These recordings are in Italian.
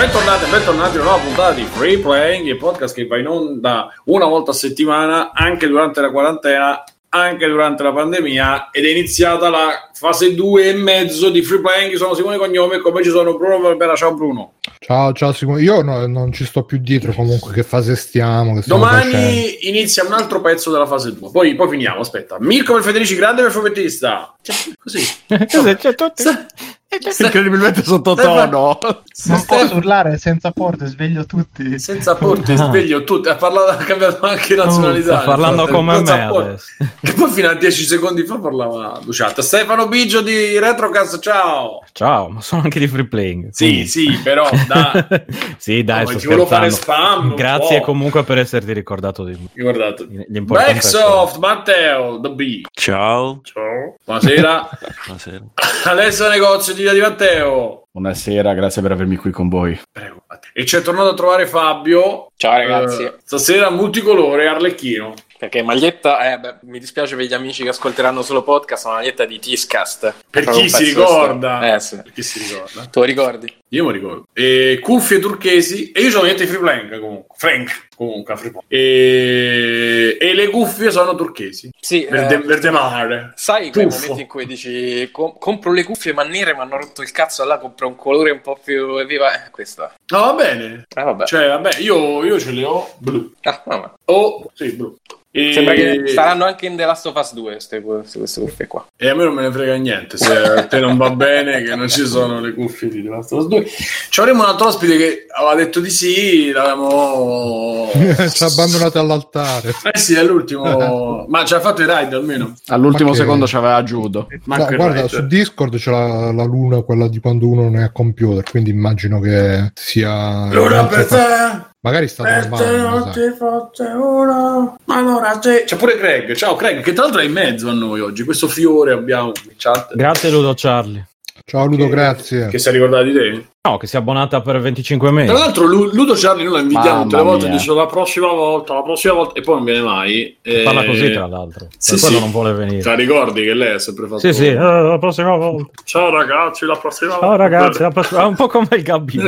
Bentornati a una nuova puntata di Free Playing, il podcast che va in onda una volta a settimana, anche durante la quarantena, anche durante la pandemia, ed è iniziata la fase 2 e mezzo di Free Playing. Io sono Simone Cognome e con me ci sono Bruno Valbera. Ciao Bruno. Ciao Simone, io non ci sto più dietro comunque, che fase stiamo? Domani inizia un altro pezzo della fase 2, poi finiamo, aspetta. Mirko per Federici, grande per fumettista. Così. C'è tutti. Incredibilmente sottotono. Non posso urlare senza porte, sveglio tutti. Senza porte, sveglio tutti. Ha cambiato anche nazionalità. Sta parlando come me adesso. Che poi fino a 10 secondi fa parlava Luciata. Stefano Biggio di Retrocast, ciao. Ciao, ma sono anche di Free Playing. Sì, però dai. Sì, dai, ti volevo fare spam. Grazie comunque per esserti ricordato di Backsoft, Matteo, The B. Ciao. Buonasera. Alessio Negozio di Via di Matteo. Buonasera, grazie per avermi qui con voi. Prego. E c'è tornato a trovare Fabio. Ciao ragazzi. Stasera multicolore Arlecchino. Perché maglietta, mi dispiace per gli amici che ascolteranno solo podcast, una maglietta di Tiscast. Per chi si ricorda. Sì. Per chi si ricorda. Tu lo ricordi? Io mi ricordo. E cuffie turchesi. E io ho la maglietta di Free Playing comunque. Free e le cuffie sono turchesi. Sì. Verde mare. Sai quei momenti in cui dici compro le cuffie ma nere, mi hanno rotto il cazzo, allora compro un colore un po' più viva. Questa. No, va bene. Vabbè. Cioè, vabbè, io ce le ho blu. Vabbè. Sì, blu. Sembra che saranno anche in The Last of Us 2 queste cuffie qua. E a me non me ne frega niente se a te non va bene che non ci sono le cuffie di The Last of Us 2. Ci avremo un altro ospite che aveva detto di sì, l'avevamo ci ha abbandonato all'altare. Sì, all'ultimo. Ma ci ha fatto i raid almeno. All'ultimo secondo c'aveva judo. Guarda, su Discord c'è la luna, quella di quando uno non è a computer, quindi immagino che sia luna per te. Magari sta normale. C'è pure Craig. Ciao Craig, che tra l'altro è in mezzo a noi oggi. Questo fiore abbiamo in chat. Grazie Ludo Charlie. Ciao Ludo, grazie. Che si è ricordato di te? No, che si è abbonata per 25 mesi. Tra l'altro Ludo Charlie noi la invitiamo tutte le volte, dice la prossima volta, e poi non viene mai. Parla così tra l'altro. Sì, quello non vuole venire. Ti ricordi che lei ha sempre fatto? Sì, la prossima volta. Ciao ragazzi, la prossima volta. Ciao ragazzi, la prossima... È un po' come il Gabbino.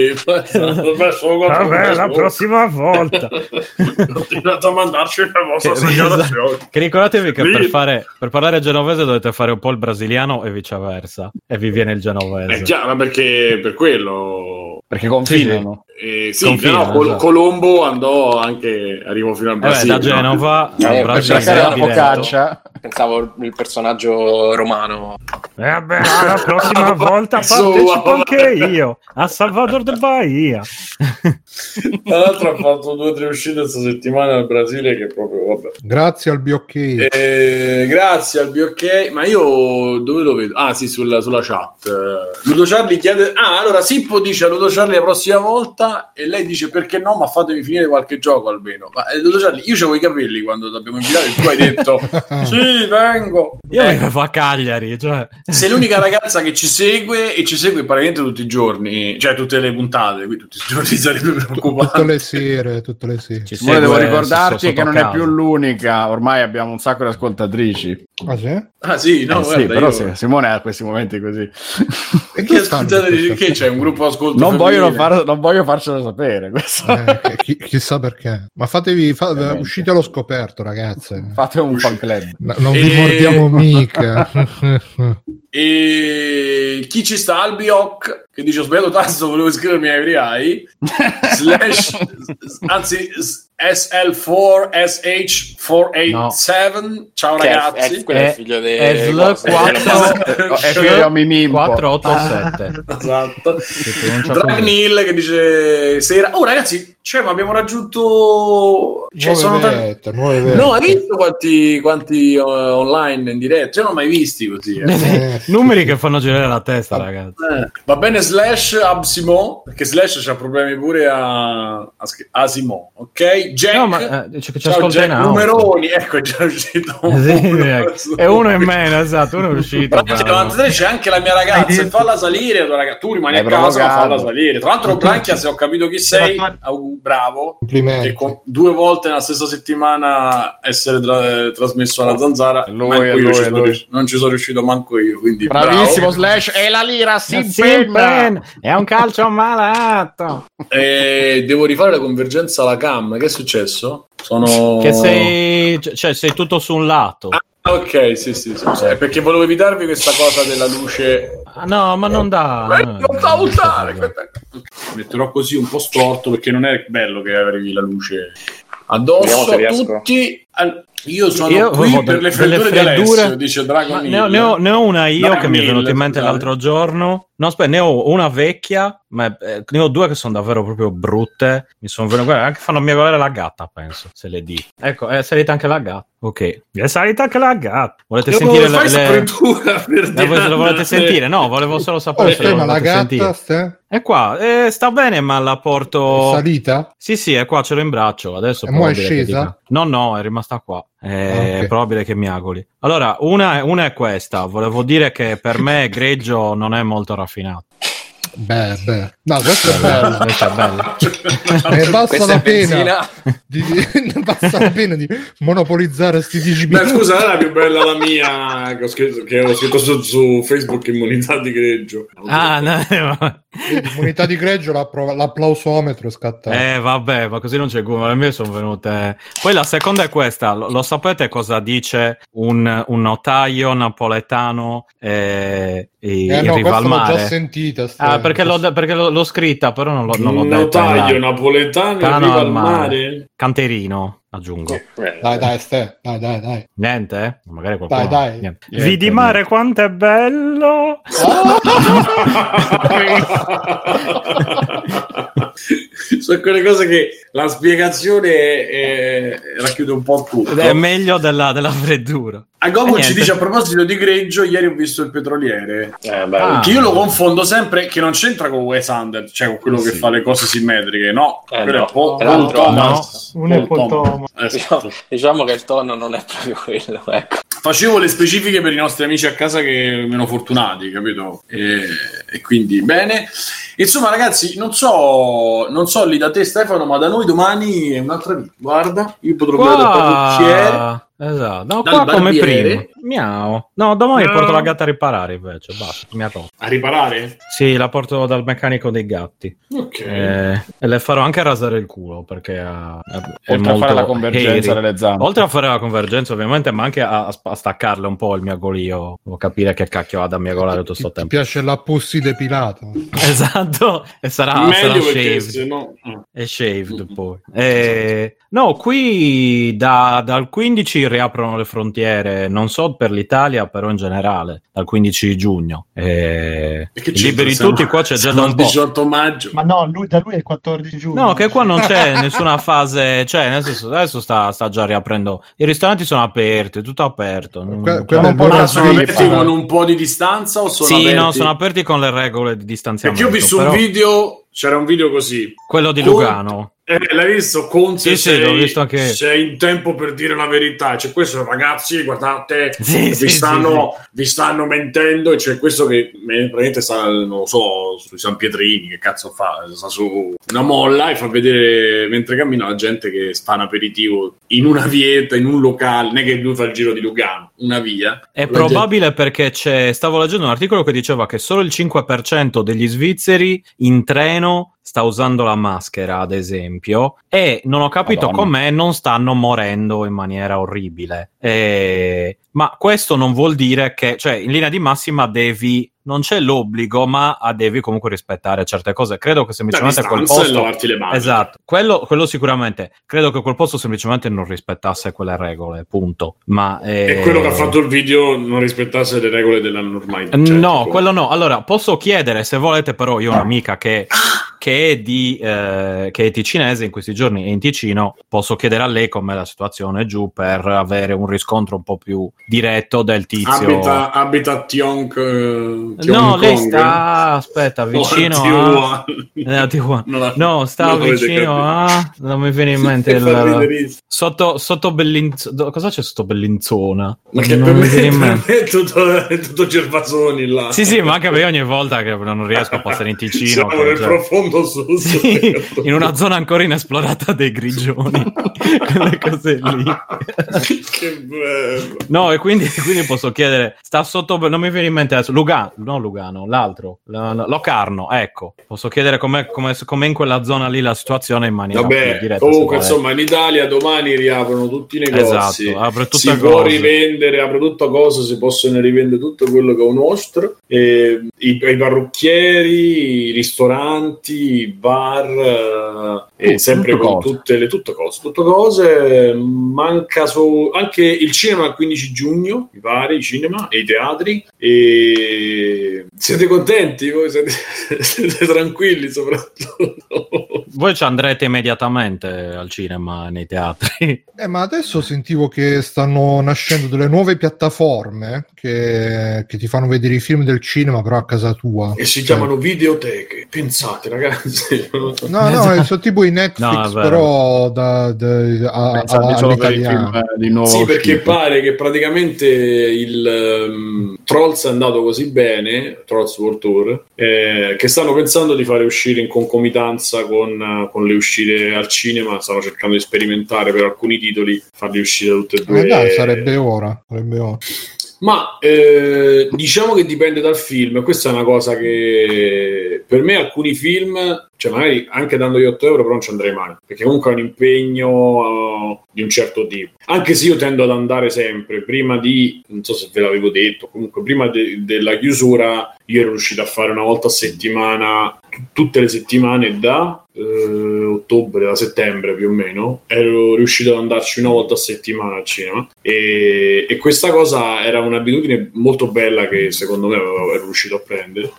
Vabbè, la prossima volta. Continuate a mandarci le vostre segnalazioni. Che ricordatevi che per parlare genovese dovete fare un po' il brasiliano e viceversa. E vi viene il genovese. È chiaro, perché per quello. Perché confinano. Esatto. Colombo arrivò fino al Brasile. Da Genova per cercare la focaccia. Pensavo il personaggio romano. Vabbè, la prossima volta partecipo anche io a Salvador del Bahia. Tra l'altro ha fatto 2 o 3 uscite questa settimana al Brasile che proprio vabbè. Grazie al BOK. Grazie al BOK. Ma io dove lo vedo? Ah sì, sulla chat. Ludo Charlie chiede. Allora Sippo dice a Ludo Charlie la prossima volta e lei dice perché no, ma fatemi finire qualche gioco almeno. Ma Ludo Charlie, io c'avevo i capelli quando ti abbiamo invitato e tu hai detto sì, vengo. Io vivo a Cagliari, cioè. Sei l'unica ragazza che ci segue e ci segue praticamente tutti i giorni, cioè tutte le puntate, qui tutti i giorni sarebbe preoccupante. Tutte le sere. Simone, devo ricordarti che non è più l'unica, ormai abbiamo un sacco di ascoltatrici. Ah sì? Ah sì, no, guarda, sì, però Simone ha questi momenti così. E che ascoltatrici? Che c'è un gruppo ascolto non voglio farcelo sapere questo. Chissà perché. Ma uscite allo scoperto, ragazze. Fate un fan club. Non vi mordiamo mica. E chi ci sta? Albioc che dice ho sbagliato tasto, volevo iscrivermi ai Riai SL4SH487. Ciao ragazzi. Quello è il figlio di figlio di Mimimpo 487. Esatto. Dragnil che dice sera. Oh ragazzi, ma abbiamo raggiunto nuove vette. No, hai visto quanti online in diretta? Io non ho mai visti così. Numeri che fanno girare la testa, ragazzi. Va bene Slash Absimo, perché Slash c'ha problemi pure a Asimo, ok? Jack. No, ma dice che ci Ciao, ascolta Jack in auto. Numeroni, ecco, è già uscito E uno in meno, esatto, uno è uscito. Branchia 93 c'è anche la mia ragazza, falla salire, tu rimani a casa, ma falla salire. Tra l'altro Branchia, se ho capito chi sei, bravo, e con 2 volte nella stessa settimana essere trasmesso alla Zanzara, non ci sono riuscito manco io, quindi bravissimo. bravo. Slash e la lira si penna. È un calcio malato. Devo rifare la convergenza alla cam. Che è successo? Che sei tutto su un lato. Ok, sì. Perché volevo evitarvi questa cosa della luce. No, ma non dà. Non da usare. Metterò così un po' storto perché non è bello che avevi la luce addosso a tutti. Io sono qui per le freddure di Alessio, dice Dragon. Ne ho una io che mi è venuta in mente l'altro giorno. No, aspetta, ne ho una vecchia, ma ne ho 2 che sono davvero proprio brutte. Mi sono venute anche fanno miagolare la gatta, penso, se le di. Ecco, è salita anche la gatta. Ok, è salita anche la gatta. Volete sentire le volete sentire? No, volevo solo sapere se ma la gatta è qua, sta bene, ma la porto. È salita? Sì, è qua, ce l'ho in braccio. Adesso è scesa? No, è rimasta qua. È probabile che miagoli. Allora, una è questa. Volevo dire che per me Greggio non è molto raffinato. Beh. No, questo è bello. Questo è bello. Basta la pena di monopolizzare sti 10 minuti. Scusa, era più bella la mia che ho scritto su Facebook, immunità di Greggio. Immunità di Greggio, l'applausometro è scattato. Vabbè, ma così non c'è come. Le mie sono venute. Poi la seconda è questa. Lo sapete cosa dice un notaio napoletano in riva al mare? L'ho già sentita. Perché l'ho scritta, però non l'ho detto. Un notaio napoletano in riva al mare. Canterino, aggiungo. Dai, Ste, dai. Niente? Magari qualcuno. Dai. Niente. Vidi mare quanto è bello. Sono quelle cose che la spiegazione racchiude un po' tutto. È meglio della freddura. A Gogo ci dice, a proposito di Greggio, ieri ho visto Il Petroliere, che io lo confondo sempre, che non c'entra con Wes Anderson, cioè con quello che fa le cose simmetriche, no? Quello è Paul Thomas. Non è Paul Thomas. Diciamo che il tono non è proprio quello, ecco. Facevo le specifiche per i nostri amici a casa che meno fortunati, capito? E quindi bene. Insomma, ragazzi, non so lì da te, Stefano, ma da noi domani è un'altra vita. Guarda, io potrò vedere il parrucchiere. Esatto, no, qua come prima. Miau. No, domani porto la gatta a riparare invece. Basta, mi ha rotto. A riparare? Sì, la porto dal meccanico dei gatti. Ok. E le farò anche rasare il culo perché è oltre molto a fare la convergenza delle zampe. Oltre a fare la convergenza, ovviamente, ma anche a staccarle un po' il miagolio. Devo capire che cacchio ha da miagolare tutto sto tempo. Ti piace la pussy depilata? Esatto, e sarà shaved. No... È shaved poi. No, qui dal 15 riaprono le frontiere, non so per l'Italia, però in generale, dal 15 giugno. Liberi tutti, qua c'è già da un po'. 18 maggio. Ma no, da lui è il 14 giugno. No, che qua non c'è nessuna fase, cioè nel senso adesso sta già riaprendo. I ristoranti sono aperti, è tutto aperto. Sono aperti con un po' di distanza o sono aperti? Sì, no, sono aperti con le regole di distanziamento. Perché io ho visto un video, c'era un video così. Quello di Lugano. L'hai visto? Conte, sì, l'ho visto anche. Sei in tempo per dire la verità. C'è questo, ragazzi, guardate, vi stanno mentendo. E c'è questo che praticamente sta, non lo so, sui San Pietrini, che cazzo fa? Sta su una molla e fa vedere mentre cammina la gente che fa un aperitivo in una vietta, in un locale. Non è che lui fa il giro di Lugano, una via. È probabile perché stavo leggendo un articolo che diceva che solo il 5% degli svizzeri in treno sta usando la maschera, ad esempio, e non ho capito com'è, non stanno morendo in maniera orribile. Ma questo non vuol dire che, cioè, in linea di massima non c'è l'obbligo, ma devi comunque rispettare certe cose. Credo che semplicemente a quel posto, lavarti le mani. Esatto, quello sicuramente. Credo che quel posto semplicemente non rispettasse quelle regole, punto. Ma e quello che ha fatto il video non rispettasse le regole della normalità? No, quello no. Allora, posso chiedere, se volete, però io ho un'amica che che è ticinese, in questi giorni è in Ticino. Posso chiedere a lei com'è la situazione giù per avere un riscontro un po' più diretto del tizio. Abita a Tionk. No, lei sta vicino a Tijuana. No, sta vicino a, non mi viene in mente sotto Bellinzona. Cosa c'è sotto Bellinzona? Ma che per me è tutto Gervasoni là. Sì, ma anche perché ogni volta che non riesco a passare in Ticino siamo nel profondo sud, sì, in una zona ancora inesplorata dei Grigioni. Quelle cose lì. Che bello. No, e quindi posso chiedere, sta sotto, non mi viene in mente adesso, Lugano, l'altro, Locarno, ecco. Posso chiedere com'è in quella zona lì la situazione in maniera più diretta. Comunque insomma in Italia domani riaprono tutti i negozi, esatto, apre si può rivendere, apre tutto cosa, si possono rivendere tutto quello che è un nostro, i parrucchieri, i ristoranti, i bar, sempre con tutte cose. Manca anche il cinema il 15 giugno, mi pare, i cinema e i teatri. E siete contenti? Voi siete tranquilli soprattutto? Voi ci andrete immediatamente al cinema, nei teatri? Ma adesso sentivo che stanno nascendo delle nuove piattaforme che ti fanno vedere i film del cinema però a casa tua. E si chiamano videoteche. Pensate, ragazzi. No, sono tipo i Netflix, però all'italiano. Di nuovo sì, perché pare che praticamente il Trolls è andato così bene, Trolls World Tour, che stanno pensando di fare uscire in concomitanza con le uscite al cinema. Stanno cercando di sperimentare per alcuni titoli, farli uscire tutte e due. Dai, sarebbe ora. Ma diciamo che dipende dal film. Questa è una cosa che per me alcuni film, cioè magari anche dandogli 8 euro, però non ci andrei mai, perché comunque è un impegno di un certo tipo. Anche se io tendo ad andare sempre prima non so se ve l'avevo detto, comunque prima della chiusura io ero riuscito a fare una volta a settimana, tutte le settimane da ottobre, da settembre più o meno, ero riuscito ad andarci una volta a settimana al cinema, e questa cosa era un'abitudine molto bella che secondo me ero riuscito a prendere,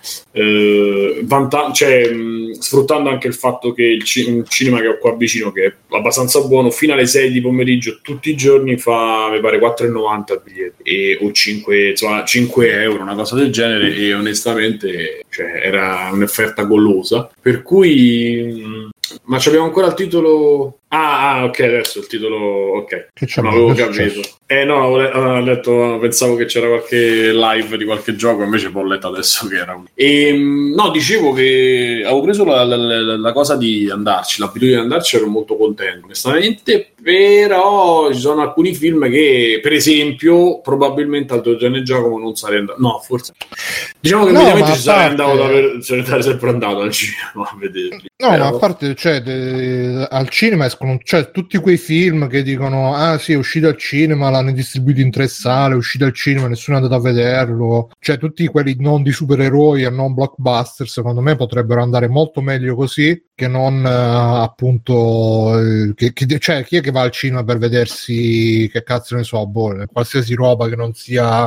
sfruttando anche il fatto che un cinema che ho qua vicino, che è abbastanza buono, fino alle 6 di pomeriggio tutti i giorni fa, mi pare, 4,90 al biglietto, o 5 euro, una cosa del genere, e onestamente era un'offerta gollosa, per cui ma abbiamo ancora il titolo. Ok, adesso il titolo. Ok, non avevo capito. No, ho letto, pensavo che c'era qualche live di qualche gioco, invece poi ho letto adesso che era no, dicevo che avevo preso la cosa di andarci, l'abitudine di andarci, ero molto contento onestamente, però ci sono alcuni film che, per esempio, probabilmente al Giorgio Giacomo non sarei andato. No, forse diciamo che mediamente ci sarei andato, sarei sempre andato al cinema a vederli. No, ma a parte, al cinema escono, tutti quei film che dicono sì, è uscito al cinema, l'hanno distribuito in 3 sale, è uscito al cinema, nessuno è andato a vederlo, tutti quelli non di supereroi e non blockbuster, secondo me potrebbero andare molto meglio così che non appunto chi è che va al cinema per vedersi, che cazzo ne so, qualsiasi roba che non sia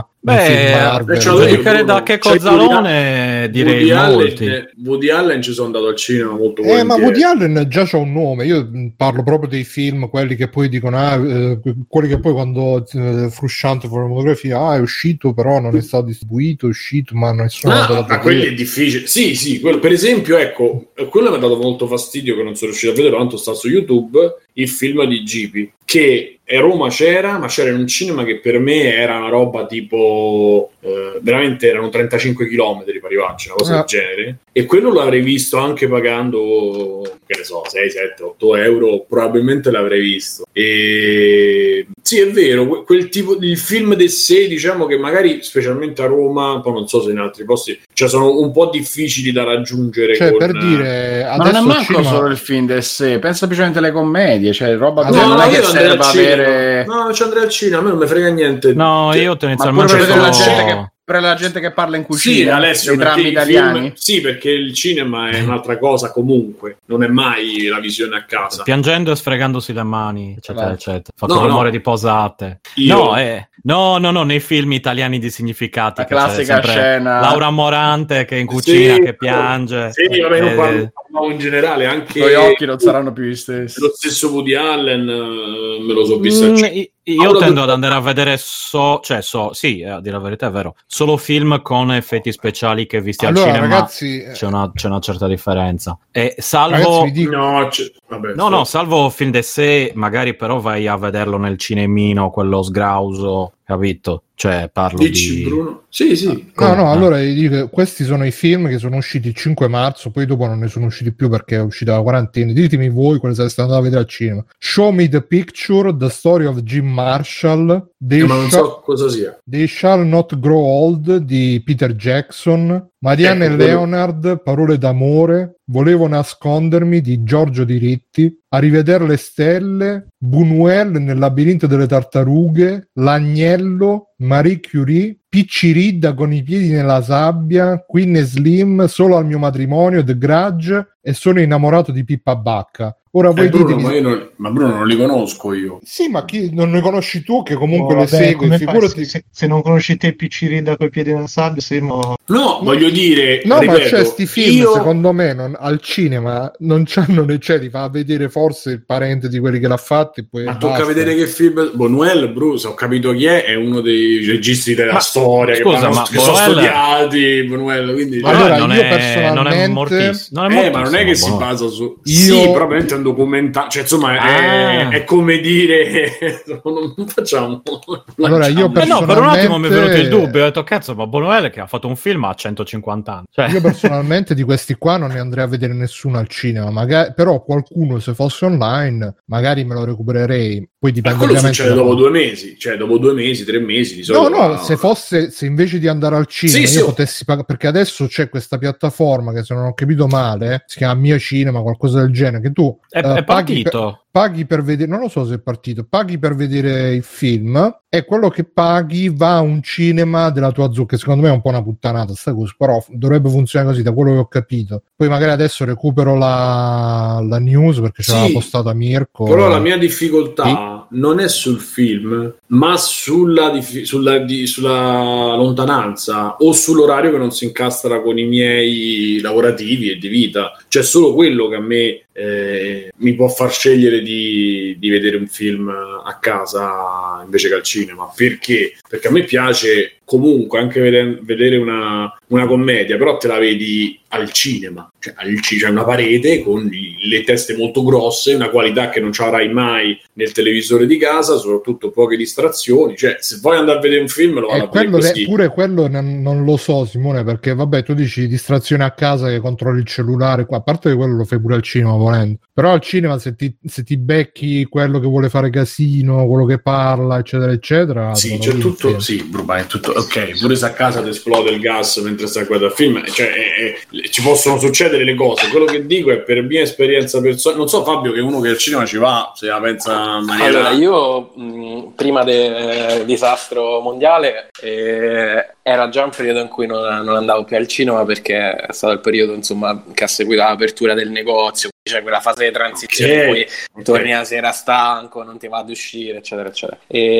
da che Cozzalone, direi molti. Woody Allen ci sono andato al cinema molto volentieri. Ma Woody Allen già c'ha un nome. Io parlo proprio dei film, quelli che poi dicono quelli che poi quando Frusciante for fotografia è uscito però non è stato distribuito, è uscito ma nessuno ha dato ma quelli è difficile. Sì, quello, per esempio, ecco, quello mi ha dato molto fastidio che non sono riuscito a vedere, tanto sta su YouTube, il film di Gipi, che a Roma c'era, ma c'era in un cinema che per me era una roba tipo veramente erano 35 chilometri per arrivarci, una cosa del genere, e quello l'avrei visto anche pagando, che ne so, 6, 7, 8 euro, probabilmente l'avrei visto. E sì, è vero, quel tipo di film de sé, diciamo che magari specialmente a Roma, poi non so se in altri posti, sono un po' difficili da raggiungere, per dire, ma non è manco solo il film de sé, pensa semplicemente alle commedie, roba non è che serve avere. No, non ci andrei al cinema, a me non mi frega niente. No, io tendenzialmente per la gente che parla in cucina, sì, Alessio, i drammi italiani. Sì, perché il cinema è un'altra cosa comunque, non è mai la visione a casa. Piangendo e sfregandosi le mani, eccetera, eccetera. Fatto rumore di posate. No, nei film italiani di significati. La classica scena. Laura Morante che è in cucina, che piange. Sì, vabbè, non ma in generale anche i tuoi occhi non saranno più gli stessi. Lo stesso Woody Allen me lo so visto. Io tendo ad andare a vedere sì, a dire la verità è vero, solo film con effetti speciali che visti al cinema, ragazzi, c'è una certa differenza. E salvo ragazzi, salvo film d'essè, magari però vai a vederlo nel cinemino, quello sgrauso, capito? Cioè parlo Dici, di Bruno? Sì. Allora io dico, questi sono i film che sono usciti il 5 marzo, poi dopo non ne sono usciti più perché è uscita la quarantena. Ditemi voi quali siete andati a vedere al cinema. Show Me the Picture, The Story of Jim Marshall, ma non so cosa sia. They Shall Not Grow Old di Peter Jackson, Marianne e Leonard, Parole d'amore, Volevo nascondermi di Giorgio Diritti, A rivedere le stelle, Buñuel nel labirinto delle tartarughe, L'Agnello, Marie Curie, Picciridda con i piedi nella sabbia, Queen e Slim, Solo al mio matrimonio, The Grudge e Sono innamorato di Pippa Bacca. Ora voi Bruno, ditemi... ma Bruno non li conosco io. Sì, ma chi non ne conosci tu che comunque le segui? Figurati... Se non conosci te Picciridda con i piedi nella sabbia, No, voglio dire... No, ripeto, ma c'è sti film, secondo me, al cinema non c'hanno né c'è, ti fa vedere forse il parente di quelli che l'ha fatto e poi ma tocca vedere che film... Buñuel, Bruce, ho capito chi è un dei registi della storia, scusa, che sono studiati, Buñuel, quindi... Allora, non io è personalmente... mortissimo, ma non è che si basa su... Io... Sì, probabilmente è un documentario, cioè insomma è come dire... non facciamo... Allora, io personalmente... no, per un attimo mi è venuto il dubbio, ho detto cazzo, ma Buñuel che ha fatto un film a 150 anni. Cioè... Io personalmente di questi qua non ne andrei a vedere nessuno al cinema, magari, però qualcuno se fosse online magari me lo recupererei. Poi dipende, quello succede dopo 2 mesi, cioè dopo 2 mesi, 3 mesi di solito. No, se invece di andare al cinema io potessi pagare, perché adesso c'è questa piattaforma che, se non ho capito male, si chiama Mio Cinema, qualcosa del genere, che tu è partito. Paghi per vedere, non lo so se è partito, paghi per vedere il film e quello che paghi va a un cinema della tua zona, che secondo me è un po' una puttanata sta cosa, però dovrebbe funzionare così da quello che ho capito. Poi magari adesso recupero la news perché ce l'aveva postata Mirko. Però la mia difficoltà non è sul film, ma sulla lontananza o sull'orario che non si incastra con i miei lavorativi e di vita. C'è solo quello che a me mi può far scegliere di vedere un film a casa invece che al cinema. Perché a me piace comunque anche vedere una commedia, però te la vedi al cinema, cioè c'è una parete con le teste molto grosse, una qualità che non ci avrai mai nel televisore di casa, soprattutto poche distrazioni. Cioè, se vuoi andare a vedere un film lo vado a vedere così. Pure quello non lo so, Simone, perché vabbè, tu dici distrazione a casa che controlli il cellulare, qua a parte che quello lo fai pure al cinema volendo, però al cinema se ti becchi quello che vuole fare casino, quello che parla eccetera eccetera, sì, c'è tutto, sì, è tutto ok. Pure se a casa ti esplode il gas mentre stai a guardare il film, cioè ci possono succedere le cose. Quello che dico è per mia esperienza personale. Non so, Fabio, che uno che al cinema ci va, se la pensa in maniera... Allora, io prima del disastro mondiale era già un periodo in cui non andavo più al cinema, perché è stato il periodo, insomma, che ha seguito l'apertura del negozio, c'è quella fase di transizione in cui torni la sera stanco, non ti va ad uscire, eccetera eccetera.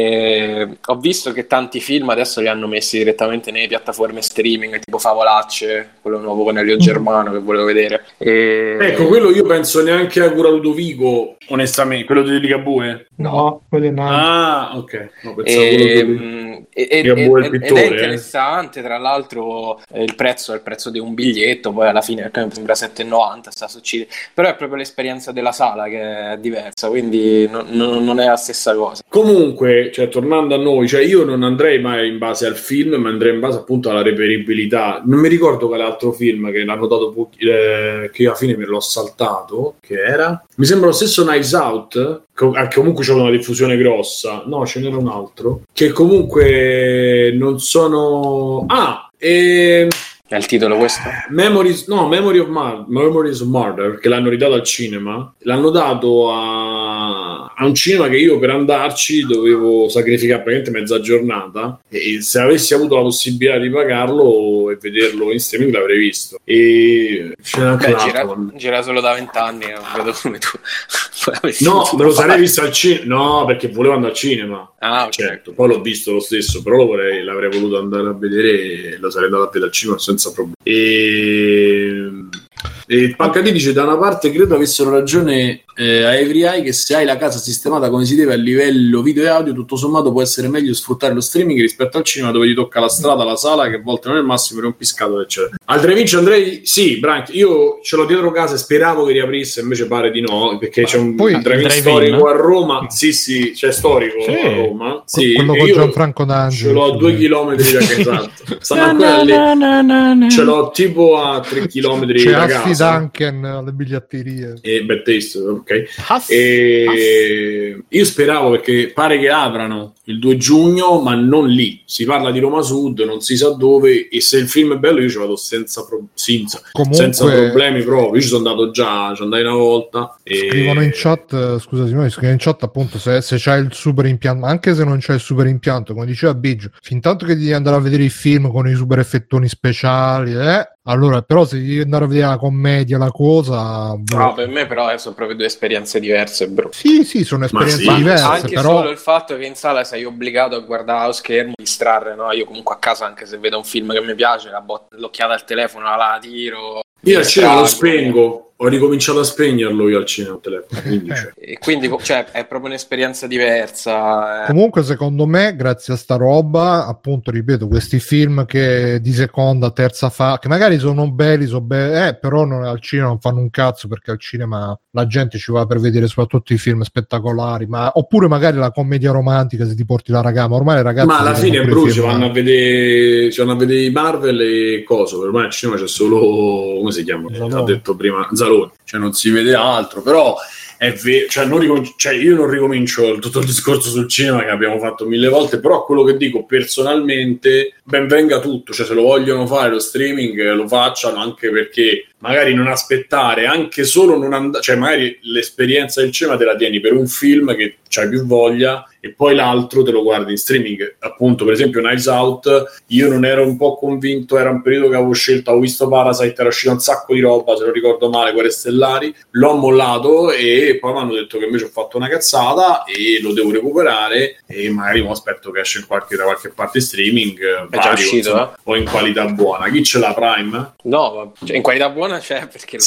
E ho visto che tanti film adesso li hanno messi direttamente nelle piattaforme streaming, tipo Favolacce, quello nuovo con Elio Germano che volevo vedere. Ecco, quello io penso neanche a Cura Ludovico, onestamente, quello di Ligabue. No, quello no. Ah, ok. No, pensavo ed è interessante, tra l'altro il prezzo è il prezzo di un biglietto, poi alla fine mi sembra 7,90 sta succede, però è proprio l'esperienza della sala che è diversa, quindi non è la stessa cosa. Comunque, cioè, tornando a noi, cioè io non andrei mai in base al film, ma andrei in base appunto alla reperibilità. Non mi ricordo quale altro film che l'hanno dato che io alla fine me l'ho saltato, che era, mi sembra lo stesso Knives Out, che comunque c'è una diffusione grossa. No, ce n'era un altro che comunque non sono... È il titolo questo? Memories of Murder, che l'hanno ridato al cinema. L'hanno dato a un cinema che io per andarci dovevo sacrificare praticamente mezza giornata, e se avessi avuto la possibilità di pagarlo e vederlo in streaming l'avrei visto. E c'era anche gira solo da 20 anni, non vedo come tu no, me lo sarei visto al cinema. No, perché volevo andare al cinema. Okay. Certo, poi l'ho visto lo stesso, però l'avrei voluto andare a vedere e lo sarei andato a vedere al cinema senza problemi. E Pancadì dice: da una parte credo avessero ragione a Every Eye che se hai la casa sistemata come si deve a livello video e audio, tutto sommato può essere meglio sfruttare lo streaming rispetto al cinema dove ti tocca la strada, la sala, che a volte non è il massimo, per un piscato eccetera. Altre vince Andrei? Sì, Branch, io ce l'ho dietro casa e speravo che riaprisse, invece pare di no, perché c'è un drive-in storico a Roma. Sì, c'è storico a Roma. Sì, quello con Gianfranco D'Angelo. Ce l'ho a 2 chilometri da casa. Esatto. Stanno ancora lì. Ce l'ho tipo a 3 chilometri da casa. C'è Duncan alle biglietterie. E Bad Taste, ok. E io speravo, perché pare che aprano il 2 giugno, ma non lì. Si parla di Roma Sud, non si sa dove, e se il film è bello io ci vado senza problemi proprio. Io ci sono andato già, ci andai una volta. Scrivono in chat, scusa Simone, scrivono in chat appunto se c'è il super impianto, anche se non c'è il super impianto, come diceva Biggio, fin tanto che devi andare a vedere i film con i super effettoni speciali, allora, però se devi andare a vedere la commedia, la cosa... No, per me però sono proprio 2 esperienze diverse, bro. Sì, sono esperienze diverse, anche però... solo il fatto che in sala sei obbligato a guardare lo schermo, distrarre, no? Io comunque a casa, anche se vedo un film che mi piace, l'occhiata al telefono la tiro. Io al cinema lo spengo, ho ricominciato a spegnerlo io al cinema al telefono, quindi cioè, è proprio un'esperienza diversa. Comunque secondo me, grazie a sta roba, appunto ripeto, questi film che di seconda, terza che magari sono belli, però al cinema non fanno un cazzo, perché al cinema la gente ci va per vedere soprattutto i film spettacolari, oppure magari la commedia romantica se ti porti la ragazza, ma ormai le ragazze... Ma alla fine ci vanno a vedere i Marvel e coso, ormai al cinema c'è solo... come si chiama? Ho detto prima Zalone, cioè non si vede altro, però è vero, io non ricomincio tutto il discorso sul cinema che abbiamo fatto 1000 volte, però quello che dico personalmente, ben venga tutto, cioè se lo vogliono fare lo streaming lo facciano, anche perché magari non aspettare, anche solo non andare, cioè magari l'esperienza del cinema te la tieni per un film che c'hai più voglia e poi l'altro te lo guardi in streaming. Appunto, per esempio Knives Out, io non ero un po' convinto, era un periodo che avevo visto Parasite, era uscito un sacco di roba, se non ricordo male, Guerre Stellari, l'ho mollato e poi mi hanno detto che invece ho fatto una cazzata e lo devo recuperare, e magari mi aspetto che esce da qualche parte streaming, è già uscito, o in qualità buona. Chi ce l'ha Prime? No, in qualità buona c'è, perché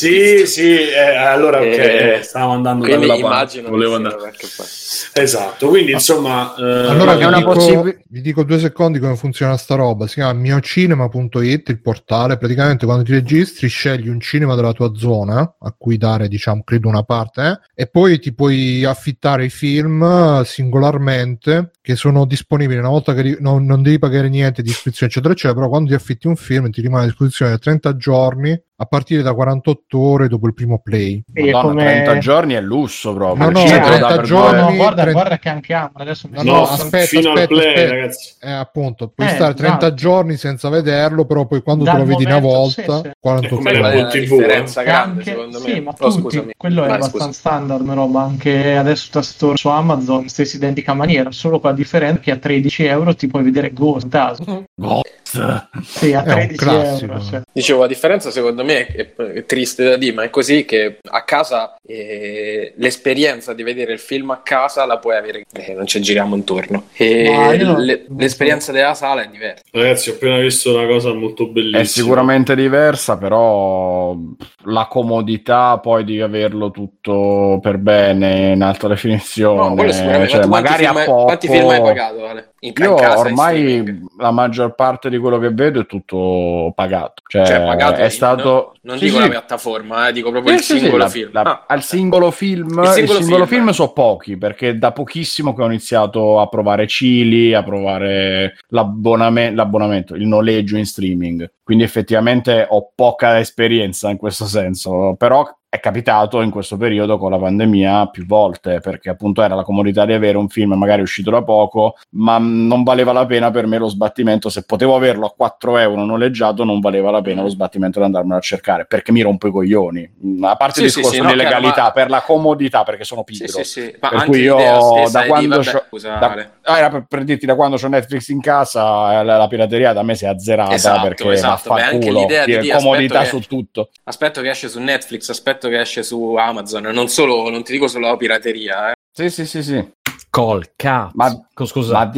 allora ok, stavamo andando da quella parte, volevo andare. Esatto, quindi insomma allora vi dico 2 secondi come funziona sta roba. Si chiama miocinema.it, il portale. Praticamente quando ti registri scegli un cinema della tua zona a cui dare, diciamo, credo una parte, e poi ti puoi affittare i film singolarmente, che sono disponibili una volta che non devi pagare niente di iscrizione eccetera eccetera, però quando ti affitti un film ti rimane a disposizione 30 giorni a partire da 48 ore dopo il primo play. Madonna, 30 giorni è lusso proprio. No, 30 giorni. Guarda che anche adesso aspetta, ragazzi. Appunto, puoi stare 30 giorni senza vederlo, però poi quando te lo vedi una volta, 48 ore. È una differenza grande, secondo me. Sì, ma quello è abbastanza standard, roba. Anche adesso da store su Amazon, stessa identica maniera, solo con la differenza che a 13 euro ti puoi vedere Ghost. Sì, a 13 euro. Cioè. Dicevo, la differenza secondo me è triste da dire, ma è così, che a casa l'esperienza di vedere il film a casa la puoi avere, non ci giriamo intorno, l'esperienza della sala è diversa. Ragazzi, ho appena visto una cosa molto bellissima. È sicuramente diversa, però la comodità poi di averlo tutto per bene in alta definizione, quello sicuramente. Cioè, magari a poco. Quanti film hai pagato, Ale? Io ormai la maggior parte di quello che vedo è tutto pagato, cioè pagato è stato non dico la piattaforma, dico proprio il singolo film. Al singolo film, il singolo film so pochi, perché da pochissimo che ho iniziato a provare Cili, a provare l'abbonamento, il noleggio in streaming, quindi effettivamente ho poca esperienza in questo senso, però è capitato in questo periodo con la pandemia più volte, perché appunto era la comodità di avere un film magari uscito da poco, ma non valeva la pena per me lo sbattimento. Se potevo averlo a 4 euro noleggiato, non valeva la pena lo sbattimento di andarmelo a cercare, perché mi rompo i coglioni, a parte il discorso di legalità, per la comodità, perché sono pigro, ma per cui io da quando era per dirti, da quando c'ho Netflix in casa la pirateria da me si è azzerata, perché vaffanculo, comodità su tutto. Aspetto che esce su Netflix, aspetto che esce su Amazon, non ti dico solo la pirateria. Sì. Col cazzo. Ma Scusa. Ma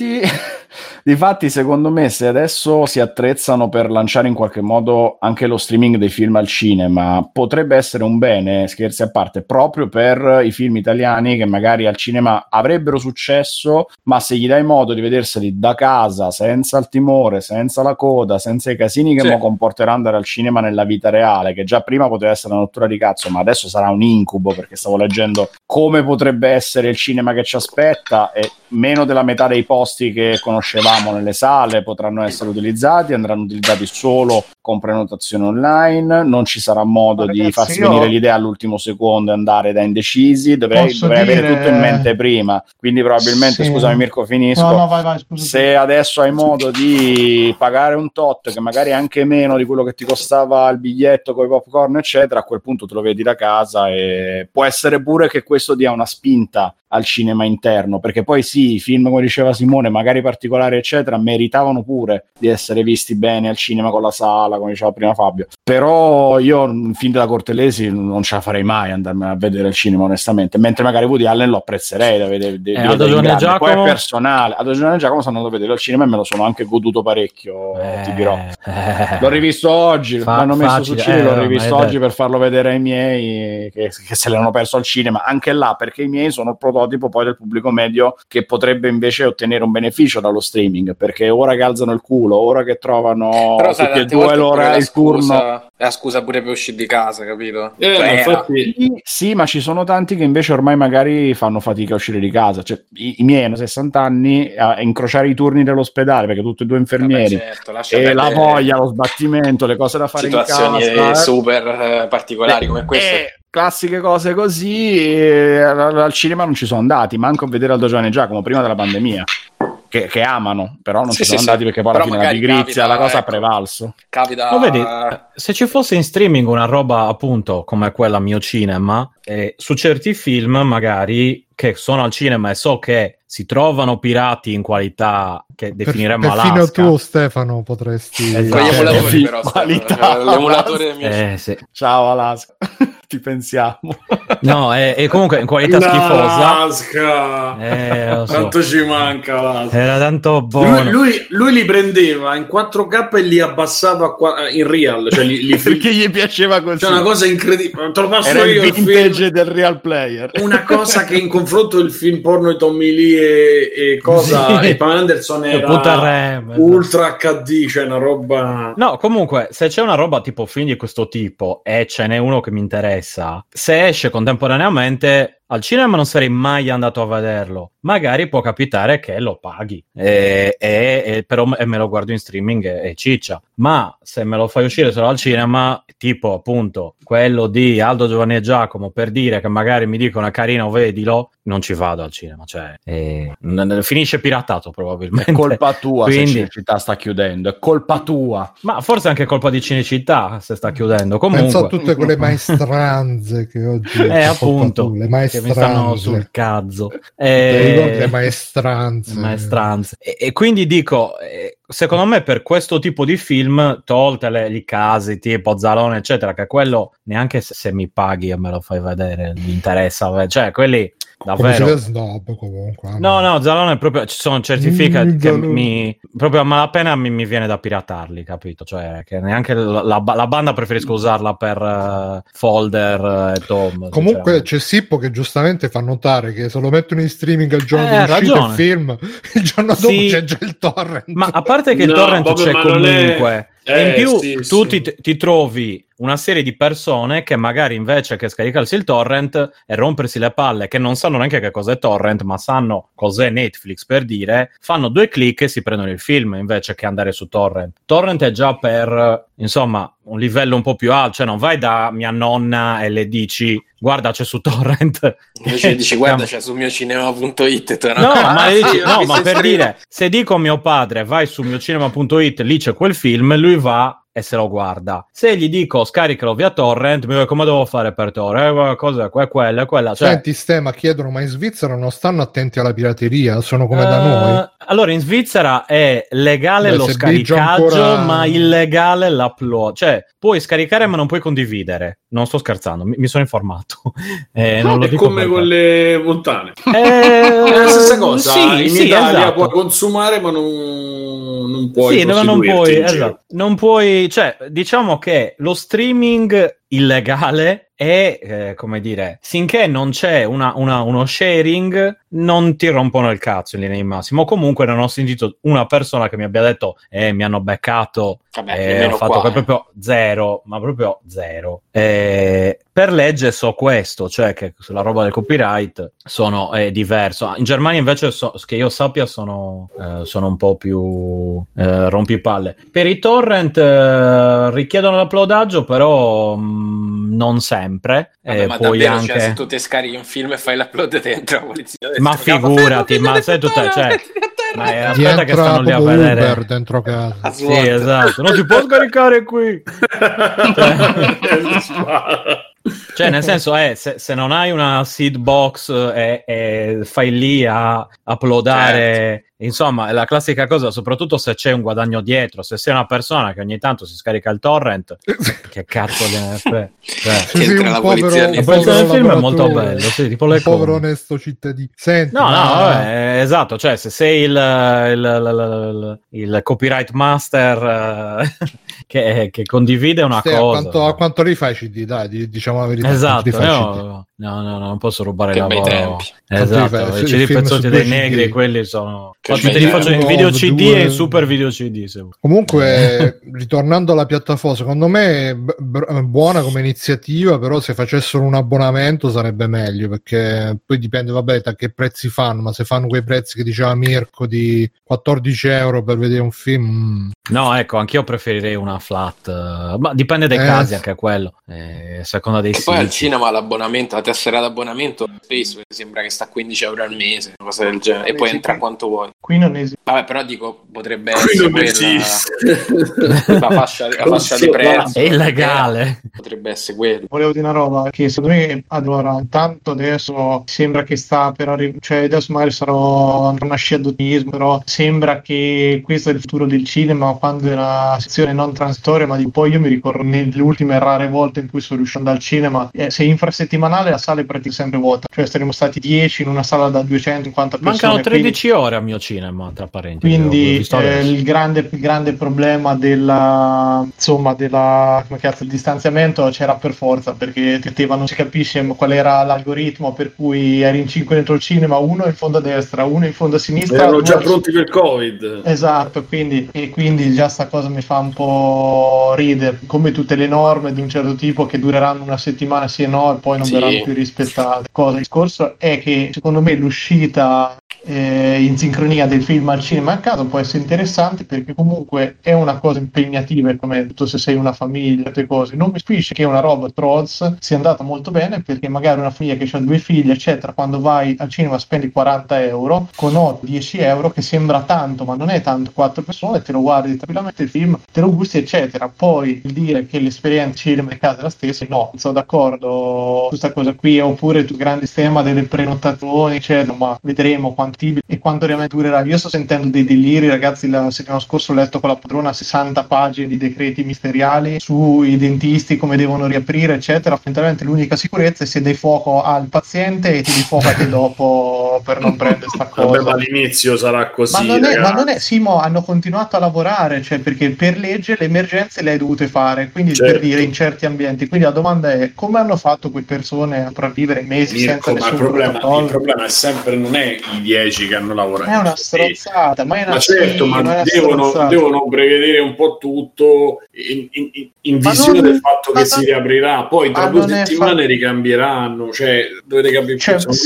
difatti secondo me, se adesso si attrezzano per lanciare in qualche modo anche lo streaming dei film al cinema, potrebbe essere un bene, scherzi a parte, proprio per i film italiani che magari al cinema avrebbero successo, ma se gli dai modo di vederseli da casa, senza il timore, senza la coda, senza i casini che mo comporterà andare al cinema nella vita reale, che già prima poteva essere una rottura di cazzo, ma adesso sarà un incubo, perché stavo leggendo come potrebbe essere il cinema che ci aspetta, e meno della metà dei posti che conoscevamo nelle sale potranno essere utilizzati, andranno utilizzati solo con prenotazione online, non ci sarà modo di farsi venire l'idea all'ultimo secondo e andare da indecisi, dovrei avere tutto in mente prima, quindi probabilmente, scusami Mirko, finisco, vai, se adesso hai modo di pagare un tot, che magari è anche meno di quello che ti costava il biglietto con i popcorn eccetera, a quel punto te lo vedi da casa, e può essere pure che questo dia una spinta al cinema interno, perché poi sì, i film, come diceva Simone, magari particolari eccetera, meritavano pure di essere visti bene al cinema con la sala, come diceva prima Fabio, però io un film della Cortellesi non ce la farei mai andarmi a vedere al cinema onestamente, mentre magari Woody Allen lo apprezzerei da vedere, poi è personale. Ad Giovanni e Giacomo sono andato a vedere al cinema e me lo sono anche goduto parecchio, ti dirò. L'ho rivisto oggi, l'hanno messo su Cine, l'ho rivisto oggi per farlo vedere ai miei che se l'hanno perso al cinema, anche là, perché i miei sono il prototipo poi del pubblico medio che potrebbe invece ottenere un beneficio dallo streaming, perché ora che alzano il culo, ora che trovano tutti e due l'ora il turno, la scusa pure per uscire di casa, capito? Sì, ma ci sono tanti che invece ormai magari fanno fatica a uscire di casa, cioè i miei hanno 60 anni, a incrociare i turni dell'ospedale perché tutti e due infermieri, e la voglia, lo sbattimento, le cose da fare in casa, situazioni super particolari come queste, classiche cose così, al cinema non ci sono andati manco a vedere Aldo, Giovanni e Giacomo prima della pandemia, che amano, però non ci sono andati perché poi alla fine la pigrizia, la cosa ha prevalso. Capita. Ma vedi, se ci fosse in streaming una roba appunto come quella Mio Cinema, su certi film magari che sono al cinema e so che si trovano pirati in qualità che definiremmo Alaska. Perfino tu, Stefano, potresti... Con gli emulatori però, l'emulatore del mio sì. Ciao Alaska. Ti pensiamo. No, e comunque in qualità schifosa. Alaska. So. Tanto ci manca Alaska. Era tanto buono. Lui li prendeva in 4K e li abbassava in real, cioè perché gli piaceva così. Cioè una cosa incredibile. Te lo passo era io il vintage del real player. Una cosa che in confronto il film porno di Tommy Lee e cosa e Pamela Anderson era ultra HD, cioè una roba. No, comunque se c'è una roba tipo film di questo tipo e ce n'è uno che mi interessa, se esce contemporaneamente al cinema non sarei mai andato a vederlo, magari può capitare che lo paghi però me lo guardo in streaming e ciccia, ma se me lo fai uscire solo al cinema, tipo appunto quello di Aldo, Giovanni e Giacomo, per dire che magari mi dicono carino vedilo, non ci vado al cinema, cioè finisce piratato probabilmente. È colpa tua, quindi se Cinecittà sta chiudendo, è colpa tua, ma forse anche colpa di Cinecittà se sta chiudendo. Comunque penso a tutte quelle maestranze che oggi appunto le maestranze che mi stanno sul cazzo, le maestranze. E quindi dico, secondo me per questo tipo di film, tolte i casi tipo Zalone eccetera, che quello neanche se mi paghi e me lo fai vedere mi interessa, cioè quelli davvero snob, comunque. No, Zalone proprio, ci sono certificati che proprio a malapena mi viene da piratarli, capito? Cioè che neanche la banda preferisco usarla per Folder e Tom. Comunque c'è Sippo che giustamente fa notare che se lo mettono in streaming il giorno dell'uscita il film, il giorno dopo c'è già il torrent. Ma a parte che il torrent c'è comunque, e in più tu ti trovi una serie di persone che magari invece che scaricarsi il torrent e rompersi le palle, che non sanno neanche che cos'è torrent ma sanno cos'è Netflix, per dire, fanno 2 click e si prendono il film invece che andare su torrent. Torrent è già per insomma un livello un po' più alto, cioè non vai da mia nonna e le dici guarda c'è su torrent, invece dici guarda c'è su miocinema.it. ma per dire, se dico a mio padre vai su miocinema.it lì c'è quel film, lui va e se lo guarda. Se gli dico scaricalo via torrent, mi dico come devo fare per torrent? Cosa è quella? Cioè... Senti Stema, chiedono, ma in Svizzera non stanno attenti alla pirateria? Sono come da noi? Allora in Svizzera è legale lo scaricaggio, ancora... ma illegale l'upload. Cioè puoi scaricare ma non puoi condividere. Non sto scherzando, mi sono informato. Non lo dico come perché. Con le montane. È la stessa cosa. Sì, in Italia esatto. Puoi consumare ma non puoi. Sì, non puoi, esatto. Non puoi, cioè, diciamo che lo streaming illegale è, come dire, finché non c'è uno sharing, non ti rompono il cazzo in linea di massimo. Comunque non ho sentito una persona che mi abbia detto mi hanno beccato, ho fatto proprio zero, ma proprio zero. Per legge so questo, cioè che sulla roba del copyright è diverso. In Germania invece che io sappia sono un po' più rompipalle. Per i torrent richiedono l'uploadaggio, però non sempre. Ma puoi davvero, anche... cioè, se tu ti scarichi un film e fai l'upload dentro la polizia ma figurati, ma sai tutta, cioè, ma aspetta che stanno lì a vedere Uber dentro casa. Sì, esatto, non si può scaricare qui. Cioè, nel senso, se non hai una seed box e fai lì a uploadare, certo. Insomma, è la classica cosa, soprattutto se c'è un guadagno dietro. Se sei una persona che ogni tanto si scarica il torrent, che cazzo gliene frega? Cioè, entra la polizia. La polizia del film è molto bello, sì, tipo le povero onesto cittadino. Senti, no, vabbè, esatto, cioè se sei il copyright master che condivide una cosa. A quanto li fai CD? Dai, diciamo la verità. Esatto, no, non posso rubare il lavoro. Tempi. Esatto, i CD pezzotti dei negri, quelli sono... Oggi te li faccio in video CD e in super video CD. Comunque, ritornando alla piattaforma, secondo me è buona come iniziativa, però se facessero un abbonamento sarebbe meglio, perché poi dipende, vabbè, da che prezzi fanno, ma se fanno quei prezzi che diceva Mirko di 14 euro per vedere un film... No, ecco, anch'io preferirei una flat, ma dipende dai casi anche quello, a seconda dei siti. Poi al cinema l'abbonamento, la tessera d'abbonamento spesso sembra che sta a 15 euro al mese, una cosa del genere, e poi entra quanto vuoi. Qui non esiste. Vabbè, però dico, potrebbe essere quella la fascia di prezzo. È illegale. Potrebbe essere quello. Volevo dire una roba che secondo me, allora, tanto adesso sembra che sta per arrivare, cioè adesso magari sarò una scia d'autismo, però sembra che questo è il futuro del cinema, quando era una sezione non transitoria, ma di poi io mi ricordo nelle ultime rare volte in cui sono riuscito ad andare al cinema, se infrasettimanale la sala è praticamente sempre vuota, cioè saremmo stati 10 in una sala da 250 persone. Mancano 13 ore a mio cinema, tra parentesi. Quindi il grande problema del distanziamento c'era per forza, perché non si capisce qual era l'algoritmo per cui eri in 5 dentro il cinema, uno in fondo a destra, uno in fondo a sinistra. Erano già pronti per il Covid. Esatto, quindi già sta cosa mi fa un po' ridere, come tutte le norme di un certo tipo che dureranno una settimana sì e no e poi non verranno più rispettate. Il discorso è che secondo me l'uscita in sincronia del film al cinema a casa può essere interessante, perché comunque è una cosa impegnativa, come tutto, se sei una famiglia, tutte cose. Non mi stupisce che una roba Trolls sia andata molto bene, perché magari una famiglia che ha 2 figli eccetera, quando vai al cinema spendi 40 euro, con 8-10 euro che sembra tanto ma non è tanto, 4 persone te lo guardi tranquillamente il film, te lo gusti eccetera. Poi il dire che l'esperienza cinema a casa è la stessa, no, sono d'accordo su questa cosa qui. Oppure il grande tema delle prenotazioni eccetera, ma vedremo e quanto realmente durerà. Io sto sentendo dei deliri, ragazzi. La settimana scorsa ho letto con la padrona 60 pagine di decreti ministeriali sui dentisti, come devono riaprire eccetera. Fondamentalmente l'unica sicurezza è se dai fuoco al paziente e ti dai fuoco a te dopo per non prendere sta cosa. Vabbè, ma all'inizio sarà così, ma non è Simo, hanno continuato a lavorare, cioè, perché per legge le emergenze le hai dovute fare, quindi per dire in certi ambienti. Quindi la domanda è: come hanno fatto quelle persone a sopravvivere mesi senza nessun protocollo? Il problema è sempre, non è i 10 che hanno lavorato, è una strozzata, ma certo, ma devono prevedere un po' tutto in visione del fatto che si riaprirà, poi tra 2 settimane ricambieranno, cioè dovete capire,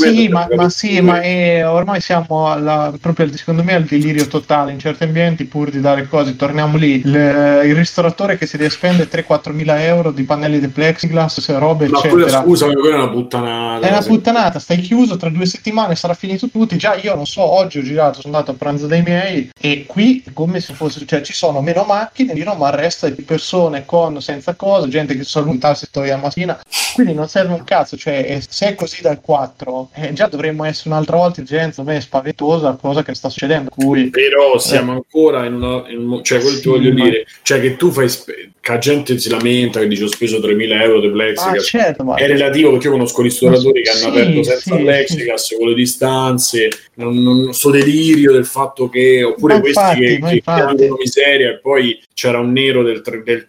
ormai siamo proprio secondo me al delirio totale in certi ambienti, pur di dare cose. Torniamo lì, il ristoratore che si deve spendere 3-4 mila euro di pannelli di plexiglass, robe eccetera. Scusami, quella è una puttanata. È una puttanata, stai chiuso, tra 2 settimane sarà finito tutto. Già io non so, oggi ho girato, sono andato a pranzo dai miei e qui come se fosse, cioè ci sono meno macchine, ma il resto è di persone con senza cosa, gente che sono lontana se toglie la mattina, quindi non serve un cazzo, cioè se è così dal 4 già dovremmo essere un'altra volta in gente, a me è spaventosa la cosa che sta succedendo, però siamo ancora cioè quello che ti voglio dire, cioè che tu fai che la gente si lamenta che dice ho speso 3.000 euro di Plexiglass, certo, ma... è relativo, perché io conosco ristoratori che hanno aperto senza Plexiglass con le distanze, sto delirio del fatto che, oppure questi che hanno miseria e poi c'era un nero del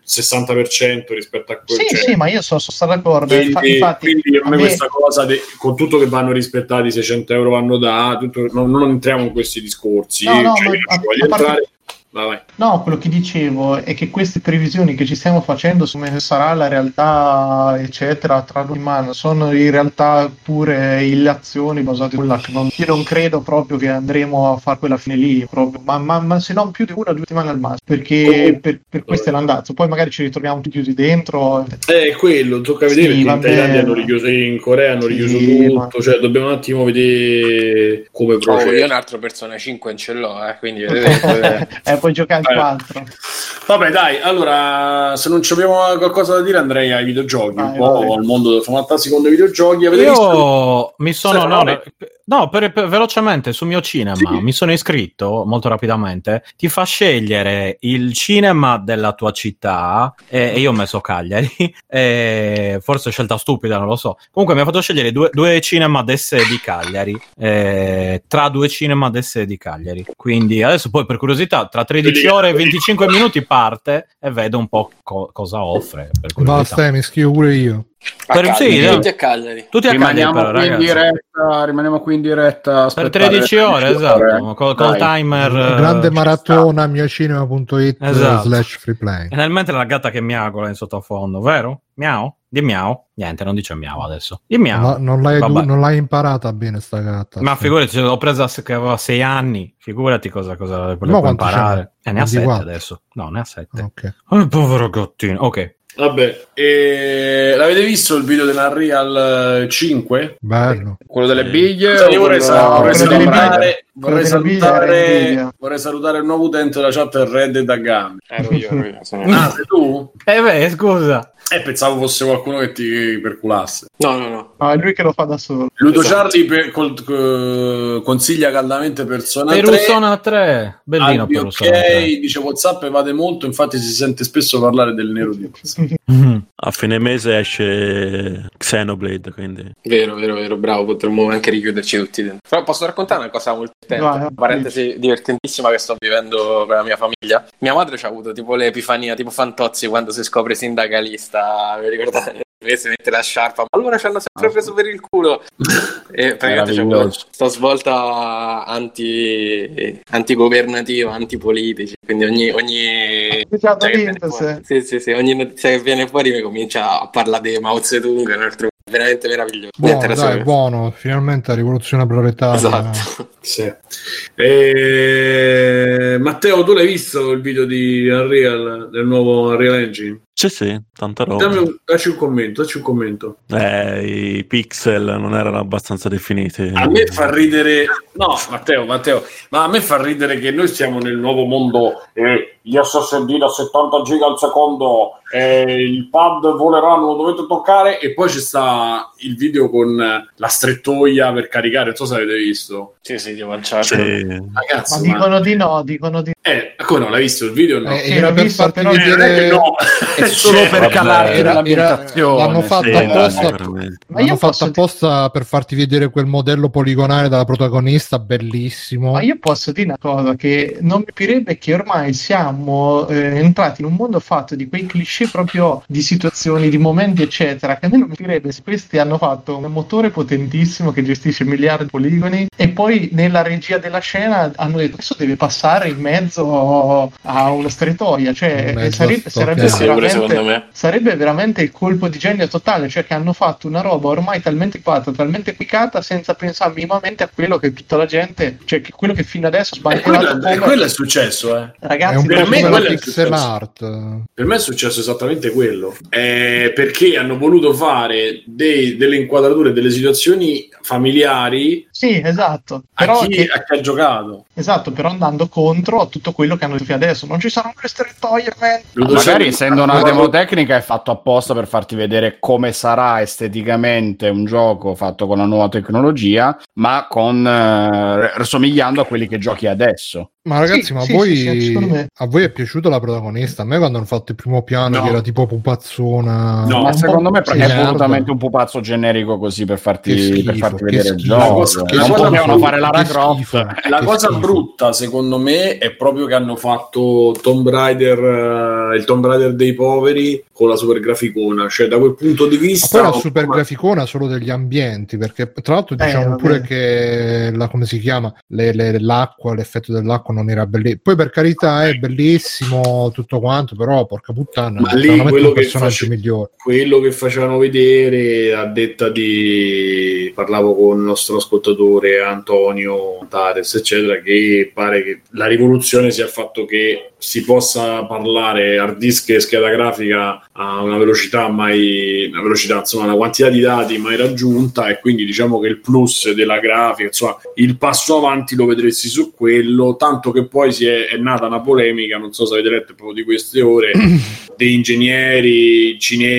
60% rispetto a quello. Sì, ma io sono d'accordo. Quindi a me questa cosa, con tutto che vanno rispettati, 600 euro vanno da tutto, non entriamo in questi discorsi. No, voglio entrare. Vai. No, quello che dicevo è che queste previsioni che ci stiamo facendo su come sarà la realtà, eccetera, tra noi mano, sono in realtà pure illazioni basate sulla io non credo proprio che andremo a fare quella fine lì, proprio, ma se non più di 1 o 2 settimane al massimo, perché per questo è l'andazzo. Poi magari ci ritroviamo tutti chiusi dentro. Quello tocca vedere, perché in Thailandia hanno richiuso, in Corea hanno richiuso tutto, cioè dobbiamo un attimo vedere come procede. Io un'altra persona 5 non ce l'ho, quindi puoi giocare al 4. Vabbè, dai, allora se non abbiamo qualcosa da dire andrei ai videogiochi, un po' al mondo fantastico con i videogiochi. Avete visto? Mi sono velocemente sul mio cinema mi sono iscritto molto rapidamente. Ti fa scegliere il cinema della tua città e io ho messo Cagliari, forse scelta stupida, non lo so. Comunque mi ha fatto scegliere due cinema adesso di Cagliari, tra 2 cinema adesso di Cagliari. Quindi adesso poi per curiosità tra 13 ore e 25 minuti parte e vedo un po' cosa offre. Basta, mi scrivo pure io. Tutti a Cagliari. Tutti a Cagliari, però, rimaniamo qui in diretta per 13 ore, esatto, col timer. Grande maratona miocinema.it /freeplay. E nel mentre la gatta che miagola in sottofondo, vero? Miau? Di miau? Niente, non dice miau adesso. Di miau. No, non l'hai imparata bene sta gatta. Ma figurati, l'ho presa che aveva 6 anni. Figurati cosa può imparare. Ne ha 7 adesso. No, ne ha 7. Okay. Oh, povero gattino. Ok. Vabbè, l'avete visto il video dell'Unreal 5? Bello. Quello delle biglie? Io vorrei salutare il nuovo utente della chat Red Dead da Gambe. Ero io. Sei tu? Scusa. Pensavo fosse qualcuno che ti perculasse. No. È lui che lo fa da solo. Ludo Charlie consiglia caldamente Persona 3. Persona 3. Bellino Persona 3. Dice WhatsApp evade molto, infatti si sente spesso parlare del nero di A fine mese esce Xenoblade, quindi vero, bravo, potremmo anche richiuderci tutti dentro. Però posso raccontare una cosa molto parentesi divertentissima che sto vivendo con la mia famiglia. Mia madre ci ha avuto tipo l'epifania, tipo Fantozzi quando si scopre sindacalista, vi ricordate? Si mette la sciarpa, ma allora ci hanno sempre preso per il culo e praticamente c'è una sta svolta antigovernativa, antipolitici, quindi ogni notizia che viene fuori mi comincia a parlare di Mao Zedong, veramente meraviglioso. Buono, finalmente la rivoluzione proletaria. Esatto. Sì. Matteo, tu l'hai visto il video di Unreal, del nuovo Unreal Engine? Sì, tanta roba. Dacci un commento. I pixel non erano abbastanza definiti. A me fa ridere. No, Matteo, ma a me fa ridere che noi stiamo nel nuovo mondo. Gli SSD da 70 giga al secondo, il pad volerà, non lo dovete toccare. E poi ci sta il video con la strettoia per caricare. Non so se avete visto. Sì, devo lanciare. Ragazzi, ma dicono di no. Come no? L'hai visto il video? No? Era per farti vedere. No. È solo per calare l'ambientazione. L'hanno fatto apposta per farti vedere quel modello poligonale della protagonista, bellissimo. Ma io posso dire una cosa che non mi piacerebbe, che ormai siamo entrati in un mondo fatto di quei cliché proprio di situazioni, di momenti eccetera, che a me non mi piacerebbe se questi hanno fatto un motore potentissimo che gestisce miliardi di poligoni e poi nella regia della scena hanno detto questo deve passare in mezzo a una strettoia, cioè sarebbe secondo me. Sarebbe veramente il colpo di genio totale, cioè che hanno fatto una roba ormai talmente fatta, talmente cliccata, senza pensare minimamente a quello che tutta la gente, cioè che quello che fino adesso quello è successo, ragazzi, è un per po' me come quello la è pixel successo. art. Per me è successo esattamente quello, perché hanno voluto fare delle inquadrature, delle situazioni familiari. Sì, esatto. Però a chi ha giocato. Esatto, però andando contro a tutto quello che hanno detto adesso. Non ci saranno le strettoie, magari essendo una demo tecnica è fatto apposta per farti vedere come sarà esteticamente un gioco fatto con la nuova tecnologia, ma somigliando a quelli che giochi adesso. Ma ragazzi, a voi è piaciuta la protagonista? A me quando hanno fatto il primo piano che era tipo pupazzona. No, ma secondo me è volutamente un pupazzo generico così per farti vedere il gioco. Non potevano fare Lara Croft. La cosa brutta secondo me è proprio che hanno fatto Tomb Raider, il Tomb Raider dei poveri con la super graficona, cioè da quel punto di vista. Ma poi la super graficona solo degli ambienti, perché tra l'altro diciamo pure che come si chiama l'acqua, l'effetto dell'acqua non era bellissimo. Poi per carità è bellissimo tutto quanto, però porca puttana, ma lì quello che migliore. Quello che facevano vedere, a detta di, parlavo con il nostro ascoltatore Antonio Tares eccetera, che pare che la rivoluzione sia il fatto che si possa parlare hard disk e scheda grafica a una velocità insomma una quantità di dati mai raggiunta, e quindi diciamo che il plus della grafica, insomma il passo avanti lo vedresti su quello, tanto che poi è nata una polemica, non so se avete letto proprio di queste ore, dei ingegneri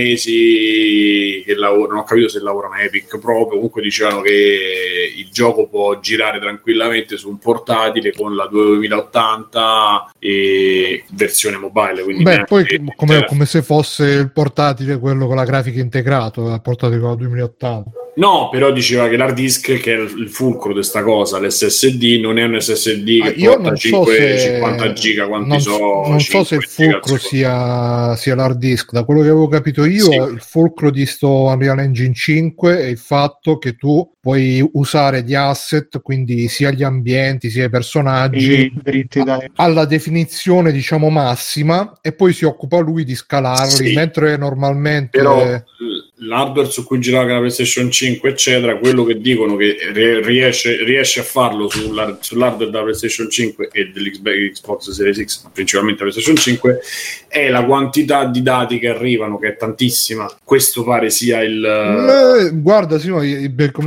cinesi che lavorano, non ho capito se lavorano a Epic proprio, comunque dicevano che il gioco può girare tranquillamente su un portatile con la 2080 e versione mobile, quindi poi come se fosse il portatile quello con la grafica integrato, il portatile con la 2080. No, però diceva che l'hard disk, che è il fulcro di questa cosa, l'SSD non è un SSD che porta 50 giga, quanti so. Non so se il fulcro sia l'hard disk. Da quello che avevo capito io, il fulcro di sto Unreal Engine 5 è il fatto che tu puoi usare gli asset, quindi sia gli ambienti sia i personaggi alla definizione diciamo massima, e poi si occupa lui di scalarli, mentre normalmente però l'hardware su cui girava la PlayStation 5 eccetera, quello che dicono che riesce a farlo sull'hardware della PlayStation 5 e dell'Xbox Series X, principalmente la PlayStation 5, è la quantità di dati che arrivano, che è tantissima. Questo pare sia il guarda come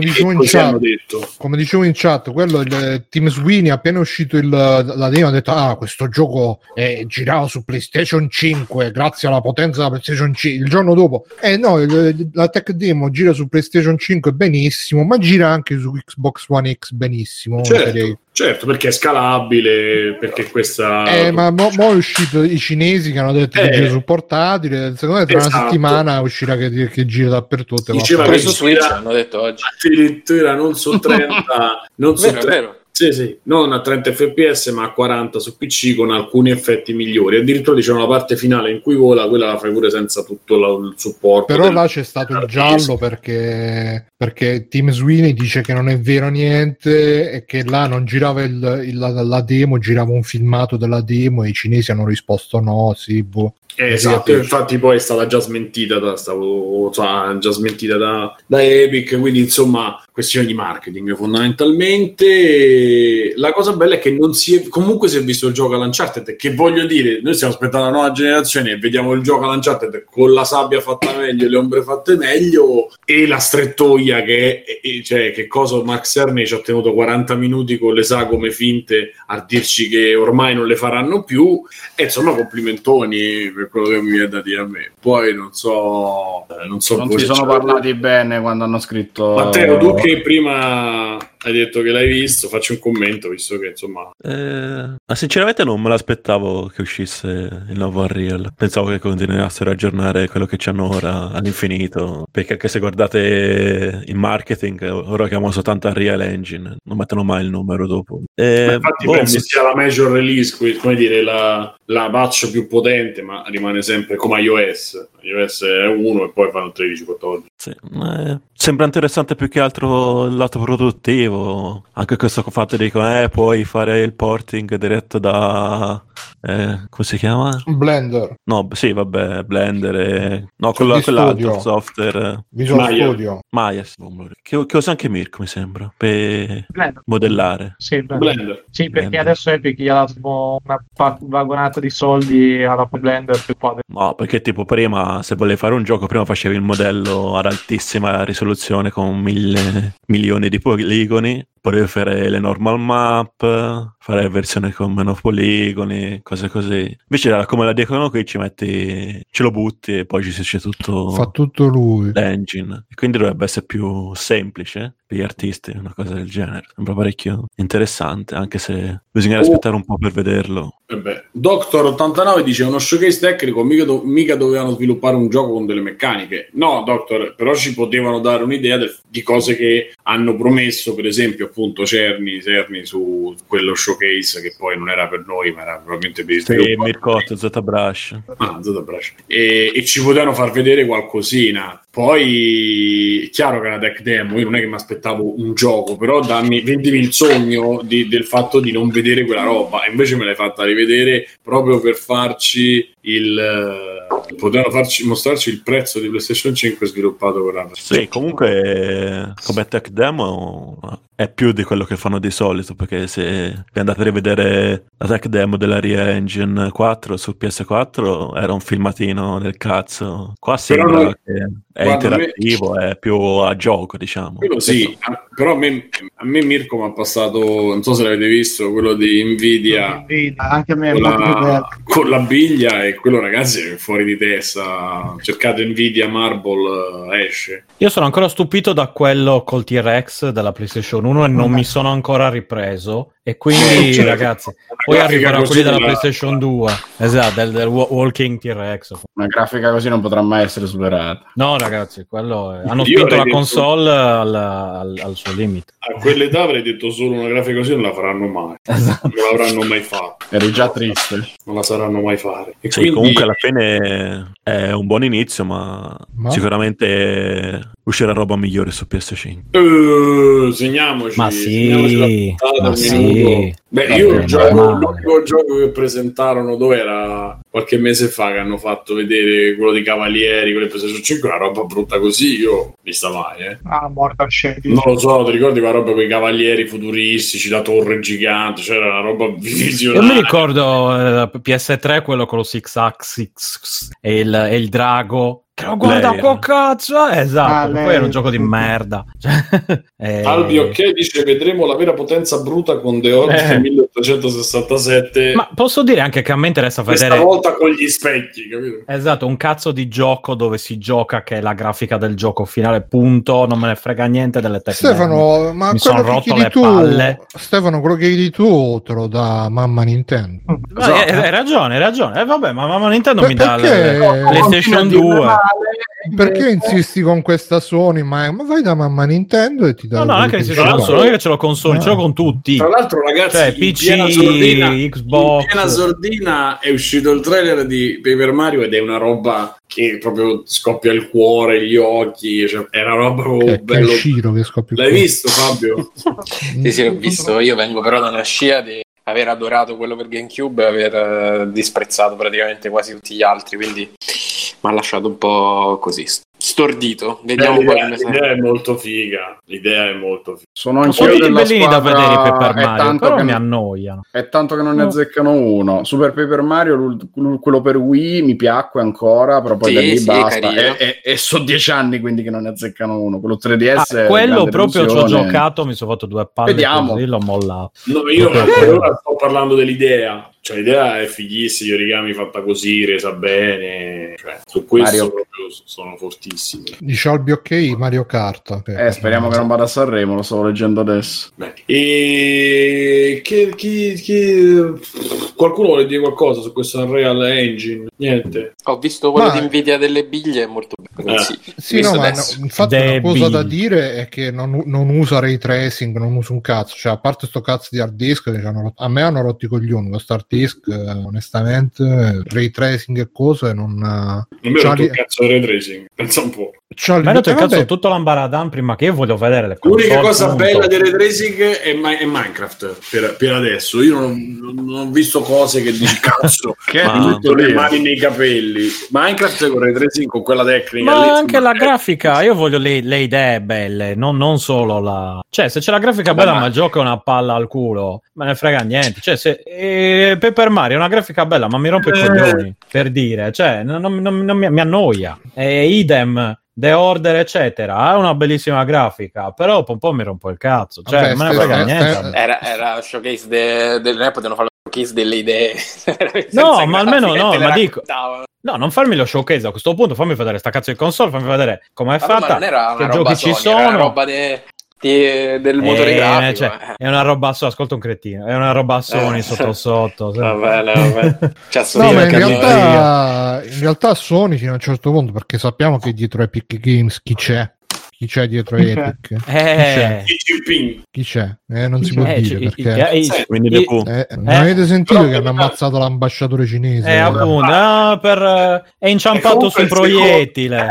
dicevo in chat, quello il Team Sweeney appena uscito la demo ha detto questo gioco girava su PlayStation 5 grazie alla potenza della PlayStation 5. Il giorno dopo la tech demo gira su PlayStation 5 benissimo, ma gira anche su Xbox One X benissimo. Certo, perché è scalabile, perché questa ma mo è uscito i cinesi che hanno detto che gira sul portatile, secondo me tra una settimana uscirà che gira dappertutto. Diceva che su Switch hanno detto oggi addirittura non su 30 vero. Sì, non a 30 fps ma a 40 su PC con alcuni effetti migliori. Addirittura diciamo la parte finale in cui vola, quella la fai pure senza tutto il supporto. Però là c'è stato il giallo perché Team Sweeney dice che non è vero niente e che là non girava la demo, girava un filmato della demo e i cinesi hanno risposto no, sì, boh. Esatto, infatti poi è stata già smentita da Epic, quindi insomma questione di marketing fondamentalmente. La cosa bella è che comunque si è visto il gioco all'Uncharted, che voglio dire, noi stiamo aspettando la nuova generazione e vediamo il gioco all'Uncharted con la sabbia fatta meglio, le ombre fatte meglio e la strettoia che cosa Max Cerny ci ha tenuto 40 minuti con le sagome finte a dirci che ormai non le faranno più, e insomma complimentoni per quello che mi viene da dire a me. Poi non si sono parlati bene quando hanno scritto. Matteo, tu che prima hai detto che l'hai visto, faccio un commento, visto che insomma ma sinceramente non me l'aspettavo che uscisse il nuovo Unreal, pensavo che continuassero a aggiornare quello che c'hanno ora all'infinito, perché anche se guardate il marketing ora chiamano soltanto Unreal Engine, non mettono mai il numero dopo. Infatti penso sia la major release, come dire la patch più potente, ma rimane sempre come iOS è 1 e poi fanno 13-14. Sì. Sembra interessante più che altro il lato produttivo. Anche questo fatto di puoi fare il porting diretto da come si chiama? Blender. No, sì, vabbè, Blender no, quell'altro software Visual Studio. Maya, che usa anche Mirko, mi sembra, per modellare. Sì, Blender. Sì, perché Blender. Adesso Epic gli ha dato una vagonata di soldi alla Blender per qua. No, perché tipo prima, se volevi fare un gioco, prima facevi il modello ad altissima risoluzione con 1.000 milioni di poligoni, potevi fare le normal map, fare versione con meno poligoni, cose così. Invece come la dicono qui, ce lo butti e poi c'è tutto, fa tutto lui, l'engine, e quindi dovrebbe essere più semplice per gli artisti, una cosa del genere. Sembra parecchio interessante, anche se bisogna aspettare un po' per vederlo. Doctor 89 dice: uno showcase tecnico, mica dovevano sviluppare un gioco con delle meccaniche. No, Doctor, però ci potevano dare un'idea di cose che hanno promesso, per esempio appunto Cerny su quello showcase, che poi non era per noi ma era probabilmente per il sviluppo. Mircotto, ZBrush. ZBrush. E ci potevano far vedere qualcosina. Poi è chiaro che è una tech demo, io non è che mi aspettavo un gioco, però vendimi il sogno del fatto di non vedere quella roba, e invece me l'hai fatta rivedere proprio per farci potevano mostrarci il prezzo di PlayStation 5 sviluppato con la... Sì, comunque come tech demo è più di quello che fanno di solito, perché se vi andate a rivedere la tech demo della Unreal Engine 4 su PS4 era un filmatino del cazzo. Qua sembra che è interattivo, è più a gioco, diciamo. Quello sì, però a me Mirko mi ha passato, non so se l'avete visto, quello di Nvidia, anche a me con la biglia, e quello, ragazzi, è fuori di testa. Cercate Nvidia Marble, esce. Io sono ancora stupito da quello col T-Rex della PlayStation 1 e non mi sono ancora ripreso, e quindi ragazzi poi arriverà quelli della PlayStation 2, esatto, del Walking T-Rex. Una grafica così non potrà mai essere superata. No ragazzi, quello hanno spinto la console al suo limite. A quell'età avrei detto solo una grafica così non la faranno mai, esatto. Non l'avranno mai fatto, eri già triste, non la saranno mai fare. E sì, quindi... comunque alla fine è un buon inizio, ma sicuramente uscirà roba migliore su PS5. Segniamoci, ma sì, l'unico gioco che presentarono, dove era qualche mese fa, che hanno fatto vedere quello di Cavalieri con le PlayStation 5, una roba brutta così, io vista mai, Mortal Shell. Non lo so, ti ricordi quella roba con i cavalieri futuristici, la torre gigante, c'era una roba visionaria. Io mi ricordo PS3, quello con lo Six Axis e il drago. Guarda po' cazzo, esatto, poi era un gioco di merda. Albi ok dice: vedremo la vera potenza bruta con The Order 1867. Ma posso dire anche che a me interessa vedere questa volta con gli specchi, capito? Esatto, un cazzo di gioco dove si gioca, che è la grafica del gioco finale, punto. Non me ne frega niente delle tecniche. Stefano, ma mi sono rotto le palle. Stefano, quello che chiedi tu te lo dà mamma Nintendo. Hai ragione. Vabbè, ma mamma Nintendo mi dà la PlayStation 2. Perché insisti con questa Sony? Ma vai da mamma Nintendo e ti dà. No, anche se non è che ce l'ho con Sony, ce l'ho con tutti. Tra l'altro, ragazzi, cioè, PC, Xbox. In piena sordina è uscito il trailer di Paper Mario ed è una roba che proprio scoppia il cuore, gli occhi, cioè, è una roba bello. Che scoppia. L'hai visto, Fabio? Sì, l'ho visto. Io vengo però da una scia di aver adorato quello per GameCube e aver disprezzato praticamente quasi tutti gli altri, quindi mi ha lasciato un po' così stordito. Vediamo l'idea è molto figa. Sono anch'io della bellini squadra, da vedere i Paper Mario, però che mi annoiano. È tanto che non ne azzeccano uno. Super Paper Mario, quello per Wii, mi piacque ancora, però poi da lì basta. E so 10 anni quindi che non ne azzeccano uno. Quello 3DS quello proprio ci ho giocato, mi sono fatto 2 palle. Vediamo. Così l'ho mollato. No, io ora sto parlando dell'idea. Cioè, l'idea è fighissima, gli origami fatta così, resa bene, cioè, su questo proprio sono fortissimi. Dice Albi ok, Mario Kart. Speriamo che non vada a Sanremo, lo stavo leggendo adesso. E qualcuno vuole dire qualcosa su questo Unreal Engine? Niente. Ho visto quello di Nvidia delle biglie, è molto bello. Sì, no, ma infatti una cosa da dire è che non usa ray tracing, non usa un cazzo, cioè a parte sto cazzo di hard disk, a me hanno rotto i coglioni, lo start disk, onestamente, ray tracing e cose non mi ha rotto il cazzo del ray tracing, pensa un po'. Mi ha rotto il cazzo tutto l'ambaradan prima che io voglio vedere le console. L'unica cosa bella del ray tracing è Minecraft per adesso. Io non ho visto cose che dici cazzo che mi metto le mani nei capelli. Minecraft con ray tracing, con quella tecnica ma lì, anche la grafica, io voglio le idee belle, non solo la, cioè se c'è la grafica bella ma il gioco è una palla al culo, me ne frega niente, cioè se Paper Mario è una grafica bella ma mi rompe i coglioni, per dire, cioè non mi annoia, idem The Order eccetera, ha una bellissima grafica, però un po' mi rompo il cazzo, cioè non me ne frega niente. Era showcase del rap, potevano fare lo showcase delle idee. No, ma almeno no, ma dico no, non farmi lo showcase a questo punto, fammi vedere sta cazzo di console, fammi vedere come è fatta, non era che una giochi roba ci Sony, sono, era una roba del motore grafico. Cioè, è una roba ascolta un cretino, è una roba Sony sotto. Va bene. No, ma in realtà Sony fino a un certo punto, perché sappiamo che dietro Epic Games chi c'è dietro Epic? Chi c'è? Non si può dire perché non avete sentito che hanno ammazzato l'ambasciatore cinese? Appunto, è inciampato sul proiettile.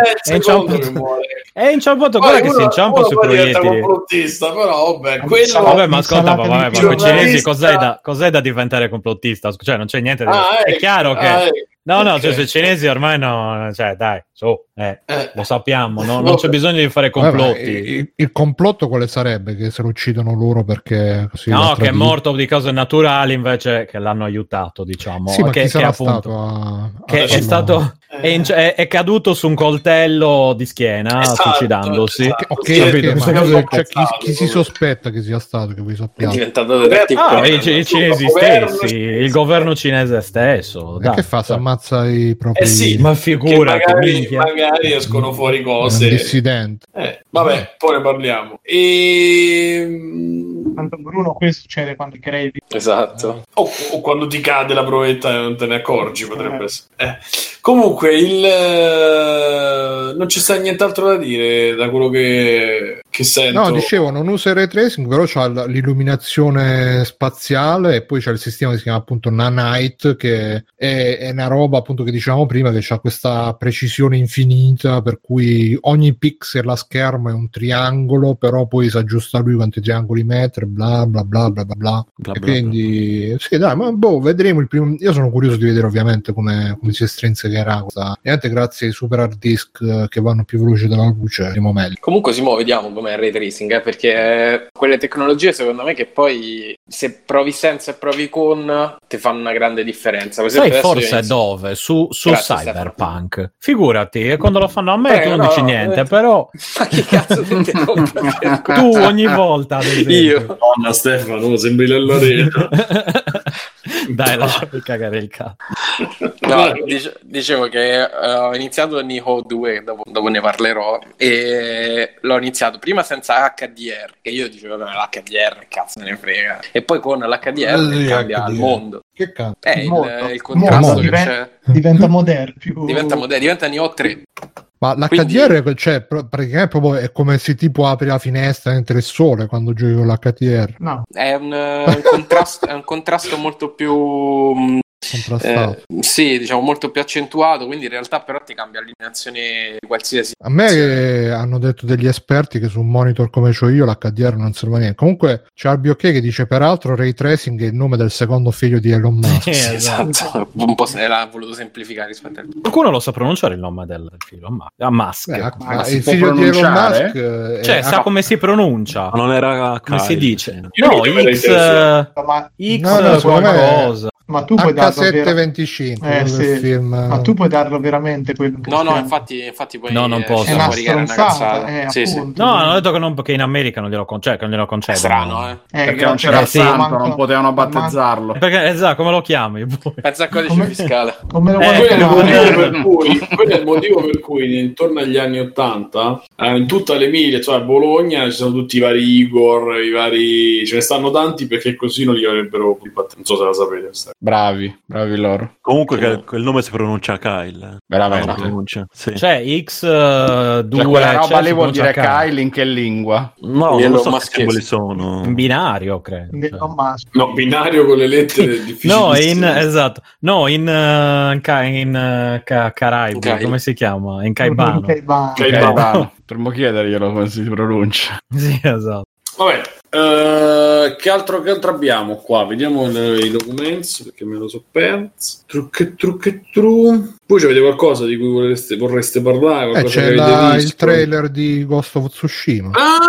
È inciampato, guarda che si inciampa sui proiettili. Però vabbè, ma ascolta, ma con i cinesi cos'è da diventare complottista? Cioè non c'è niente è chiaro che no, cioè se i cinesi ormai no, cioè dai, lo sappiamo, non c'è bisogno di fare complotti. Il complotto quale sarebbe? Che se lo uccidono loro perché così che è morto di cause naturali invece che l'hanno aiutato, diciamo. Sì, ma che sarà appunto è stato è caduto su un coltello di schiena, suicidandosi. Chi si sospetta che sia stato, che voi sappiate? È diventato i cinesi stessi, il governo cinese stesso. Che fa? Si ammazza i propri... ma figurati, magari escono fuori cose. Dissidente. Vabbè, poi ne parliamo. Tanto Bruno, questo succede quando crei. Esatto. O quando ti cade la provetta e non te ne accorgi, potrebbe essere. Comunque, non ci sta nient'altro da dire da quello che sento. No, dicevo, non usa il ray tracing, però c'ha l'illuminazione spaziale e poi c'è il sistema che si chiama appunto Nanite, che è una roba appunto che dicevamo prima, che c'ha questa precisione infinita, per cui ogni pixel a schermo è un triangolo, però poi si aggiusta lui quanti triangoli mette, bla bla bla bla bla bla. E quindi sì, dai, ma vedremo il primo. Io sono curioso di vedere ovviamente come si estrinsecherà questa, e anche grazie ai super hard disk che vanno più veloci della luce, meglio. Comunque vediamo com'è il ray tracing, perché quelle tecnologie secondo me che poi se provi senza e provi con ti fanno una grande differenza. Per esempio, sai forse dove? Su Cyberpunk, Stefano. Figurati, quando lo fanno a me tu non dici niente, però ma che cazzo tu ogni volta io Donna Stefano, sembri l'Elloreto. Dai, lasciami cagare il cazzo. No, dicevo che ho iniziato Nioh 2, dopo ne parlerò, e l'ho iniziato prima senza HDR, che io dicevo l'HDR cazzo me ne frega, e poi con l'HDR cambia il mondo. Che cazzo? Il contrasto che c'è diventa moderno, diventa Nioh 3. Ma l'HDR, cioè, praticamente proprio è come se tipo apri la finestra e entra il sole quando giochi con l'HDR. No. È un contrasto molto più sì, diciamo molto più accentuato, quindi in realtà però ti cambia l'illuminazione qualsiasi. A me hanno detto degli esperti che su un monitor come c'ho io l'HDR non serve a niente. Comunque c'è Albiok che dice peraltro ray tracing è il nome del secondo figlio di Elon Musk. Esatto. Un po' l'ha voluto semplificare rispetto a qualcuno lo sa pronunciare il nome del figlio Musk. Il figlio di Elon Musk sa come si pronuncia, non era come si dice? X qualcosa. Ma tu puoi darlo H725 sì. film. Ma tu puoi darlo veramente quello che no infatti poi non posso. È una stronzata, sì. No, hanno detto che in America non glielo concedono. È strano, perché non c'era il santo, non potevano battezzarlo. Perché esatto, come lo chiami? Pensa al codice fiscale. Come lo quello è il motivo per cui intorno agli anni 80 in tutta l'Emilia, cioè a Bologna, ci sono tutti i vari Igor, ce ne stanno tanti, perché così non li avrebbero battuti. Non so se la sapete. Bravi loro. Comunque quel nome si pronuncia Kyle. Veramente. Sì. Cioè X2 quella roba lì vuol dire Kyle in che lingua? No, non so che simboli sono. In binario, credo. No, binario con le lettere difficili. Esatto. No, in Caraibi, come si chiama? In Caibano. Caibano. Potremmo chiederglielo come si pronuncia. Sì, esatto. Vabbè, che altro abbiamo qua? Vediamo i documenti perché me lo so perso. Poi avete qualcosa di cui vorreste parlare? C'è il trailer di Ghost of Tsushima.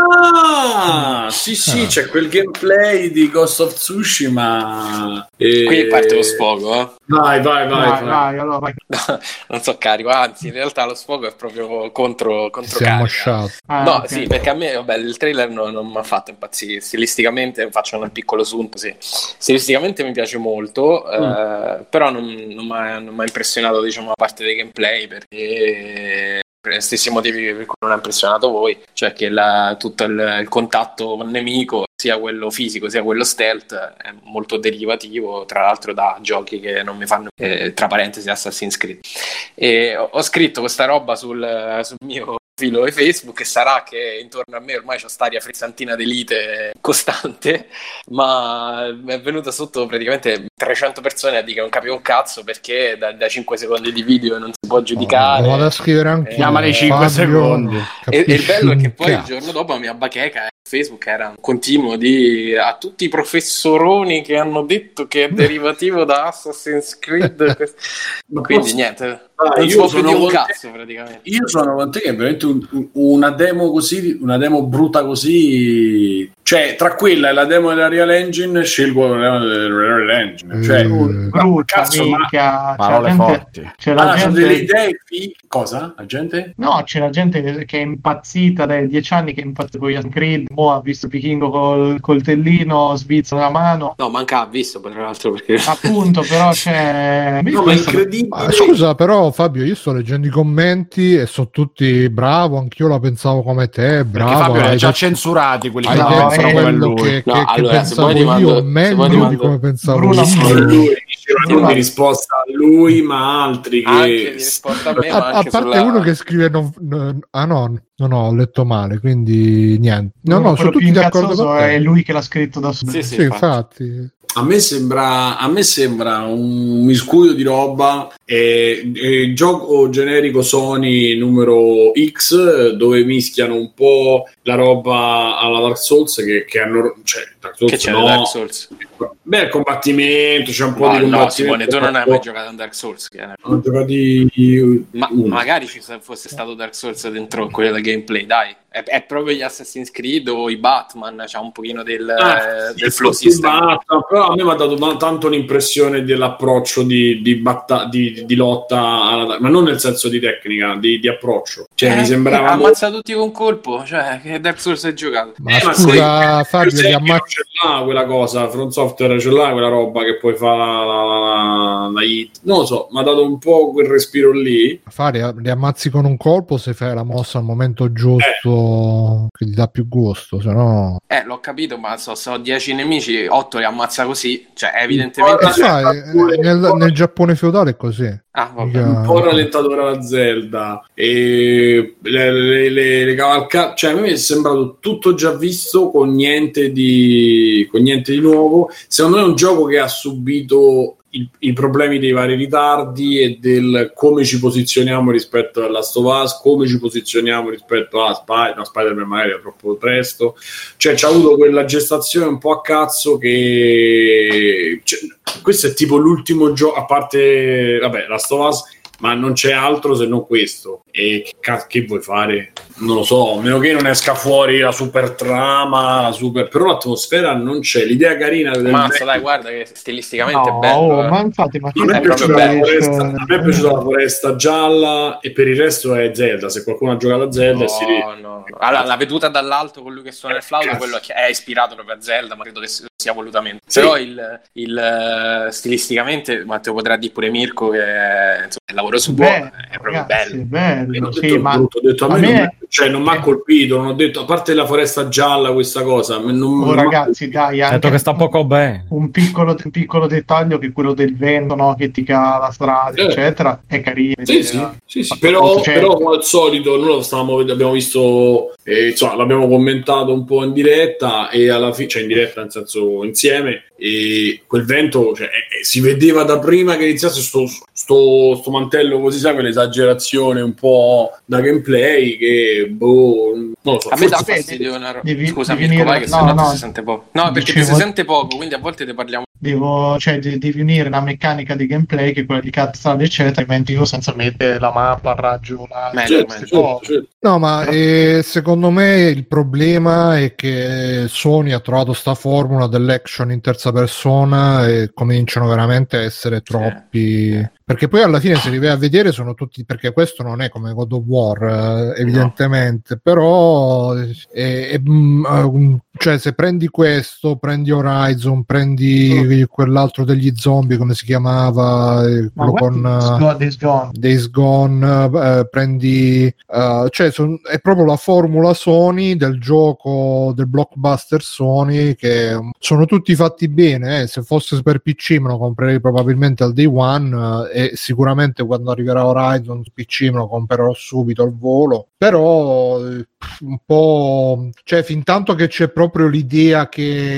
Sì, c'è quel gameplay di Ghost of Tsushima. Qui parte lo sfogo, Vai. Allora, vai. Non so carico, anzi in realtà lo sfogo è proprio contro Siamo sciati. No, okay. Sì, perché a me il trailer non mi ha fatto impazzire. Stilisticamente, faccio un piccolo sunto, sì. Stilisticamente mi piace molto, però non mi ha impressionato, diciamo, la parte dei gameplay, perché per gli stessi motivi per cui non ha impressionato voi, cioè che tutto il contatto con il nemico, sia quello fisico sia quello stealth, è molto derivativo, tra l'altro da giochi che non mi fanno, tra parentesi, Assassin's Creed. E ho scritto questa roba sul mio profilo di Facebook, e sarà che intorno a me ormai c'ho st'aria frizzantina d'elite costante, ma è venuta sotto praticamente 300 persone a dire che non capivo un cazzo, perché da 5 secondi di video non si può giudicare. Lo vado a scrivere anche chiamali 5 secondi. E il bello è che poi il giorno dopo la mia bacheca Facebook era un continuo a tutti i professoroni che hanno detto che è derivativo da Assassin's Creed. Quindi niente, non si può più dire un cazzo praticamente. Io sono con te che è veramente una demo così, una demo brutta così, cioè tra quella e la demo della Real Engine scelgo la Real Engine, cioè brutta, minchia, parole forti. C'è la gente... delle idee cosa? La gente? No, c'è la gente che è impazzita dai 10 anni, che è impazzita con Assassin's Creed. Mo' ha visto Pichingo col coltellino, svizza una mano. No, manca ha visto, tra l'altro, perché appunto, però c'è no, è incredibile. Scusa, però Fabio, io sto leggendo i commenti e sono tutti bravo, anch'io la pensavo come te, bravo. Perché Fabio li ha già censurati quelli che no, pensano come lui. Che allora, pensavo io meglio di come pensavo Bruno io. Non di risposta a lui, ma altri che anche di risposta a me, ma a parte uno che scrive non ho letto male, quindi niente. No, sono tutti d'accordo con te. È lui che l'ha scritto da solo. Sì, infatti. A me sembra un miscuglio di roba, gioco generico Sony numero X, dove mischiano un po' la roba alla Dark Souls che hanno, cioè Dark Souls, che c'è Dark Souls. Beh, il combattimento, c'è un po' di combattimento. No, Simone, tu non hai mai giocato a Dark Souls. Ho giocati magari ci fosse stato Dark Souls dentro quello del gameplay, dai. È proprio gli Assassin's Creed o i Batman, c'ha un pochino del flow system. Però a me mi ha dato tanto l'impressione dell'approccio di lotta ma non nel senso di tecnica, di approccio. Cioè mi sembrava ammazza tutti con colpo, cioè che Dark Souls hai giocato. Ma scusa Fabio, li ammazza quella cosa, From Software ce l'ha quella roba che poi fa la hit. Non lo so, mi ha dato un po' quel respiro lì. Li ammazzi con un colpo se fai la mossa al momento giusto. Che ti dà più gusto, se no l'ho capito, ma so 10 nemici, 8 li ammazza così, cioè evidentemente nel Giappone feudale è così. Un po' rallentatore alla Zelda e le cavalcate, cioè a me è sembrato tutto già visto con niente di nuovo. Secondo me è un gioco che ha subito i problemi dei vari ritardi e del come ci posizioniamo rispetto a Last of Us, come ci posizioniamo rispetto a Spider-Man, magari è troppo presto, cioè c'ha avuto quella gestazione un po' a cazzo che questo è tipo l'ultimo gioco, a parte Last of Us, ma non c'è altro se non questo. E che vuoi fare? Non lo so, a meno che non esca fuori la super trama, però l'atmosfera non c'è, l'idea carina mazzo, dai, guarda che stilisticamente è bello. Ma infatti, a me è piaciuta la foresta gialla, e per il resto è Zelda. Se qualcuno ha giocato a Zelda no. Allora, la veduta dall'alto con lui che suona il flauto, quello è ispirato proprio a Zelda, ma credo che sia volutamente. Sì. Però il stilisticamente, ma te lo potrà dire pure Mirko, che insomma, il lavoro su è proprio bello. bello. Sì, ma ho detto a me non mi ha colpito, non ho detto, a parte la foresta gialla, questa cosa. Ragazzi, dai, anche detto che sta poco bene. Un piccolo dettaglio che è quello del vento, no? Che ti cala la strada, eccetera, è carino. Sì. Però come al solito noi abbiamo visto, insomma, l'abbiamo commentato un po' in diretta e alla fine, cioè in diretta nel senso insieme, e quel vento, cioè, si vedeva da prima che iniziasse sto mantello così, sai, quell'esagerazione un po' da gameplay che non lo so. A me dà fastidio scusami Nicolai, che no, si sente poco. No, perché si sente poco, quindi a volte ne parliamo. Devi unire la meccanica di gameplay, che è quella di cazzate eccetera, mentre io senza mettere la mappa, il raggio, certo. No, ma secondo me il problema è che Sony ha trovato sta formula dell'action in terza persona e cominciano veramente a essere troppi. Perché poi alla fine se li vai a vedere sono tutti, perché questo non è come God of War evidentemente, però cioè se prendi questo, prendi Horizon, prendi quell'altro degli zombie, come si chiamava, quello con Days Gone, prendi cioè è proprio la formula Sony del gioco, del blockbuster Sony, che sono tutti fatti bene. Se fosse per PC me lo comprerei probabilmente al day one, e sicuramente quando arriverà Horizon su PC me lo comprerò subito al volo, però un po', cioè fin tanto che c'è proprio l'idea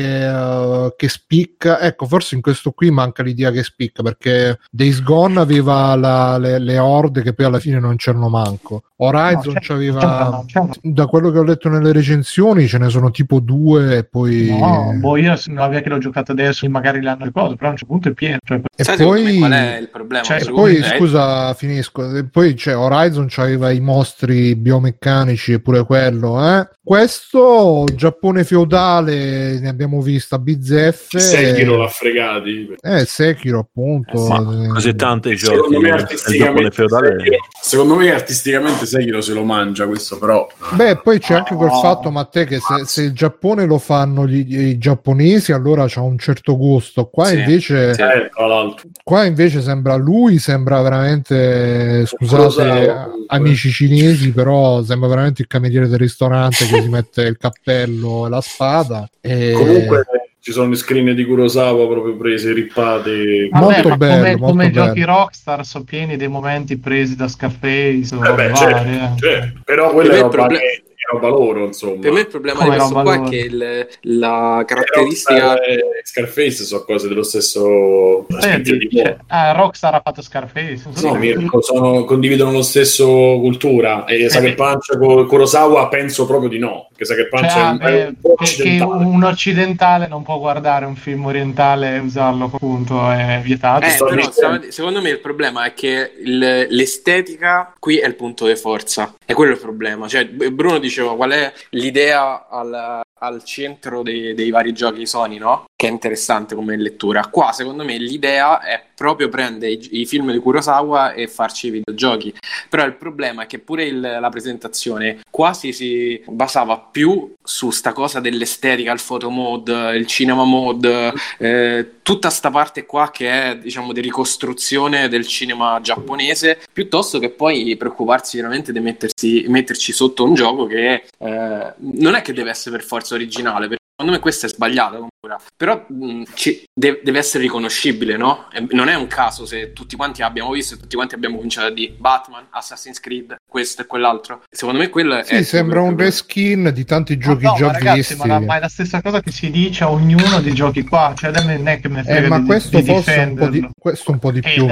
che spicca, ecco, forse in questo qui manca l'idea che spicca, perché Days Gone aveva le orde che poi alla fine non c'erano manco. Horizon c'aveva, da quello che ho letto nelle recensioni, ce ne sono tipo 2 e poi io non avevo che l'ho giocato adesso, magari l'hanno le cose, però a un certo punto è pieno, e sai poi qual è il problema? E poi scusa, finisco, e poi Horizon c'aveva i mostri biomeccanici e pure quello, questo Giappone feudale ne abbiamo vista bizzeffe. Sekiro l'ha fregati. Sekiro appunto. Così tanti giochi nel Giappone feudale. Secondo me artisticamente Sekiro se lo mangia questo, però. Beh, poi c'è anche quel fatto, Matteo, che se il Giappone lo fanno i giapponesi, allora c'ha un certo gusto. Qua invece qua invece sembra veramente, scusate amici cinesi, però sembra veramente il cameriere del ristorante che si mette il cappello e la spada. Comunque ci sono le screen di Kurosawa proprio prese, rippate. Molto bello, come giochi Rockstar sono pieni dei momenti presi da Scarface, certo. Però quello è roba loro, insomma. Per me il problema di questo qua è che la caratteristica Scarface sono cose dello stesso Rockstar ha fatto Scarface, Mirko, condividono lo stesso cultura, e Sucker Punch con Kurosawa penso proprio di no, perché Sucker Punch è un po' occidentale. Un occidentale non può guardare un film orientale e usarlo, appunto, è vietato. Però secondo me il problema è che l'estetica qui è il punto di forza, è quello il problema. Cioè Bruno diceva qual è l'idea al centro dei vari giochi Sony, no? Che è interessante come lettura. Qua secondo me l'idea è proprio prendere i film di Kurosawa e farci i videogiochi, però il problema è che pure la presentazione quasi si basava più su sta cosa dell'estetica, il photo mode, il cinema mode, tutta sta parte qua che è, diciamo, di ricostruzione del cinema giapponese, piuttosto che poi preoccuparsi veramente di metterci sotto un gioco che non è che deve essere per forza originale, perché secondo me questo è sbagliato, però deve essere riconoscibile, no? Non è un caso se tutti quanti abbiamo visto e tutti quanti abbiamo cominciato a dire Batman, Assassin's Creed, questo e quell'altro. Secondo me quello è sembra un reskin di tanti giochi già visti. Ma è la stessa cosa che si dice a ognuno dei giochi qua, cioè non è che mi frega ma questo forse questo un po' di più,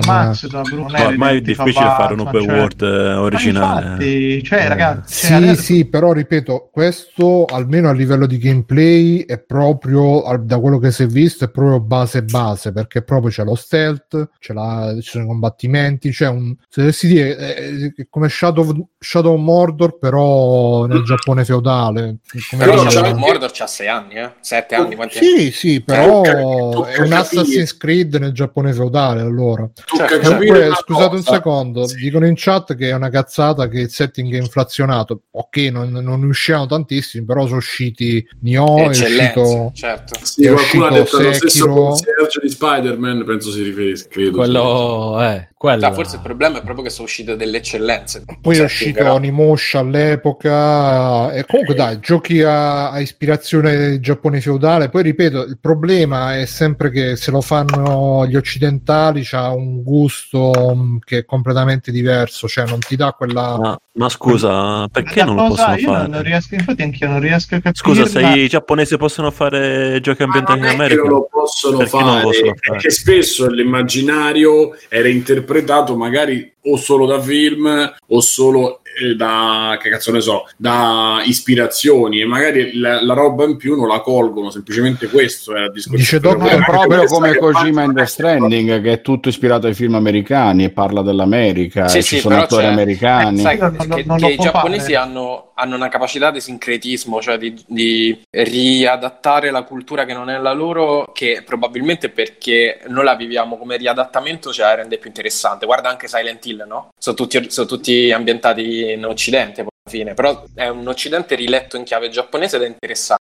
ormai è difficile fare un open world originale. Infatti, ragazzi, sì, però ripeto, questo almeno a livello di gameplay è proprio, da quello che si è visto, è proprio base, perché proprio c'è lo stealth, ci sono i combattimenti, c'è se dovessi dire è come Shadow Mordor, però nel Giappone feudale. Mordor c'ha 6 anni, 7 anni, quanti sì, però è un Assassin's Creed nel Giappone feudale, allora. Scusate un secondo, dicono in chat che è una cazzata che il setting è inflazionato. Ok, non usciranno tantissimi, però sono usciti Nioh, è uscito, certo. Qualcuno ha detto lo stesso concierge di Spider-Man, penso si riferisca, credo. Quello Quella... forse il problema è proprio che sono uscite delle eccellenze. Poi è uscito Onimusha all'epoca, e comunque dai, giochi a ispirazione giapponese feudale. Poi ripeto, il problema è sempre che se lo fanno gli occidentali c'ha un gusto che è completamente diverso, cioè non ti dà quella... Ma scusa, perché non lo possono fare? Non riesco, infatti anch'io non riesco a capire. Scusa, se i giapponesi possono fare giochi ambientati in America, non lo possono fare, perché spesso l'immaginario era interpretato magari o solo da film o solo da, che cazzo ne so, da ispirazioni, e magari la roba in più non la colgono, semplicemente questo è il discorso. Dice è proprio come Kojima in Death Stranding, che è tutto ispirato ai film americani e parla dell'America, ci sono attori americani. Sai che i giapponesi hanno una capacità di sincretismo, cioè di riadattare la cultura che non è la loro, che probabilmente perché noi la viviamo come riadattamento, cioè la rende più interessante. Guarda anche Silent Hill, no? Sono tutti ambientati in Occidente alla fine, però è un Occidente riletto in chiave giapponese ed è interessante.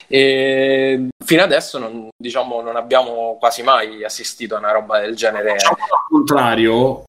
E fino adesso non abbiamo quasi mai assistito a una roba del genere. Al contrario,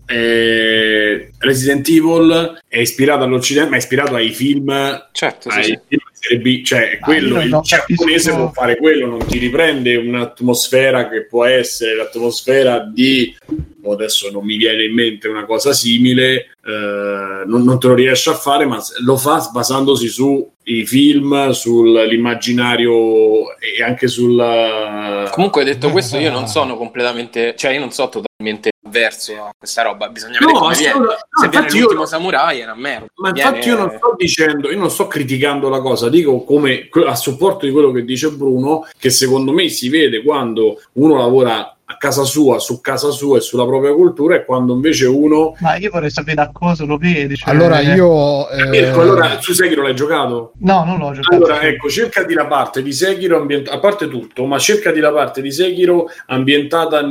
Resident Evil è ispirato all'Occidente, ma è ispirato ai film, certo, film serie B, cioè quello, il giapponese può fare quello, non ti riprende un'atmosfera che può essere l'atmosfera di, adesso non mi viene in mente una cosa simile, non te lo riesce a fare, ma lo fa basandosi sui film, sull'immaginario e anche sul... Comunque, detto questo, io non sono completamente, cioè io non so totalmente avverso a questa roba, bisogna vedere come viene. Se viene l'ultimo samurai è una merda. Ma infatti io non sto dicendo, io non sto criticando la cosa, dico come a supporto di quello che dice Bruno, che secondo me si vede quando uno lavora a casa sua, su casa sua e sulla propria cultura, e quando invece uno... Ma io vorrei sapere da cosa lo vedi. Cioè... Allora io... Allora, tu Sekiro l'hai giocato? No, non l'ho giocato. Allora, ecco, cercati la parte di Sekiro, a parte tutto, ma cercati la parte di Sekiro ambientata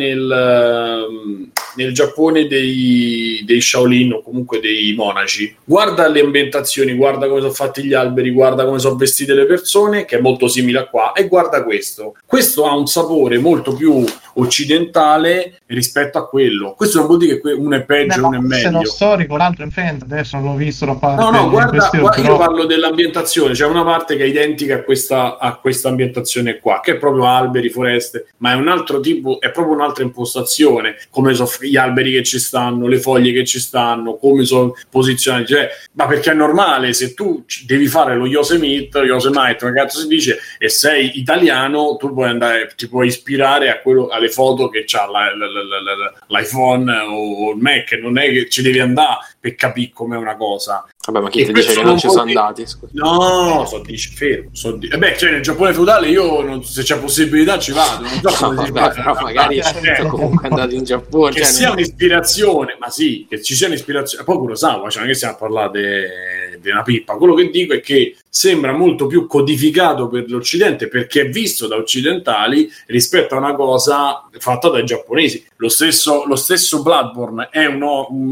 nel Giappone dei Shaolin, o comunque dei monaci. Guarda le ambientazioni, guarda come sono fatti gli alberi, guarda come sono vestite le persone, che è molto simile a qua, e guarda questo. Questo ha un sapore molto più occidentale rispetto a quello. Questo non vuol dire che uno è peggio, uno è meglio. Se non storico, l'altro è fantasy, adesso non l'ho visto la parte. No, guarda, io parlo dell'ambientazione, c'è una parte che è identica a questa ambientazione qua, che è proprio alberi, foreste, ma è un altro tipo, è proprio un'altra impostazione, come sono gli alberi che ci stanno, le foglie che ci stanno, come sono posizionati, cioè, ma perché è normale, se tu devi fare lo Yosemite, come cazzo si dice, e sei italiano, tu puoi andare, ti puoi ispirare a quello, alle foto che c'ha l'iPhone o il Mac, non è che ci devi andare per capire com'è una cosa. Vabbè, ma chi ti dice che non ci sono andati? Scusa. No, fermo. Cioè nel Giappone feudale io se c'è possibilità ci vado. Non so come però magari sono comunque andati in Giappone. Che sia un'ispirazione, ma sì, che ci sia un'ispirazione. Poi Kurosawa, cioè non è che stiamo a parlare di una pippa. Quello che dico è che sembra molto più codificato per l'Occidente, perché è visto da occidentali rispetto a una cosa fatta dai giapponesi. Lo stesso Bloodborne è un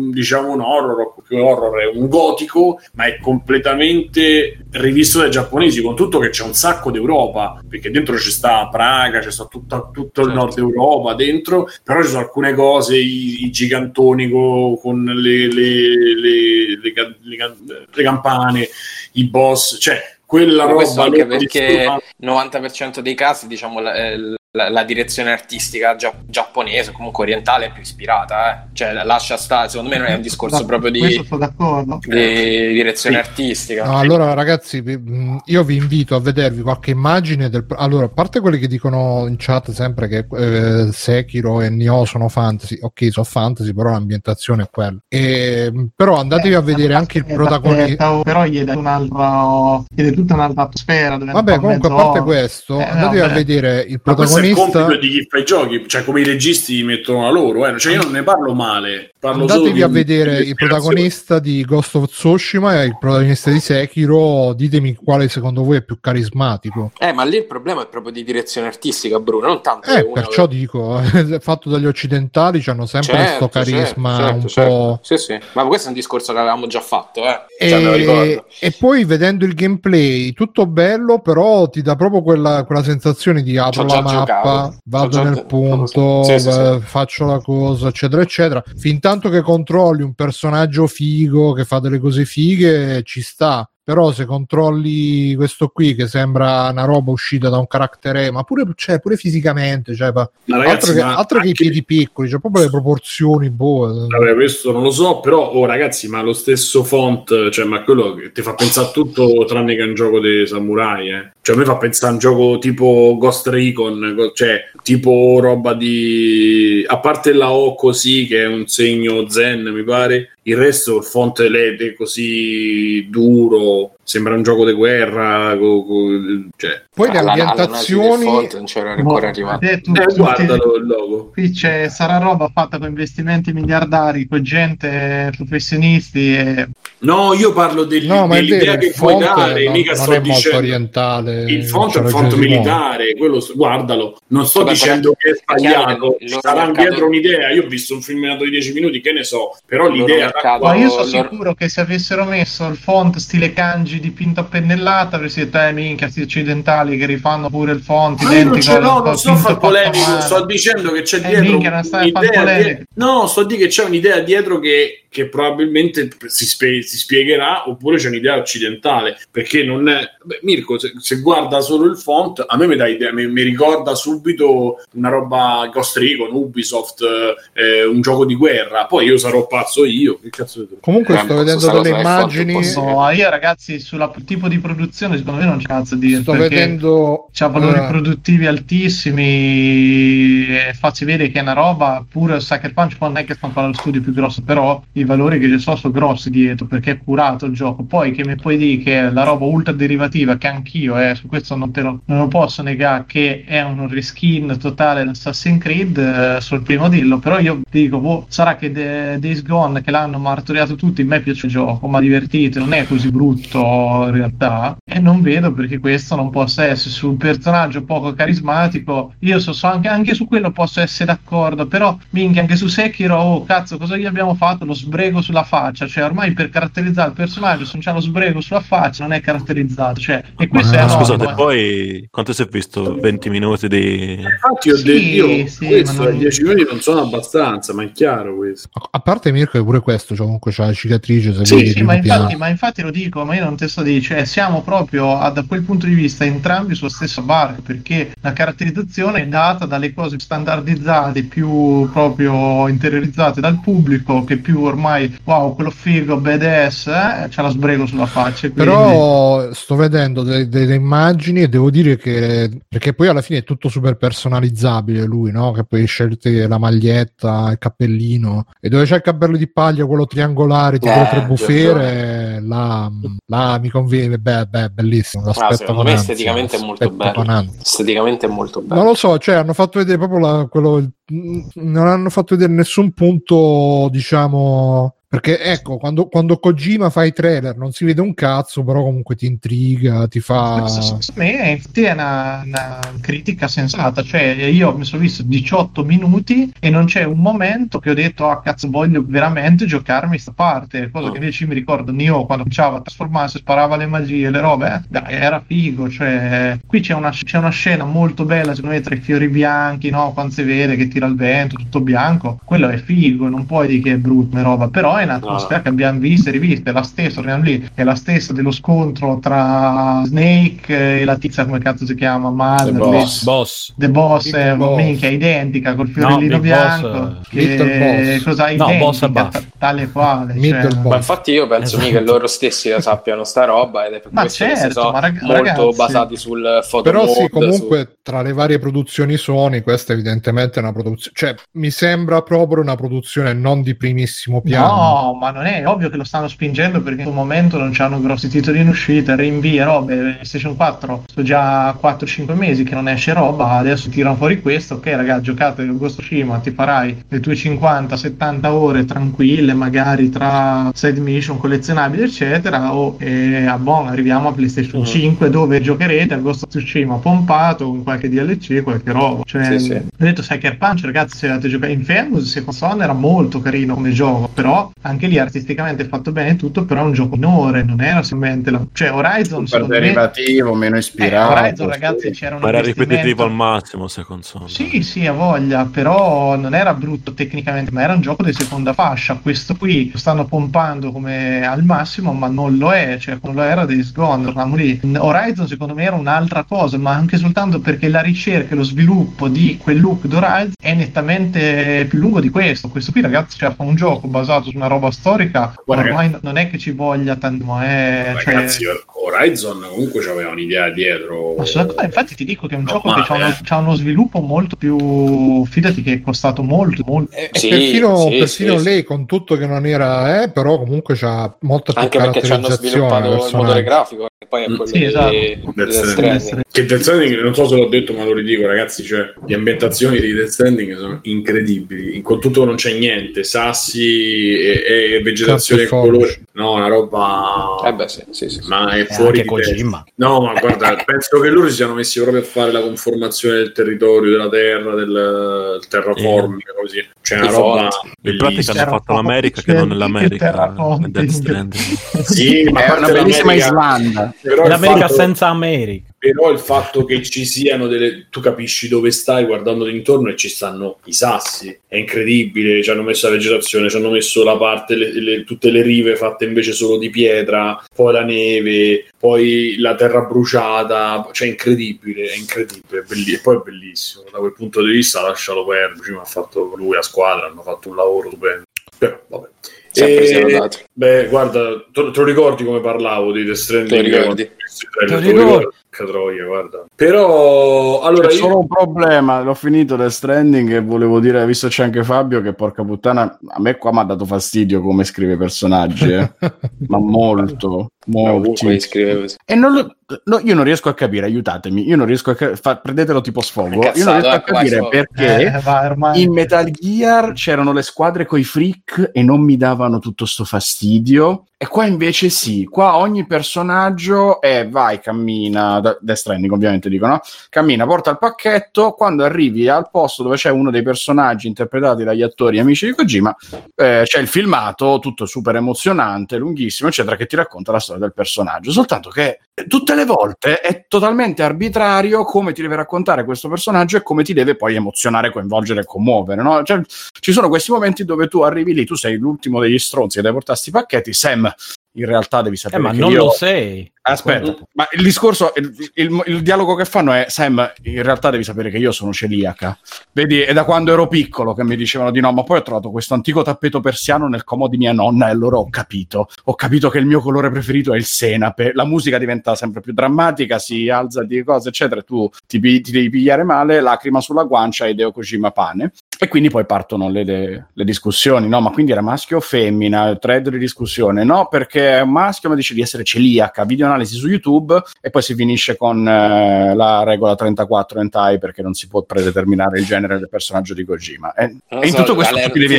horror, è un gotico, ma è completamente rivisto dai giapponesi, con tutto che c'è un sacco d'Europa, perché dentro ci sta Praga, c'è sta tutto il nord Europa dentro, però ci sono alcune cose, i gigantoni con le campane, i boss, cioè quella roba anche perché 90% dei casi, diciamo, la direzione artistica giapponese, comunque orientale, è più ispirata, cioè lascia stare, secondo me non è un discorso proprio di direzione artistica. No, allora ragazzi, io vi invito a vedervi qualche immagine allora, a parte quelli che dicono in chat sempre che Sekiro e Nioh sono fantasy, ok, sono fantasy, però l'ambientazione è quella, però andatevi a vedere anche il protagonista, però gli è tutta un'altra atmosfera. Vabbè, comunque a parte questo, andatevi a vedere il protagonista. Il compito di chi fa i giochi, cioè come i registi mettono la loro, cioè io non ne parlo male, andatevi a vedere il protagonista di Ghost of Tsushima e il protagonista di Sekiro, ditemi quale secondo voi è più carismatico. Ma lì il problema è proprio di direzione artistica, Bruno, non tanto perciò dico, fatto dagli occidentali c'hanno sempre questo carisma po'. Sì, ma questo è un discorso che avevamo già fatto, cioè, me lo ricordo. E poi vedendo il gameplay tutto bello, però ti dà proprio quella sensazione di apro la mappa, vado nel punto, faccio la cosa, eccetera eccetera. Fin tanto che controlli un personaggio figo che fa delle cose fighe, ci sta. Però se controlli questo qui che sembra una roba uscita da un carattere, ma pure fisicamente, ma ragazzi, altro che i piedi piccoli, proprio le proporzioni. Vabbè, questo non lo so, però ragazzi, ma lo stesso font, ma quello che ti fa pensare a tutto tranne che a un gioco dei samurai, a me fa pensare a un gioco tipo Ghost Recon, tipo roba di, a parte la O così che è un segno zen, mi pare. Il resto, il font LED così duro, sembra un gioco di guerra. Poi le ambientazioni. Non c'era ancora arrivato. Guardalo il logo. Qui sarà roba fatta con investimenti miliardari, con gente, professionisti. No, io parlo dell'idea che puoi dare. Mica sto dicendo orientale. Il font è un font militare, quello guardalo. Non sto dicendo che è sbagliato. Sarà dietro un'idea. Io ho visto un filmato di 10 minuti, che ne so, però l'idea. Ma io sono sicuro che se avessero messo il font stile kanji dipinto a pennellata avresti detto minchia, sti occidentali che rifanno pure il font identico. Non sto a far polemico, sto dicendo che c'è dietro un'idea. No, sto a dire che c'è un'idea dietro che probabilmente si spiegherà, oppure c'è un'idea occidentale, perché non è. Mirko, se guarda solo il font, a me mi dà idea, mi ricorda subito una roba Ghost Recon, Ubisoft, un gioco di guerra. Poi io sarò pazzo io. Che cazzo di comunque sto vedendo delle immagini. Io ragazzi, sul tipo di produzione secondo me non c'è cazzo di dire. Sto vedendo c'ha valori produttivi altissimi, facci vedere che è una roba pure Sucker Punch, non è che stanno facendo lo studio più grosso, però i valori che ci sono grossi dietro, perché è curato il gioco. Poi che mi puoi dire che è la roba ultra derivativa, che anch'io su questo non lo posso negare, che è un reskin totale di Assassin's Creed, sul primo dirlo, però io dico sarà che Days Gone, che l'hanno martoriato tutti, a me piace il gioco, ma divertito, non è così brutto in realtà, e non vedo perché questo non possa essere su un personaggio poco carismatico. Io so anche su quello posso essere d'accordo, però minchia, anche su Sekiro, cazzo, cosa gli abbiamo fatto? Lo sbrego sulla faccia, ormai per caratterizzare il personaggio, se non c'è lo sbrego sulla faccia non è caratterizzato, e questo è scusate, poi quanto si è visto? 20 minuti di. Infatti io questo 10 minuti non sono abbastanza, ma è chiaro questo. A parte Mirko, è pure questo, comunque c'ha la cicatrice, ma infatti lo dico, ma io non te sto di siamo proprio da quel punto di vista entrambi sulla stessa barca, perché la caratterizzazione è data dalle cose standardizzate, più proprio interiorizzate dal pubblico, che più ormai quello figo badass c'ha lo sbrego sulla faccia. Quindi. Però sto vedendo delle immagini e devo dire che, perché poi alla fine è tutto super personalizzabile lui, no? Che poi scelte la maglietta, il cappellino, e dove c'è il cappello di paglia, quello triangolare tipo le tre bufere, là mi conviene, bellissimo, secondo me esteticamente è molto bello. Esteticamente è molto bello. Non lo so, hanno fatto vedere proprio non hanno fatto vedere nessun punto, diciamo. Perché ecco, quando Kojima fa i trailer non si vede un cazzo, però comunque ti intriga, ti fa. Secondo me è una critica sensata, io mi sono visto 18 minuti e non c'è un momento che ho detto cazzo, voglio veramente giocarmi sta parte, cosa che invece mi ricordo Nioh, quando cominciava a trasformarsi, sparava le magie, le robe, dai, era figo. Qui c'è una scena molto bella, secondo me, tra i fiori bianchi, no? Quando si vede che tira il vento, tutto bianco, quello è figo, non puoi dire che è brutta roba, però è un'atmosfera che abbiamo visto e rivisto, è la stessa, lì è la stessa dello scontro tra Snake e la tizia, come cazzo si chiama? The Boss è minchia identica col fiorellino bianco, che cosa identica, tale quale, ma infatti io penso che loro stessi la sappiano sta roba, ed è per questo che si sono molto basati sul foto. Però sì, comunque tra le varie produzioni Sony, questa evidentemente è una produzione, mi sembra proprio una produzione non di primissimo piano. No, ma non è ovvio che lo stanno spingendo, perché in questo momento non c'hanno grossi titoli in uscita, rinvia robe. PlayStation 4 sono già 4-5 mesi che non esce roba, adesso tirano fuori questo. Ok ragazzi, giocate il Ghost of Tsushima, ti farai le tue 50-70 ore tranquille, quelle magari tra side mission collezionabili eccetera, arriviamo a PlayStation 5 dove giocherete a Ghost of Tsushima pompato con qualche DLC, qualche roba, cioè ho detto Sucker Punch, ragazzi, se avete giocato Infamous Second Son era molto carino come gioco, però anche lì artisticamente fatto bene tutto, però è un gioco minore, non era solamente cioè Horizon super derivativo, meno ispirato. Horizon, ragazzi, c'era un era ripetitivo al massimo, Second Son. Sì, a voglia, però non era brutto tecnicamente, ma era un gioco di seconda fascia. Questo qui lo stanno pompando come al massimo, ma non lo è, cioè non lo era Days Gone, torniamo lì. Horizon secondo me era un'altra cosa, ma anche soltanto perché la ricerca e lo sviluppo di quel look di Horizon è nettamente più lungo di questo. Questo qui, ragazzi, c'è un gioco basato su una roba storica, ormai non è che ci voglia tanto, ragazzi, Horizon comunque c'aveva un'idea dietro. Ma infatti ti dico che è un gioco che c'ha uno sviluppo molto più, fidati che è costato molto. Perfino lei, con tutto che non era, però comunque c'ha molta più anche perché ci hanno sviluppato il motore grafico, che poi è quello che Death Stranding, non so se l'ho detto ma lo ridico, ragazzi, cioè le ambientazioni di Death Stranding sono incredibili, con tutto non c'è niente, sassi e vegetazione e colore, no, una roba sì. ma è fuori di Kojima. No, ma guarda, penso che loro si siano messi proprio a fare la conformazione del territorio, della terra, del terraforming, così. C'è una roba in pratica hanno fatto l'America che non è l'America. Sì, ma è una bellissima Islanda. Però l'America senza America. Però il fatto che ci siano tu capisci dove stai guardando intorno e ci stanno i sassi, è incredibile. Ci hanno messo la vegetazione, ci hanno messo la parte, tutte le rive fatte invece solo di pietra, poi la neve, poi la terra bruciata, cioè è incredibile, e poi è bellissimo. Da quel punto di vista lascialo perdere, ma ha fatto lui a squadra, hanno fatto un lavoro stupendo. Però vabbè. Guarda, te lo ricordi come parlavo di Death Stranding? Te lo ricordi? Troia, guarda. Però allora c'è solo un problema, l'ho finito Death Stranding e volevo dire, visto c'è anche Fabio, che porca puttana, a me qua mi ha dato fastidio come scrive personaggi, ma molto. E io non riesco a capire, aiutatemi, io non riesco a prendetelo tipo sfogo, io non riesco a capire perché in Metal Gear c'erano le squadre coi freak e non mi davano tutto sto fastidio, e qua invece sì, qua ogni personaggio vai, cammina, Death Stranding ovviamente dico, no? Cammina, porta il pacchetto, quando arrivi al posto dove c'è uno dei personaggi interpretati dagli attori amici di Kojima, c'è il filmato, tutto super emozionante, lunghissimo, eccetera, che ti racconta la storia del personaggio, soltanto che tutte le volte è totalmente arbitrario come ti deve raccontare questo personaggio e come ti deve poi emozionare, coinvolgere e commuovere, no? Cioè, ci sono questi momenti dove tu arrivi lì, tu sei l'ultimo degli stronzi che deve portare sti pacchetti, Sam, in realtà devi sapere ma che non lo sei. Aspetta, ma il discorso, il dialogo che fanno è: Sam, in realtà devi sapere che io sono celiaca. Vedi, è da quando ero piccolo che mi dicevano di no, ma poi ho trovato questo antico tappeto persiano nel comodo di mia nonna e allora ho capito che il mio colore preferito è il senape. La musica diventa sempre più drammatica, si alza di cose, eccetera. Tu ti devi pigliare male, lacrima sulla guancia, Hideo Kojima pane. E quindi poi partono le discussioni, no? Ma quindi era maschio o femmina? Thread di discussione, no? Perché è un maschio, ma dice di essere celiaca, videoanalisi su YouTube, e poi si finisce con la regola 34 hentai, perché non si può predeterminare il genere del personaggio di Kojima. E in tutto questo tu devi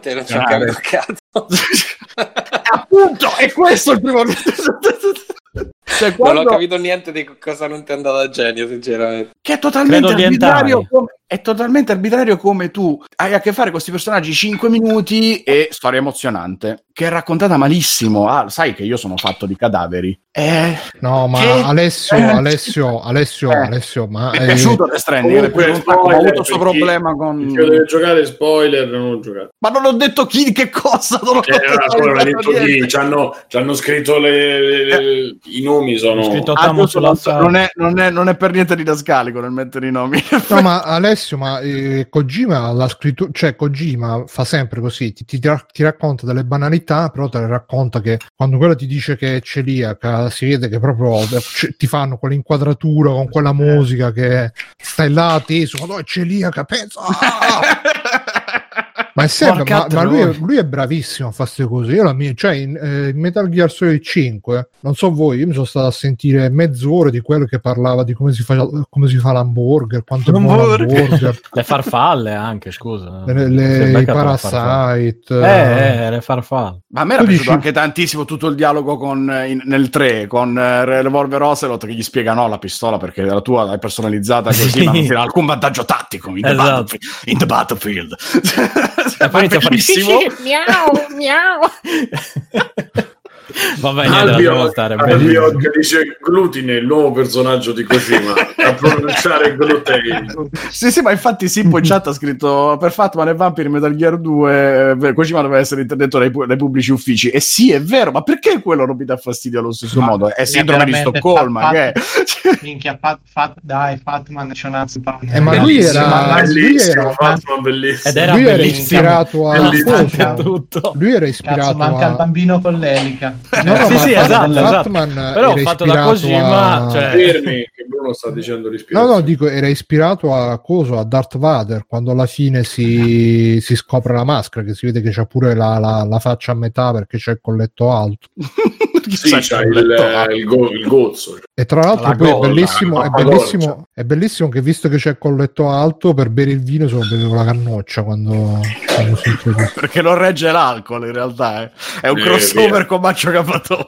appunto, è questo il primo. Cioè, non ho capito niente di cosa non ti è andato a genio, sinceramente. Che è totalmente arbitrario come tu hai a che fare con questi personaggi 5 minuti e storia emozionante, che è raccontata malissimo. Sai che io sono fatto di cadaveri. No, ma Alessio, ma mi è piaciuto Death Stranding, ho avuto questo problema con deve giocare spoiler, non ho giocato. Ma non ho detto che cosa, non ho detto chi, ci hanno scritto i nomi, sono non è per niente didascalico nel mettere i nomi. No, ma Alessio, ma Kojima l'ha scritto, cioè Kojima fa sempre così, ti racconta delle banalità, però te le racconta che quando quello ti dice che è celiaca si vede che proprio ti fanno quell'inquadratura con quella musica che stai là teso, no, è celiaca, pensa. Ma è sempre, ma lui è bravissimo a fare queste cose. Io in Metal Gear Solid 5, non so voi, io mi sono stato a sentire mezz'ora di quello che parlava di come si fa l'hamburger, quanto è buono l'hamburger. Le farfalle anche, scusa. I Parasite. Le farfalle. Ma a me era piaciuto anche tantissimo tutto il dialogo nel 3 con Revolver Ocelot che gli spiega no, la pistola perché la tua è personalizzata così, ma non ti dà alcun vantaggio tattico in the battlefield. E poi inizia a fare miau. Va bene, Albio dice glutine, il nuovo personaggio di Kojima a pronunciare glutine. Sì, ma infatti Sippo in chat ha scritto per Fatman e Vampire Metal Gear 2 Kojima doveva essere interdetto dai pubblici uffici, e sì, è vero, ma perché quello non mi dà fastidio allo stesso modo? È sindrome di Stoccolma che minchia, Fatman c'è un azzo, ma lui era ispirato a tutto. Lui era ispirato manca il bambino con l'elica. Sì, esatto. Però ho fatto da Kojima, che Bruno sta dicendo l'ispirazione. No, dico, era ispirato a Darth Vader, quando alla fine si scopre la maschera, che si vede che c'ha pure la faccia a metà perché c'è il colletto alto. Sì, c'ha il gozzo. E tra l'altro poi è bellissimo che visto che c'è il colletto alto, per bere il vino se lo beve con la cannoccia quando si introduce. Perché non regge l'alcol in realtà, è un crossover con Maccio Capatonda.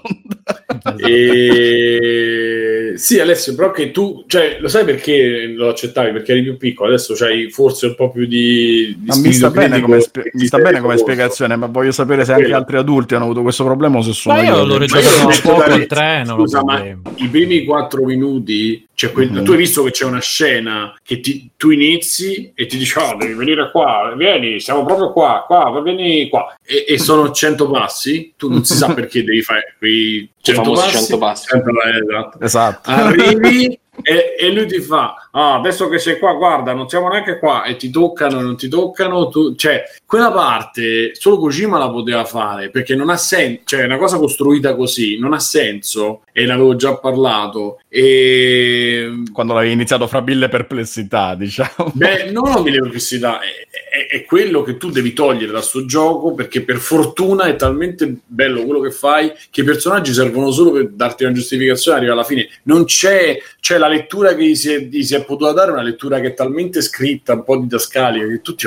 Sì, Alessio, però che tu, cioè, lo sai perché lo accettavi? Perché eri più piccolo, adesso c'hai forse un po' più di mi sta bene come spiegazione, ma voglio sapere se anche altri adulti hanno avuto questo problema o se sono io l'ho regolato un po' col treno. Scusa, ma i primi 4 minuti, cioè tu hai visto che c'è una scena che tu inizi e ti dici devi venire qua, vieni, siamo proprio qua, vieni qua, e sono 100 passi, tu non si sa perché devi fare quei 100 passi. Esatto. Arrivi e lui ti fa adesso che sei qua, guarda, non siamo neanche qua, e ti toccano e non ti toccano, cioè quella parte solo Kojima la poteva fare, perché non ha senso, cioè è una cosa costruita così, non ha senso, e ne avevo già parlato, e quando l'avevi iniziato fra mille perplessità, diciamo. Non mille perplessità, è quello che tu devi togliere da sto gioco, perché per fortuna è talmente bello quello che fai che i personaggi servono solo per darti una giustificazione, arriva alla fine, non c'è la lettura che gli si è potuta dare, una lettura che è talmente scritta, un po' didascalica, che tutti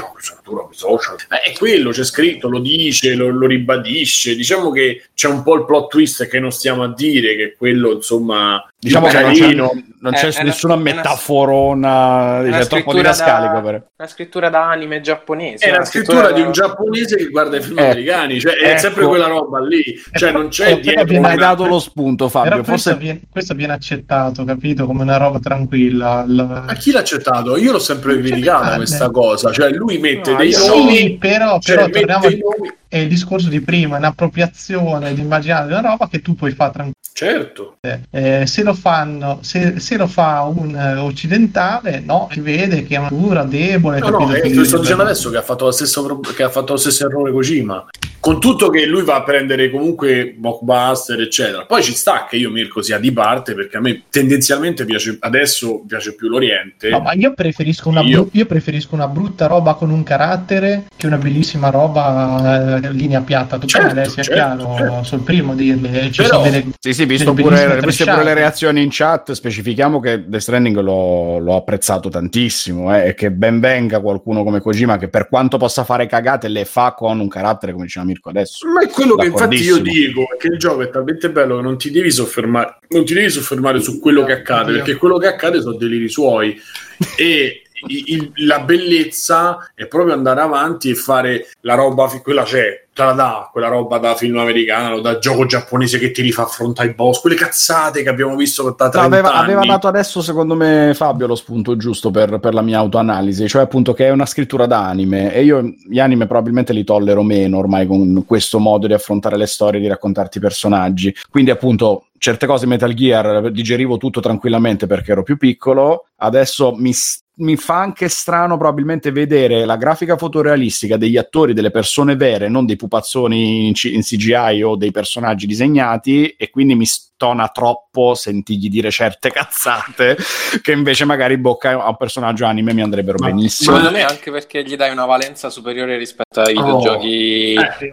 è quello, c'è scritto, lo dice, lo ribadisce, diciamo che c'è un po' il plot twist che non stiamo a dire, che quello insomma diciamo che non c'è nessuna metaforona, è troppo didascalico una scrittura da anime giapponese, è una scrittura di un giapponese che guarda i film americani, cioè è sempre quella roba lì, cioè non c'è dietro. Hai dato lo spunto, Fabio, forse questo viene accettato, capito, come una roba tranquilla. Ma chi l'ha accettato? Io l'ho sempre rivendicata questa cosa, cioè lui mette dei nomi, però torniamo è il discorso di prima, è un'appropriazione di immaginare una roba che tu puoi fare tranquillo. Certo. Se lo fanno, se lo fa un occidentale, no, si vede che è una figura debole. Lo sto dicendo adesso che ha fatto lo stesso errore Kojima. Con tutto che lui va a prendere comunque blockbuster, eccetera. Poi ci sta che io Mirko sia di parte, perché a me tendenzialmente piace più l'Oriente. No, ma io preferisco una brutta roba con un carattere che una bellissima roba linea piatta. Tu sia chiaro, sul primo dirle. Sì, visto pure le reazioni in chat, specifichiamo che Death Stranding l'ho apprezzato tantissimo, e che ben venga qualcuno come Kojima che per quanto possa fare cagate le fa con un carattere, come diceva Mirko adesso. Ma è quello che infatti io dico, che il gioco è talmente bello che non ti devi soffermare su quello che accade, perché quello che accade sono deliri suoi, e la bellezza è proprio andare avanti e fare la roba, quella quella roba da film americano, da gioco giapponese che ti rifà affrontare i boss, quelle cazzate che abbiamo visto da 30 anni. Aveva dato adesso secondo me Fabio lo spunto giusto per la mia autoanalisi, cioè appunto che è una scrittura da anime, e io gli anime probabilmente li tollero meno ormai con questo modo di affrontare le storie, di raccontarti i personaggi, quindi appunto certe cose Metal Gear digerivo tutto tranquillamente perché ero più piccolo, adesso mi fa anche strano probabilmente vedere la grafica fotorealistica degli attori, delle persone vere, non dei pupazzoni in CGI o dei personaggi disegnati, e quindi mi stona troppo sentirgli dire certe cazzate che invece magari in bocca a un personaggio anime mi andrebbero benissimo. Secondo me anche perché gli dai una valenza superiore rispetto ai videogiochi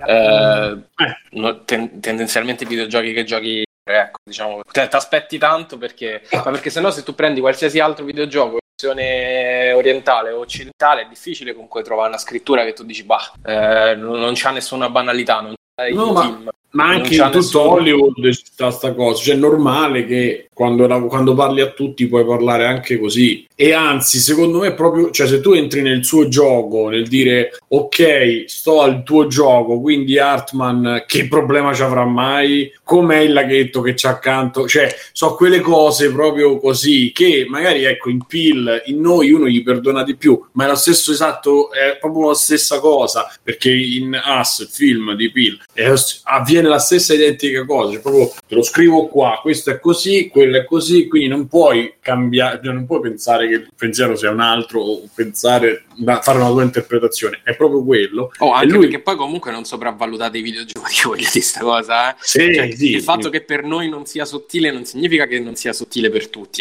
tendenzialmente videogiochi che giochi, ecco, diciamo, ti aspetti tanto perché sennò se tu prendi qualsiasi altro videogioco orientale o occidentale è difficile comunque trovare una scrittura che tu dici non c'ha nessuna banalità, non c'ha film. Ma anche in tutto Hollywood c'è sta cosa, cioè è normale che quando parli a tutti puoi parlare anche così, e anzi secondo me proprio, cioè se tu entri nel suo gioco nel dire ok, sto al tuo gioco, quindi Hartman che problema ci avrà mai, com'è il laghetto che c'è accanto, cioè so quelle cose proprio così che magari ecco in Peel, in noi uno gli perdona di più, ma è lo stesso esatto, è proprio la stessa cosa, perché in Us, il film di Peel, avviene la stessa identica cosa, cioè proprio te lo scrivo qua, questo è così, quello è così, quindi non puoi cambiare, cioè non puoi pensare che il pensiero sia un altro o pensare fare una tua interpretazione, è proprio quello. Anche perché poi comunque non sopravvalutate i videogiochi, voglio dire sta cosa, eh? Sì, cioè, sì, il fatto che per noi non sia sottile non significa che non sia sottile per tutti,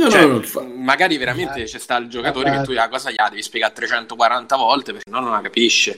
magari veramente c'è sta il giocatore che tu la cosa gliela devi spiegare 340 volte perché non la capisce,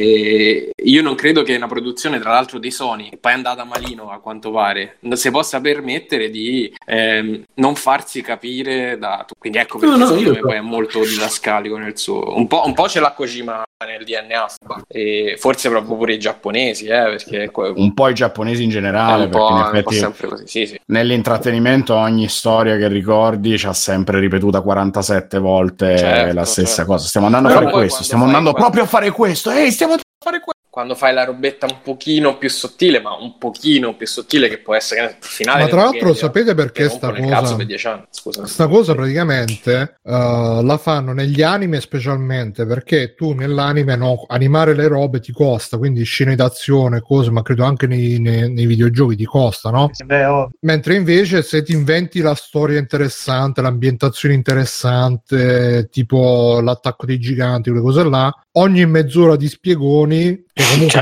e io non credo che una produzione tra l'altro di Sony, che poi è andata malino a quanto pare, non si possa permettere di non farsi capire quindi ecco perché secondo me poi è molto didascalico nel suo, un po' ce l'ha Kojima nel DNA, e forse proprio pure i giapponesi, perché un po' i giapponesi in generale, perché in effetti sempre così. Sì. Nell'intrattenimento ogni storia che ricordi ci ha sempre ripetuta 47 volte la stessa cosa. Stiamo andando a fare questo, stiamo andando proprio a fare questo, stiamo a fare questo. Quando fai la robetta un pochino più sottile, ma un pochino più sottile, che può essere il finale. Ma tra l'altro sapete perché sta cosa? Per 10 anni, sta cosa praticamente la fanno negli anime specialmente perché tu nell'anime animare le robe ti costa, quindi scene d'azione, cose, ma credo anche nei videogiochi ti costa, no? Mentre invece se ti inventi la storia interessante, l'ambientazione interessante, tipo l'attacco dei giganti, quelle cose là, ogni mezz'ora di spiegoni che comunque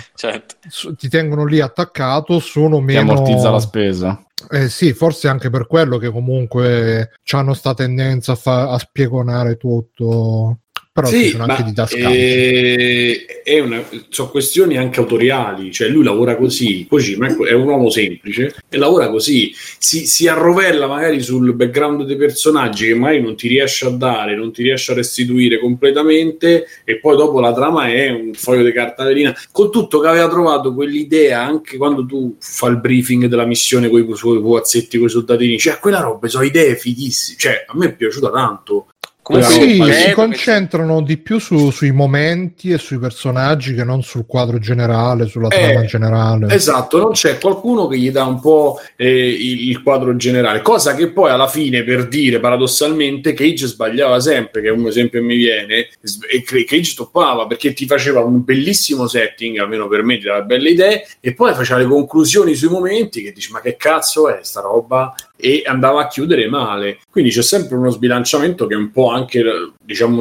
ti tengono lì attaccato sono meno, ti ammortizza la spesa. Sì, forse anche per quello che comunque c'hanno sta tendenza a spiegonare tutto. Però sì, ci sono anche didascalici. Sono questioni anche autoriali, cioè lui lavora così, Kojima è un uomo semplice e lavora così, si arrovella magari sul background dei personaggi che magari non ti riesce a dare, non ti riesce a restituire completamente, e poi dopo la trama è un foglio di cartellina, con tutto che aveva trovato quell'idea anche quando tu fai il briefing della missione con i pupazzetti, con i soldatini, cioè quella roba, sono idee fighissime, cioè a me è piaciuta tanto. Sì, si concentrano di più sui momenti e sui personaggi che non sul quadro generale, sulla trama generale. Esatto, non c'è qualcuno che gli dà un po' il quadro generale, cosa che poi alla fine, per dire paradossalmente, Cage sbagliava sempre, che è un esempio che mi viene, e Cage toppava perché ti faceva un bellissimo setting, almeno per me ti dava belle idee, e poi faceva le conclusioni sui momenti che dici ma che cazzo è sta roba, e andava a chiudere male. Quindi c'è sempre uno sbilanciamento che è un po' anche, diciamo,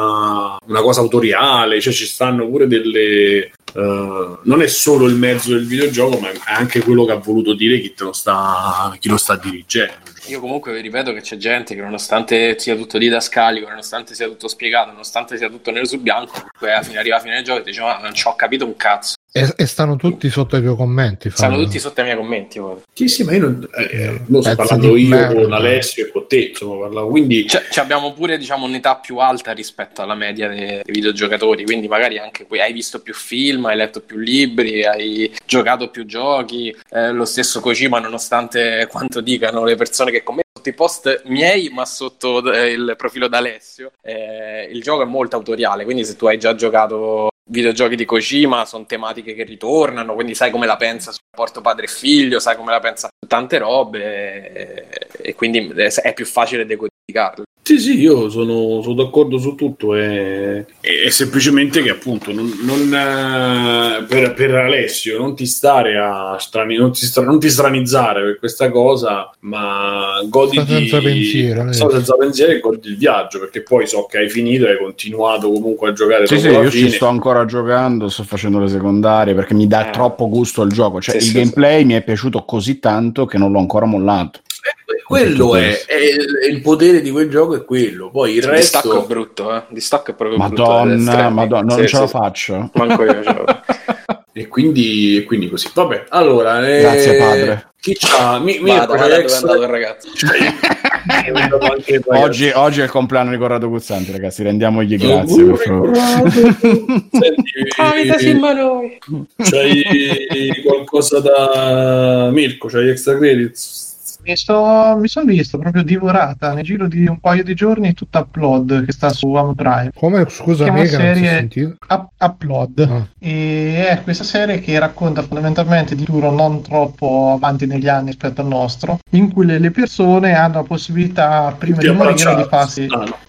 una cosa autoriale, cioè ci stanno pure delle non è solo il mezzo del videogioco, ma è anche quello che ha voluto dire chi lo sta dirigendo. Io comunque vi ripeto che c'è gente che, nonostante sia tutto didascalico, nonostante sia tutto spiegato, nonostante sia tutto nero su bianco, poi arriva a fine del gioco e dice ma non ci ho capito un cazzo. E stanno tutti sotto i tuoi commenti. Stanno tutti sotto i miei commenti. Sì, ma io non sto parlando io con Alessio e con te, insomma, parlavo, quindi abbiamo pure, diciamo, un'età più alta rispetto alla media dei videogiocatori, quindi magari anche hai visto più film, hai letto più libri, hai giocato più giochi, lo stesso Kojima, nonostante quanto dicano le persone che commentano sotto i post miei, ma sotto il profilo d'Alessio, il gioco è molto autoriale, quindi se tu hai già giocato videogiochi di Kojima sono tematiche che ritornano, quindi sai come la pensa sul rapporto padre e figlio, sai come la pensa su tante robe, e quindi è più facile decodificare criticarli. Sì, io sono d'accordo su tutto, è semplicemente che appunto per Alessio non ti stare a non ti stranizzare per questa cosa, ma goditi senza pensiero e godi il viaggio, perché poi so che hai finito e hai continuato comunque a giocare. Sì, io ci sto ancora giocando, sto facendo le secondarie perché mi dà troppo gusto il gioco, cioè il gameplay mi è piaciuto così tanto che non l'ho ancora mollato. Quello è il potere di quel gioco, è quello. Poi il resto di stacco è brutto, di stacco è proprio Madonna, non ce la faccio. Manco io ce la e quindi così. Vabbè, allora grazie padre. Chi c'ha? Mirko, dove è andato il ragazzo? Oggi è il compleanno di Corrado Guzzanti, ragazzi, rendiamogli grazie per favore. C'hai qualcosa da Mirko? C'hai extra credits? Mi sono visto proprio divorata nel giro di un paio di giorni tutta Upload, che sta su Amazon Prime. Come? Scusa, una serie Upload. E è questa serie che racconta fondamentalmente di futuro non troppo avanti negli anni rispetto al nostro, in cui le persone hanno la possibilità prima di morire di farsi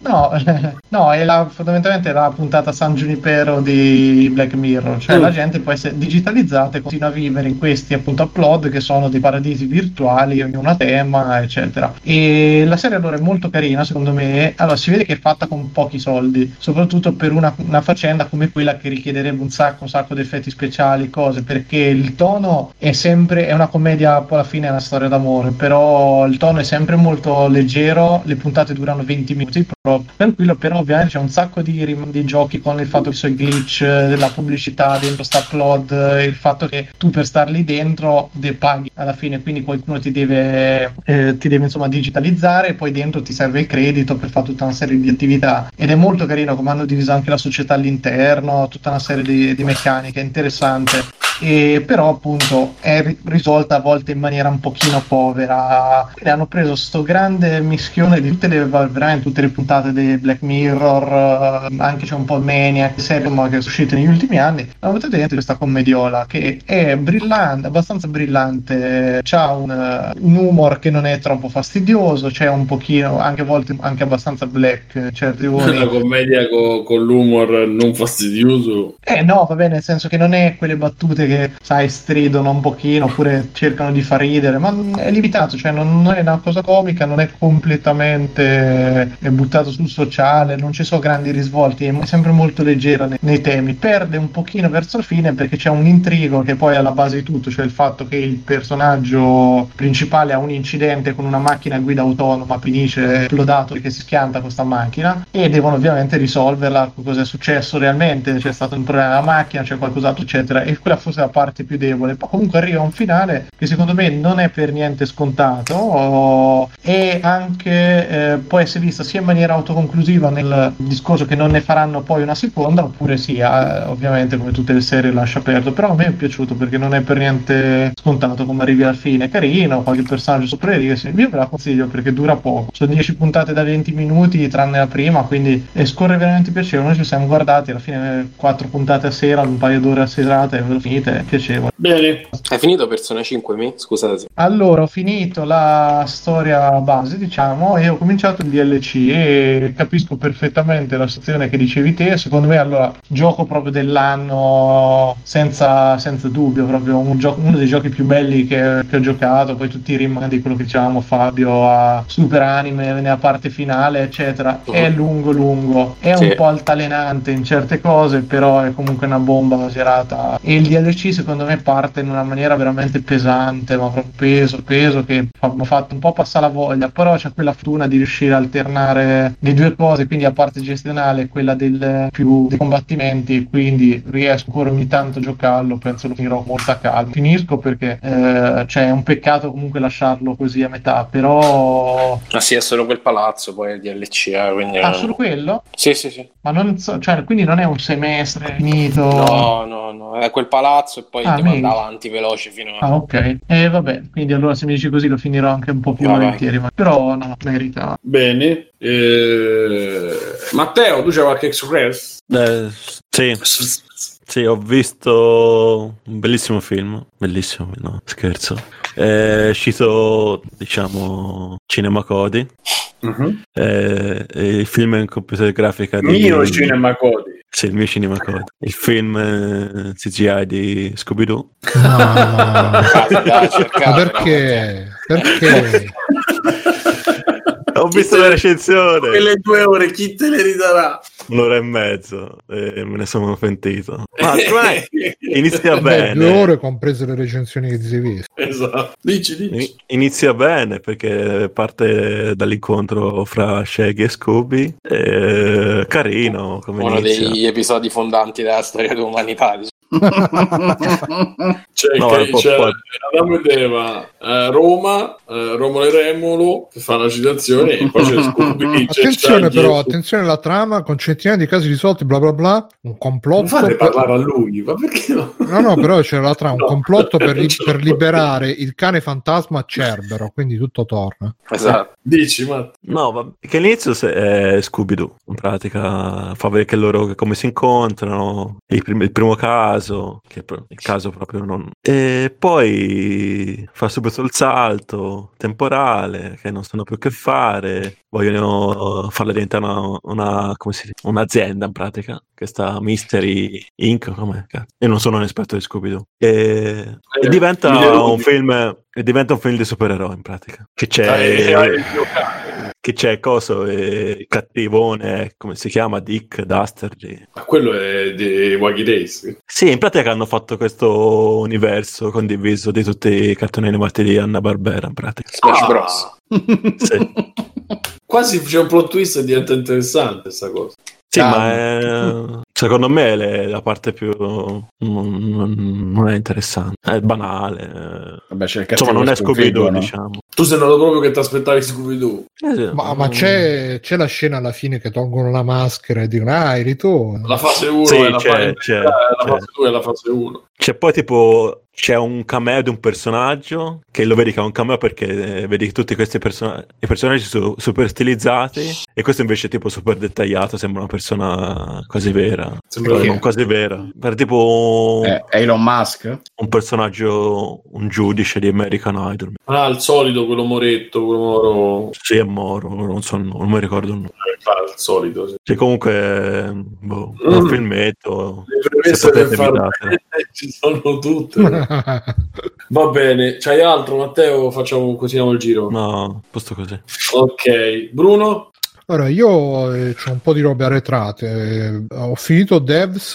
fondamentalmente la puntata San Junipero di Black Mirror, cioè la gente può essere digitalizzata e continua a vivere in questi appunto Upload, che sono dei paradisi virtuali, ognuno tema, eccetera. E la serie allora è molto carina, secondo me. Allora si vede che è fatta con pochi soldi, soprattutto per una faccenda come quella che richiederebbe un sacco di effetti speciali, cose, perché il tono è una commedia, poi alla fine è una storia d'amore, però il tono è sempre molto leggero, le puntate durano 20 minuti proprio tranquillo, però ovviamente c'è un sacco di giochi con il fatto che sono i glitch, della pubblicità dentro sta Upload, il fatto che tu per star lì dentro paghi alla fine, quindi qualcuno ti deve insomma digitalizzare e poi dentro ti serve il credito per fare tutta una serie di attività, ed è molto carino come hanno diviso anche la società all'interno, tutta una serie di meccaniche interessante. Però appunto è risolta a volte in maniera un pochino povera, quindi hanno preso sto grande mischione di veramente tutte le puntate di Black Mirror, anche c'è un po' Maniac, serie che sono uscite negli ultimi anni, hanno messo dentro questa commediola che è brillante, abbastanza brillante, c'ha un humor che non è troppo fastidioso, c'è un pochino, anche a volte anche abbastanza black, certi una commedia con l'humor non fastidioso. No, va bene, nel senso che non è quelle battute che, sai, stridono un pochino oppure cercano di far ridere, ma è limitato, cioè non è una cosa comica, non è completamente buttato sul sociale, non ci sono grandi risvolti, è sempre molto leggera nei temi, perde un pochino verso la fine perché c'è un intrigo che poi è alla base di tutto, cioè il fatto che il personaggio principale ha un incidente con una macchina a guida autonoma, finisce esplodato perché si schianta questa macchina e devono ovviamente risolverla, cosa è successo realmente, c'è stato un problema della macchina, c'è qualcos'altro eccetera, e quella forse è la parte più debole. Poi comunque arriva un finale che secondo me non è per niente scontato e anche può essere vista sia in maniera autoconclusiva nel discorso che non ne faranno poi una seconda, oppure sia ovviamente come tutte le serie lascia aperto, però a me è piaciuto perché non è per niente scontato come arrivi alla fine, è carino, qualche personaggio sopra le righe, io ve la consiglio perché dura poco, sono 10 puntate da 20 minuti tranne la prima, quindi scorre veramente piacevole. Noi ci siamo guardati alla fine 4 puntate a sera, un paio d'ore a serata e ve lo finite, è piacevole. Bene. Hai finito Persona 5 Scusate. Allora ho finito la storia base, diciamo, e ho cominciato il DLC e capisco perfettamente la situazione che dicevi te. Secondo me allora gioco proprio dell'anno senza dubbio, proprio uno dei giochi più belli che ho giocato, poi tutti i rimandi, quello che dicevamo Fabio, a Super Anime nella parte finale eccetera, è lungo, è un po' altalenante in certe cose, però è comunque una bomba esagerata, e il DLC secondo me parte in una maniera veramente pesante, ma proprio peso che mi ha fatto un po' passare la voglia, però c'è quella fortuna di riuscire a alternare le due cose, quindi la parte gestionale e quella dei combattimenti, quindi riesco ancora ogni tanto a giocarlo, penso lo finirò con molta calma, finisco perché cioè è un peccato comunque lasciarlo così a metà, però sì, è solo quel palazzo poi il DLC, quindi solo quello? Sì. Ma non so, cioè quindi non è un semestre finito? No, è quel palazzo e poi ti manda avanti veloce fino a... ok, vabbè, quindi allora se mi dici così lo finirò anche un po' più volentieri, però no, merita. Bene. Matteo, tu c'hai qualche express? Sì, ho visto un bellissimo film, no, scherzo. È uscito, diciamo, Cinema Cody. Il film in computer grafica di Mio Cinema Code. Sì, il mio Cinema Code. Il film CGI di Scooby-Doo. No. Ma perché? Ho visto la recensione. Quelle 2 ore chi te le ridarà? 1 ora e mezzo e me ne sono pentito. Ma inizia bene. 2 ore comprese le recensioni che ti sei visto. Esatto. Dici. Inizia bene perché parte dall'incontro fra Shaggy e Scooby. Carino come uno inizia. degli episodi fondanti della storia dell'umanità. C'è Adamo ed Eva, Roma, Romolo e Remolo che fa la citazione e poi c'è Scooby. Attenzione alla trama con centinaia di casi risolti, bla bla bla, un complotto. Non fate parlare a lui, ma perché no? No, però c'era la trama, un complotto per liberare il cane fantasma Cerbero, quindi tutto torna. Esatto. Dici, Matt? No, che all'inizio è Scooby-Doo, in pratica fa vedere che loro come si incontrano, il primo caso, che il caso proprio non... E poi fa subito il salto temporale, che non sanno più che fare, vogliono farla diventare una come si dice? Un'azienda in pratica, che sta Mystery Inc. Come? Io non sono un esperto di Scooby-Doo. E diventa un film di supereroi in pratica. Che c'è coso, il cattivone, come si chiama? Dick Dastardly. Ma quello è di Wacky Days. Sì, in pratica hanno fatto questo universo condiviso di tutti i cartoni animati di Hanna-Barbera in pratica. Smash Bros. Sì. Quasi c'è un plot twist e diventa interessante questa cosa. Sì, ma secondo me la parte più non è interessante, è banale. Vabbè, c'è il insomma, non è Scooby-Doo, no? diciamo. Tu sei andato proprio che ti aspettavi Scooby-Doo. Ma c'è la scena alla fine che tolgono la maschera e dicono il ritorno. La fase 1 sì, è la fase 2 e la fase 1. C'è poi tipo c'è un cameo di un personaggio che lo vedi che è un cameo perché vedi che tutti questi i personaggi sono super stilizzati e questo invece è tipo super dettagliato, sembra una persona quasi vera. Non quasi vera, per tipo Elon Musk, un personaggio, un giudice di American Idol. Il solito, quello moretto, quello moro. Sì, è Moro, non mi ricordo il nome. Il solito, sì. Che comunque un filmetto. Le premesse per fare ci sono tutte. Va bene, c'hai altro, Matteo? Continuiamo il giro. No, posto così. Ok, Bruno? Allora, io ho un po' di robe arretrate. Ho finito Devs.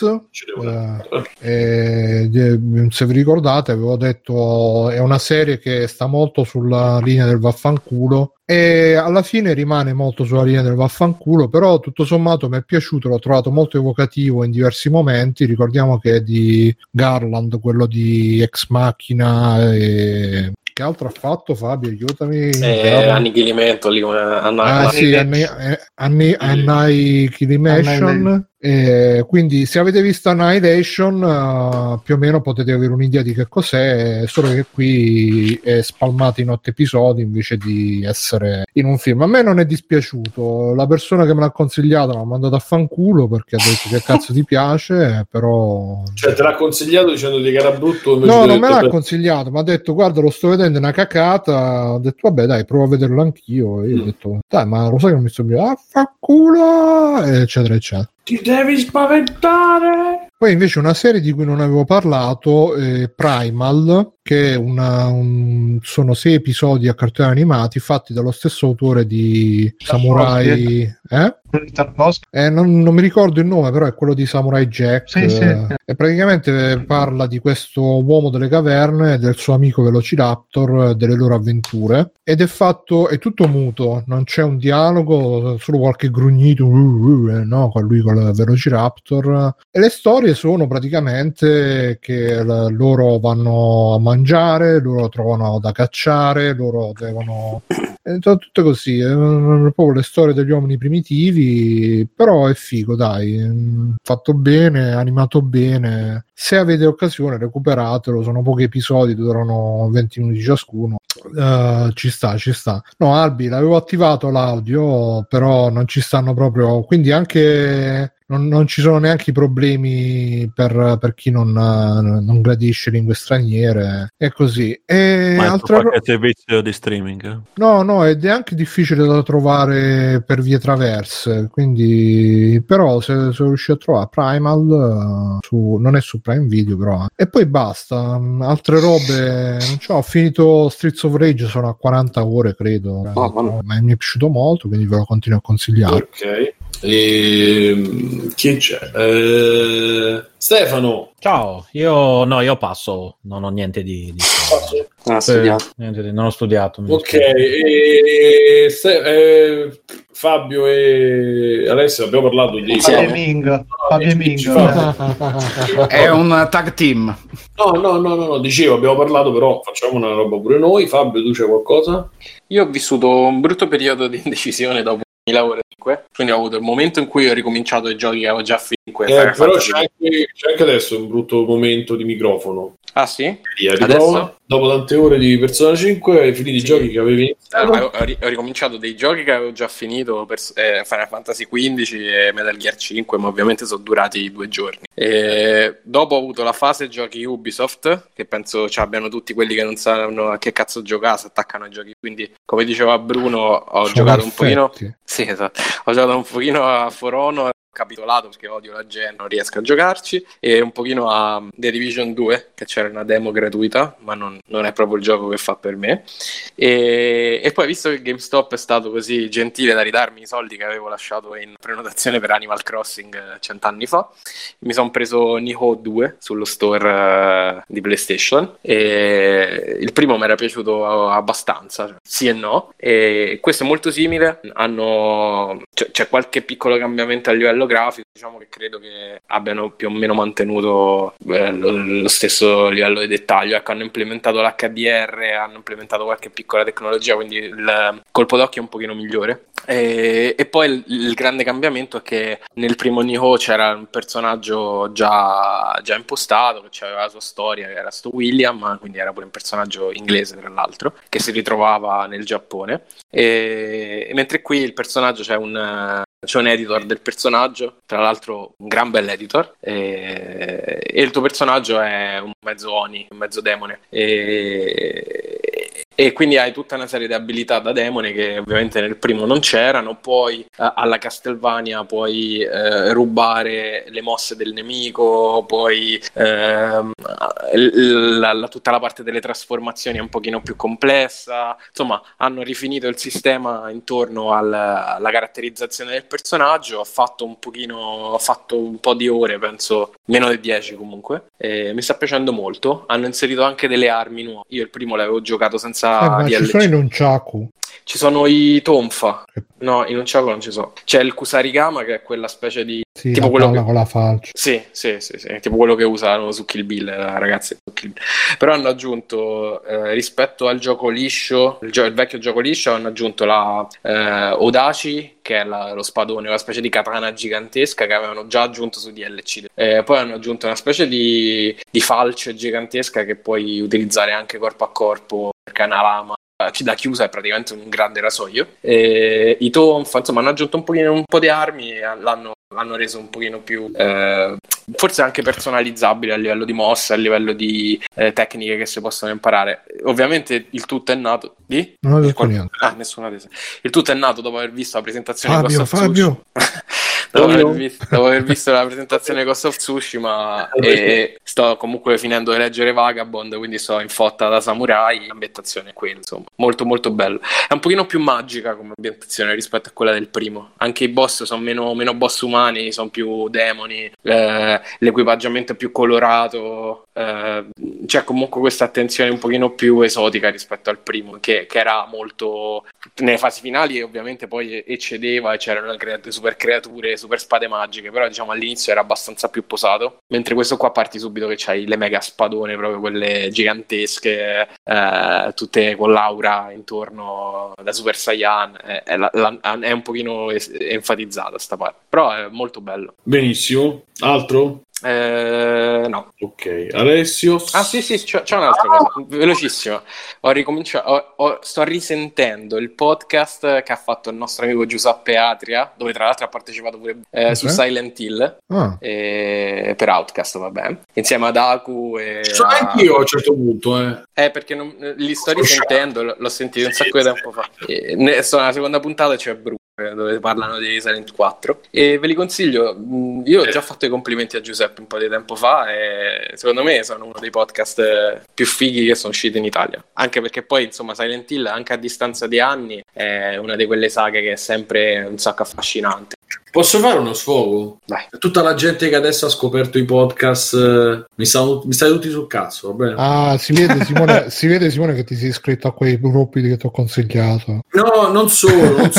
Se vi ricordate, avevo detto è una serie che sta molto sulla linea del vaffanculo. E alla fine rimane molto sulla linea del vaffanculo, però tutto sommato mi è piaciuto, l'ho trovato molto evocativo in diversi momenti. Ricordiamo che è di Garland, quello di Ex Machina. E che altro ha fatto Fabio? Aiutami. Annichilimento lì come Annihilation. Quindi se avete visto Annihilation più o meno potete avere un'idea di che cos'è, solo che qui è spalmato in 8 episodi invece di essere in un film. A me non è dispiaciuto, la persona che me l'ha consigliato mi ha mandato a fanculo perché ha detto che cazzo ti piace, però cioè te l'ha consigliato dicendoti che era brutto? No, non me l'ha consigliato, mi ha detto guarda lo sto vedendo, è una cacata. Ho detto vabbè dai, provo a vederlo anch'io. E io ho detto dai, ma lo sai che non mi sto più fanculo, eccetera eccetera. Ti devi spaventare. Poi invece una serie di cui non avevo parlato, Primal, che è sono 6 episodi a cartoni animati fatti dallo stesso autore di Samurai. Non mi ricordo il nome, però è quello di Samurai Jack. Sì. E praticamente parla di questo uomo delle caverne, del suo amico Velociraptor, delle loro avventure. Ed è tutto muto, non c'è un dialogo, solo qualche grugnito, no, con lui con il Velociraptor. E le storie sono praticamente che loro vanno a mangiare, loro trovano da cacciare, loro devono... tutte così, proprio le storie degli uomini primitivi, però è figo, dai, fatto bene, animato bene. Se avete occasione recuperatelo, sono pochi episodi, durano 20 minuti ciascuno. Ci sta. No, Albi, l'avevo attivato l'audio, però non ci stanno proprio, quindi anche non ci sono neanche i problemi per chi non gradisce lingue straniere e così. Ma è qualche servizio di streaming? No, ed è anche difficile da trovare per vie traverse, quindi però se riuscite a trovare Primal non è su Prime Video però. E poi basta, altre robe non c'ho, ho finito Streets of Rage, sono a 40 ore credo, ma mi è piaciuto molto, quindi ve lo continuo a consigliare. Ok. Chi c'è? Stefano. Ciao, io passo, non ho niente di non ho studiato. Ok, Fabio e Alessio abbiamo parlato di Fabio Ming. È un tag team. No, dicevo, abbiamo parlato, però facciamo una roba pure noi. Fabio, tu c'è qualcosa? Io ho vissuto un brutto periodo di indecisione dopo 1000 ore, quindi ho avuto il momento in cui ho ricominciato i giochi che avevo già finito. Però c'è anche adesso un brutto momento di microfono. Ah sì? Adesso? Dopo tante ore di Persona 5 hai finito i giochi che avevi iniziato? Ho ricominciato dei giochi che avevo già finito, Final Fantasy XV e Metal Gear 5, ma ovviamente sono durati 2 giorni. E dopo ho avuto la fase giochi Ubisoft, che penso ci abbiano tutti quelli che non sanno a che cazzo giocare, si attaccano ai giochi. Quindi, come diceva Bruno, ho giocato un pochino. Sì, esatto. Ho giocato un pochino a For Honor, capitolato perché odio la gen, non riesco a giocarci, e un pochino a The Division 2, che c'era una demo gratuita, ma non è proprio il gioco che fa per me. E poi, visto che GameStop è stato così gentile da ridarmi i soldi che avevo lasciato in prenotazione per Animal Crossing 100 anni fa, mi sono preso Nioh 2 sullo store di PlayStation, e il primo mi era piaciuto abbastanza, sì e no, e questo è molto simile, c'è qualche piccolo cambiamento a livello grafico, diciamo che credo che abbiano più o meno mantenuto lo stesso livello di dettaglio. Ecco, hanno implementato l'HDR, hanno implementato qualche piccola tecnologia, quindi il colpo d'occhio è un pochino migliore. E poi il grande cambiamento è che nel primo Nioh c'era un personaggio già impostato, che aveva la sua storia, che era sto William, quindi era pure un personaggio inglese tra l'altro, che si ritrovava nel Giappone, e mentre qui il personaggio c'è un editor del personaggio, tra l'altro un gran bel editor, e il tuo personaggio è un mezzo Oni, un mezzo demone, e quindi hai tutta una serie di abilità da demone che ovviamente nel primo non c'erano. Poi alla Castlevania puoi rubare le mosse del nemico, poi tutta la parte delle trasformazioni è un pochino più complessa. Insomma, hanno rifinito il sistema intorno alla caratterizzazione del personaggio. Ho fatto un po' di ore, penso meno di 10 comunque, e mi sta piacendo molto. Hanno inserito anche delle armi nuove. Io il primo l'avevo giocato senza ma DLC. Ci sono i Nunchaku. Ci sono i Tonfa. No, in Nunchaku non ci sono. C'è il Kusarigama, che è quella specie di... Sì, tipo quello con la falce. Sì, tipo quello che usano su Kill Bill, ragazzi. Però hanno aggiunto, rispetto al gioco liscio, il vecchio gioco liscio, hanno aggiunto la Odachi, che è lo spadone, una specie di katana gigantesca che avevano già aggiunto su DLC. Poi hanno aggiunto una specie di falce gigantesca che puoi utilizzare anche corpo a corpo, perché è una lama da chiusa, è praticamente un grande rasoio. I Tonfa, insomma, hanno aggiunto un po' di armi e l'hanno reso un pochino più forse anche personalizzabile a livello di mosse, a livello di tecniche che si possono imparare. Ovviamente il tutto è nato di... Non ho detto niente. Nessuna tesa. Il tutto è nato dopo aver visto la presentazione Fabio, Ghost of Tsushima. Dopo aver visto la presentazione Ghost of Tsushima, e sto comunque finendo di leggere Vagabond, quindi sto in fotta da samurai. L'ambientazione è quella, insomma, molto molto bello. È un pochino più magica come ambientazione rispetto a quella del primo. Anche i boss sono meno boss umani, sono più demoni, l'equipaggiamento è più colorato, c'è comunque questa attenzione un pochino più esotica rispetto al primo, che era molto... Nelle fasi finali ovviamente poi eccedeva e c'erano super creature, super spade magiche, però diciamo all'inizio era abbastanza più posato, mentre questo qua parti subito che c'hai le mega spadone, proprio quelle gigantesche, tutte con l'aura intorno da Super Saiyan. È un pochino enfatizzata sta parte, però è molto bello. Benissimo. Altro? No. Ok, Alessio. Sì, c'è un'altra cosa, velocissima. Ho ricominciato, sto risentendo il podcast che ha fatto il nostro amico Giuseppe Atria, dove tra l'altro ha partecipato pure su Silent Hill per Outcast, vabbè, insieme ad Aku e anch'io a un certo punto perché li sto risentendo, l'ho sentito un sacco di tempo fa. Sono alla seconda puntata, c'è Bruce dove parlano di Silent 4 e ve li consiglio. Io ho già fatto i complimenti a Giuseppe un po' di tempo fa e secondo me sono uno dei podcast più fighi che sono usciti in Italia, anche perché poi insomma Silent Hill anche a distanza di anni è una di quelle saghe che è sempre un sacco affascinante. Posso fare uno sfogo? Vai. Tutta la gente che adesso ha scoperto i podcast mi state tutti sul cazzo, va bene? Si vede Simone che ti sei iscritto a quei gruppi che ti ho consigliato. No, non solo.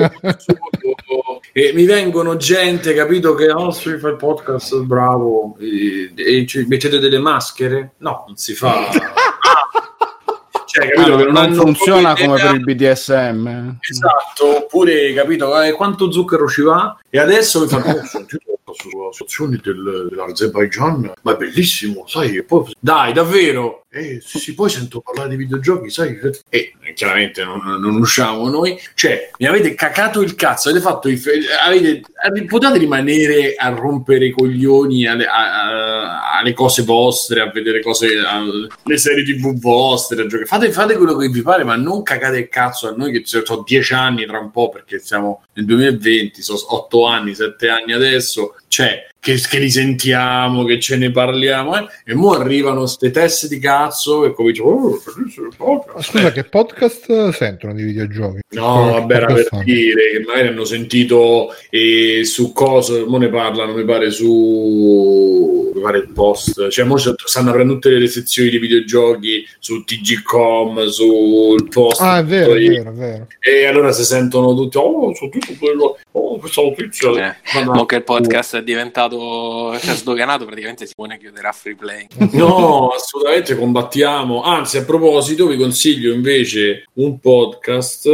E mi vengono gente, capito, che si fa il podcast, bravo, e mettete delle maschere? No, non si fa. Cioè, capito, che non funziona come per il BDSM. Esatto, oppure, capito, quanto zucchero ci va? E adesso mi fanno sulla situazione dell'Azerbaijan, ma è bellissimo, sai, e poi dai, davvero. Sì, poi sento parlare di videogiochi, sai, e chiaramente non usciamo noi, cioè mi avete cacato il cazzo, avete fatto potete rimanere a rompere i coglioni alle cose vostre, a vedere cose, le serie TV vostre, a giocare. Fate quello che vi pare, ma non cagate il cazzo a noi che ho 10 anni tra un po', perché siamo nel 2020, sono 8 anni, 7 anni adesso, cioè che li sentiamo, che ce ne parliamo, e mo arrivano ste teste di cazzo e cominciano scusa, che podcast sentono di videogiochi? No, vabbè, era per dire che magari hanno sentito su cosa, mo ne parlano, mi pare il post, cioè mo stanno aprendo tutte le sezioni di videogiochi su TG.com, sul post. È vero, è vero. E allora si sentono tutti, su tutto quello, questa notizia. Ma che il podcast è diventato sdoganato, praticamente Simone chiuderà Free Play. No, assolutamente combattiamo. Anzi, a proposito, vi consiglio invece un podcast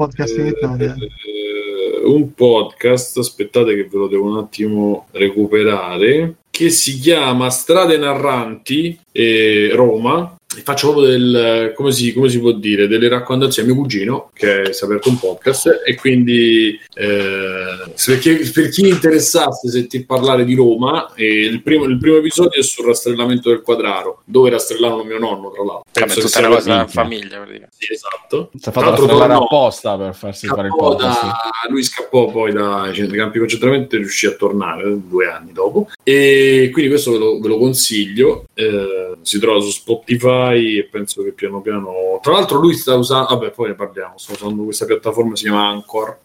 aspettate che ve lo devo un attimo recuperare, che si chiama Strade Narranti Roma. Faccio proprio come si può dire, delle raccomandazioni a mio cugino che si è aperto un podcast, e quindi per chi interessasse sentir parlare di Roma, il primo episodio è sul rastrellamento del Quadraro, dove rastrellarono mio nonno, tra l'altro. Penso tutta una cosa in famiglia, praticamente. Sì, esatto. Si è fatto rastrellare apposta per farsi fare il podcast. Lui scappò poi dai campi di concentramento e riuscì a tornare 2 anni dopo, e quindi questo ve lo consiglio. Si trova su Spotify e penso che piano piano, tra l'altro lui sta usando, poi ne parliamo, sta usando questa piattaforma, si chiama Anchor,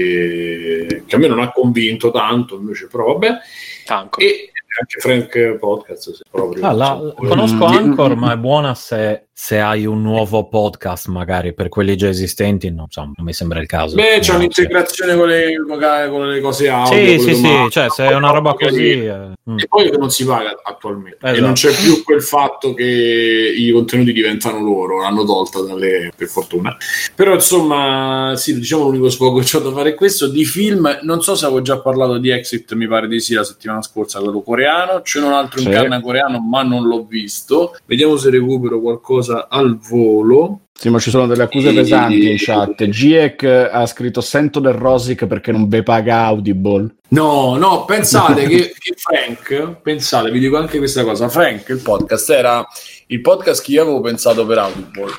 che a me non ha convinto tanto, invece, però vabbè. Anchor. E anche Frank Podcast, se proprio conosco Anchor, ma è buona se hai un nuovo podcast, magari per quelli già esistenti, no, insomma, non mi sembra il caso. C'è un'integrazione con le cose audio. Sì, cioè se è una roba così. E poi che non si paga attualmente, esatto. E non c'è più quel fatto che i contenuti diventano loro, l'hanno tolta per fortuna. Però insomma, sì, diciamo l'unico sfogo che ho da fare è questo. Di film, non so se avevo già parlato di Exit, mi pare di sì, la settimana scorsa, quello coreano. C'è un altro in canna coreano, ma non l'ho visto. Vediamo se recupero qualcosa al volo. Sì, ma ci sono delle accuse pesanti in chat. Giek ha scritto: sento del Rosic perché non ve paga Audible. No, pensate che Frank, vi dico anche questa cosa, Frank, il podcast era il podcast che io avevo pensato per Audible,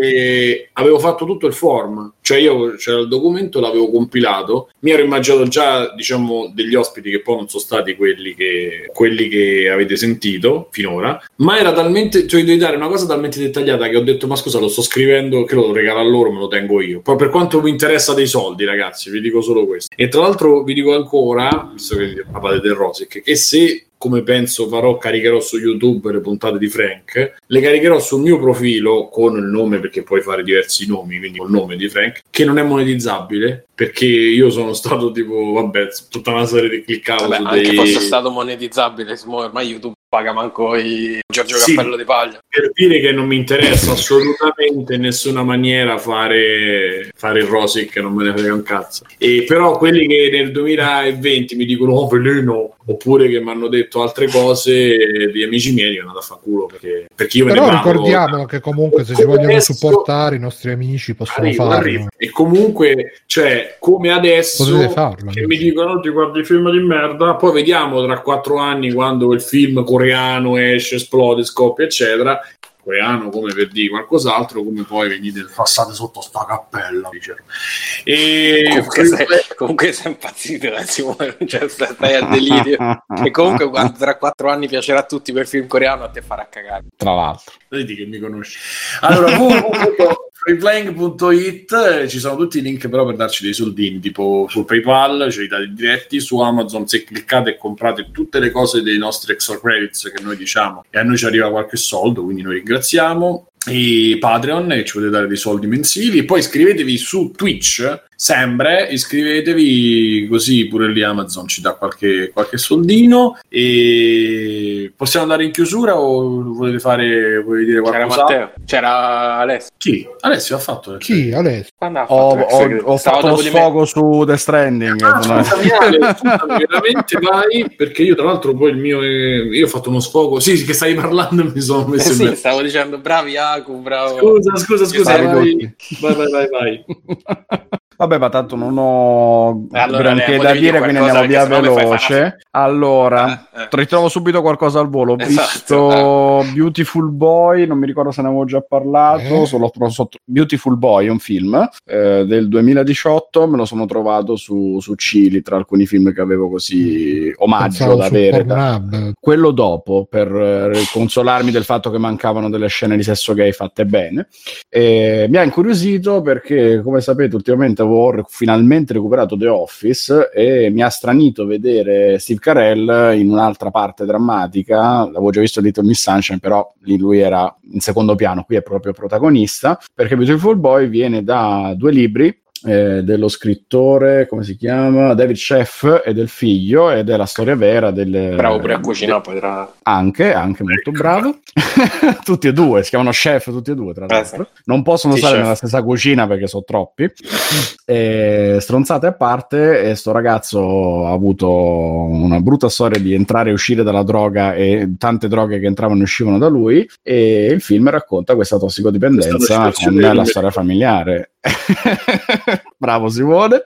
e avevo fatto tutto il form, cioè io c'era il documento, l'avevo compilato, mi ero immaginato già, diciamo, degli ospiti che poi non sono stati quelli che avete sentito finora, ma era talmente, cioè devi dare una cosa talmente dettagliata che ho detto: ma scusa, lo sto scrivendo, che lo regalo a loro, me lo tengo io. Poi per quanto mi interessa dei soldi, ragazzi, vi dico solo questo. E tra l'altro vi dico ancora, visto che parlate del Rosic, che se, come penso farò, caricherò su YouTube le puntate di Frank, le caricherò sul mio profilo con il nome, perché puoi fare diversi nomi, quindi col nome di Frank, che non è monetizzabile, perché io sono stato tipo, tutta una serie di cliccavo su anche fosse stato monetizzabile, ormai YouTube paga manco Giorgio Cappello di Paglia. Per dire che non mi interessa assolutamente in nessuna maniera fare il Rosic, non me ne frega un cazzo. E però quelli che nel 2020 mi dicono veleno, oppure che mi hanno detto altre cose, di amici miei che vanno a fanculo, perché io me però ne ricordiamo che comunque se si vogliono supportare i nostri amici possono farlo. E comunque, cioè, come adesso farlo, che mi dicono ti guardi film di merda, poi vediamo tra 4 anni quando quel film coreano esce, esplode, scoppia eccetera, coreano come per dire qualcos'altro, come poi venite passate sotto sta cappella, diciamo. E comunque sei impazzito, Simone, cioè, stai al delirio. E comunque quando tra 4 anni piacerà a tutti quel film coreano, a te farà cagare, tra l'altro. Vedi che mi conosci. Allora freeplaying.it, ci sono tutti i link però per darci dei soldini, tipo su PayPal c'è i dati diretti, su Amazon se cliccate e comprate tutte le cose dei nostri extra credits che noi diciamo e a noi ci arriva qualche soldo, quindi noi ringraziamo. E Patreon, e ci potete dare dei soldi mensili, e poi iscrivetevi su Twitch, sempre iscrivetevi, così pure lì Amazon ci dà qualche soldino. E possiamo andare in chiusura o volete dire qualcosa? C'era Matteo, c'era Alessio. Chi? Alessio ha fatto? Chi? Alessio? Ho fatto lo sfogo su The Stranding. Scusami, veramente vai, perché io tra l'altro poi io ho fatto uno sfogo, sì, che stavi parlando e mi sono messo sì, stavo dicendo bravi bravo. Scusa, vai. Vabbè, ma tanto non ho granché da dire, quindi andiamo via veloce. Allora, ritrovo subito qualcosa al volo. Ho visto Beautiful Boy, non mi ricordo se ne avevo già parlato, Beautiful Boy è un film del 2018, me lo sono trovato su Cili, tra alcuni film che avevo così omaggio da avere. Quello dopo, per consolarmi del fatto che mancavano delle scene di sesso gay fatte bene. Mi ha incuriosito perché, come sapete, ultimamente ho finalmente recuperato The Office e mi ha stranito vedere Steve Carell in un'altra parte drammatica. L'avevo già visto Little Miss Sunshine, però lì lui era in secondo piano, qui è proprio protagonista, perché Beautiful Boy viene da 2 libri dello scrittore, come si chiama, David Sheff, e del figlio, ed è la storia vera del bravo pure a cucinare, poi anche molto bravo. Tutti e due si chiamano chef, tutti e due, tra l'altro non possono stare nella stessa cucina perché sono troppi. Stronzate a parte, sto ragazzo ha avuto una brutta storia di entrare e uscire dalla droga, e tante droghe che entravano e uscivano da lui, e il film racconta questa tossicodipendenza con la storia familiare. Bravo Simone.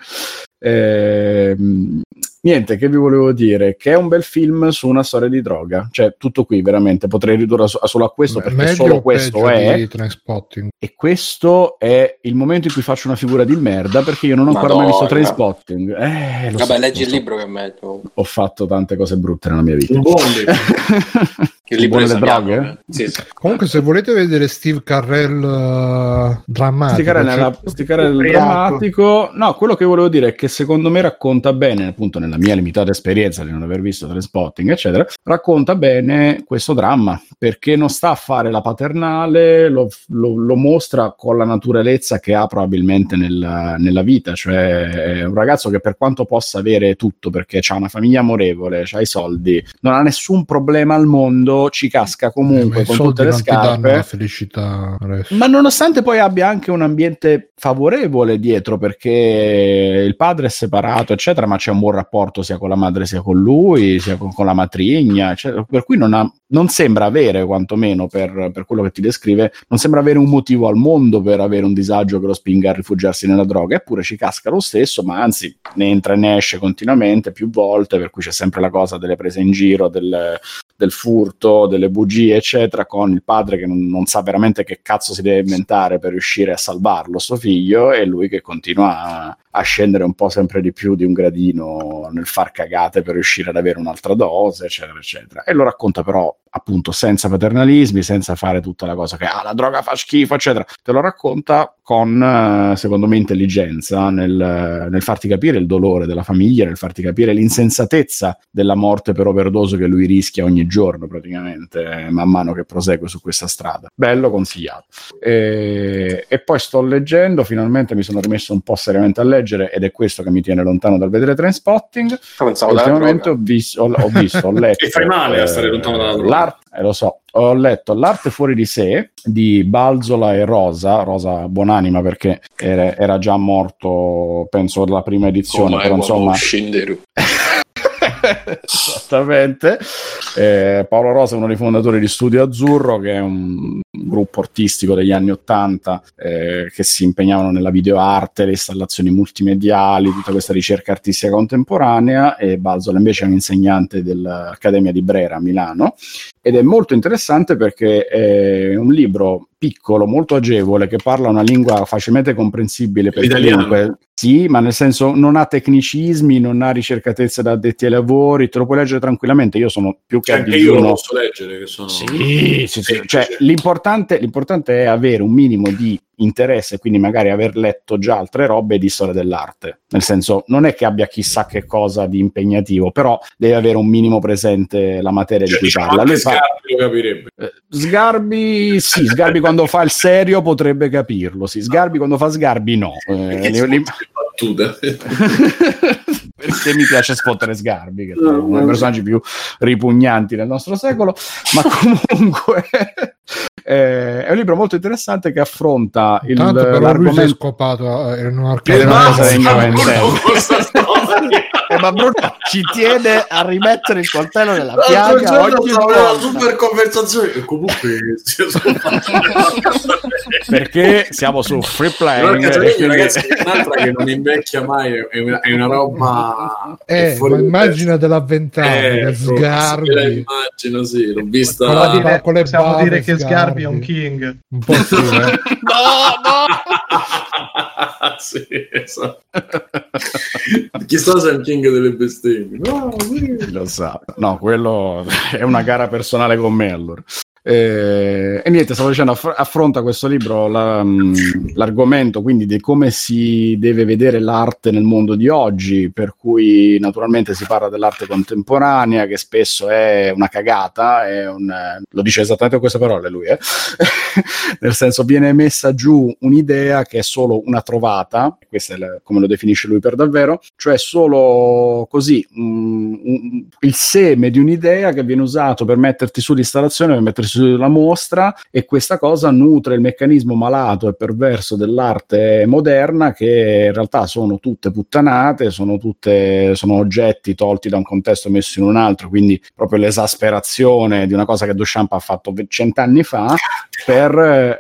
Niente, che vi volevo dire? Che è un bel film su una storia di droga, cioè tutto qui veramente, potrei ridurre solo a questo. Beh, perché solo questo è e questo è il momento in cui faccio una figura di merda, perché io non ho ancora mai visto Trainspotting. Vabbè, leggi il libro che è meglio. Ho fatto tante cose brutte nella mia vita. Un buon libro. Il libro delle droghe? Sì. Comunque, se volete vedere Steve Carell drammatico, Steve Carell drammatico, no, quello che volevo dire è che secondo me racconta bene, appunto nella mia limitata esperienza di non aver visto Trainspotting eccetera, racconta bene questo dramma, perché non sta a fare la paternale, lo mostra con la naturalezza che ha probabilmente nella vita, cioè è un ragazzo che, per quanto possa avere tutto, perché ha una famiglia amorevole, ha i soldi, non ha nessun problema al mondo, ci casca comunque con tutte le scarpe, la felicità adesso. Ma nonostante poi abbia anche un ambiente favorevole dietro, perché il padre è separato eccetera, ma c'è un buon rapporto sia con la madre sia con lui, sia con la matrigna eccetera, per cui non sembra avere, quantomeno per quello che ti descrive, non sembra avere un motivo al mondo per avere un disagio che lo spinga a rifugiarsi nella droga, eppure ci casca lo stesso, ma anzi ne entra e ne esce continuamente, più volte, per cui c'è sempre la cosa delle prese in giro, del furto, delle bugie eccetera, con il padre che non sa veramente che cazzo si deve inventare per riuscire a salvarlo, sto figlio, e lui che continua a scendere un po' sempre di più di un gradino nel far cagate per riuscire ad avere un'altra dose eccetera eccetera, e lo racconta però appunto senza paternalismi, senza fare tutta la cosa che la droga fa schifo eccetera, te lo racconta con secondo me intelligenza nel farti capire il dolore della famiglia, nel farti capire l'insensatezza della morte per overdose che lui rischia ogni giorno praticamente, man mano che prosegue su questa strada. Bello, consigliato. E poi sto leggendo, finalmente mi sono rimesso un po' seriamente a leggere, ed è questo che mi tiene lontano dal vedere Trainspotting. marketing. Ultimamente ho letto e fai male a stare lontano dalla droga. Lo so, ho letto L'arte fuori di sé di Balzola e Rosa buonanima, perché era già morto, penso, dalla prima edizione, però insomma esattamente. Paolo Rosa è uno dei fondatori di Studio Azzurro, che è un gruppo artistico degli anni '80 che si impegnavano nella videoarte, le installazioni multimediali, tutta questa ricerca artistica contemporanea, e Balzola invece è un insegnante dell'Accademia di Brera a Milano, ed è molto interessante perché è un libro piccolo, molto agevole, che parla una lingua facilmente comprensibile per chiunque. Sì, ma nel senso non ha tecnicismi, non ha ricercatezze da addetti ai lavori, te lo puoi leggere tranquillamente. Io sono più che anche io lo posso leggere, che sono... Sì. Cioè, l'importante è avere un minimo di interesse, quindi magari aver letto già altre robe di storia dell'arte, nel senso non è che abbia chissà che cosa di impegnativo, però deve avere un minimo presente la materia di cui parla. Lui Sgarbi lo capirebbe. Sgarbi quando fa il serio potrebbe capirlo, sì. Sgarbi quando fa Sgarbi no. Battute. Perché mi piace spottere Sgarbi, che è uno dei personaggi più ripugnanti del nostro secolo, ma comunque è un libro molto interessante che affronta l'argomento. Lui si è scopato in un ma Bruno ci tiene a rimettere il coltello nella piaga ogni volta. Una super conversazione e comunque perché siamo su Free Playing, ragazzi, un'altra che non invecchia mai, è una roba immagina della vent'anni, Sgarbi, immagino, sì, l'ho vista possiamo dire che Sgarbi è un king, un po' sì, no sì, esatto. Chissà se è un king delle bestemmie. Lo sa, no, quello è una gara personale con me, allora. E niente, stavo dicendo, affronta questo libro l'argomento quindi di come si deve vedere l'arte nel mondo di oggi, per cui naturalmente si parla dell'arte contemporanea, che spesso è una cagata, lo dice esattamente con queste parole lui, nel senso viene messa giù un'idea che è solo una trovata, questo è come lo definisce lui per davvero, cioè solo così il seme di un'idea che viene usato per metterti su l'installazione, per mettersi sulla mostra, e questa cosa nutre il meccanismo malato e perverso dell'arte moderna, che in realtà sono tutte puttanate, sono oggetti tolti da un contesto e messi in un altro, quindi proprio l'esasperazione di una cosa che Duchamp ha fatto 100 anni fa per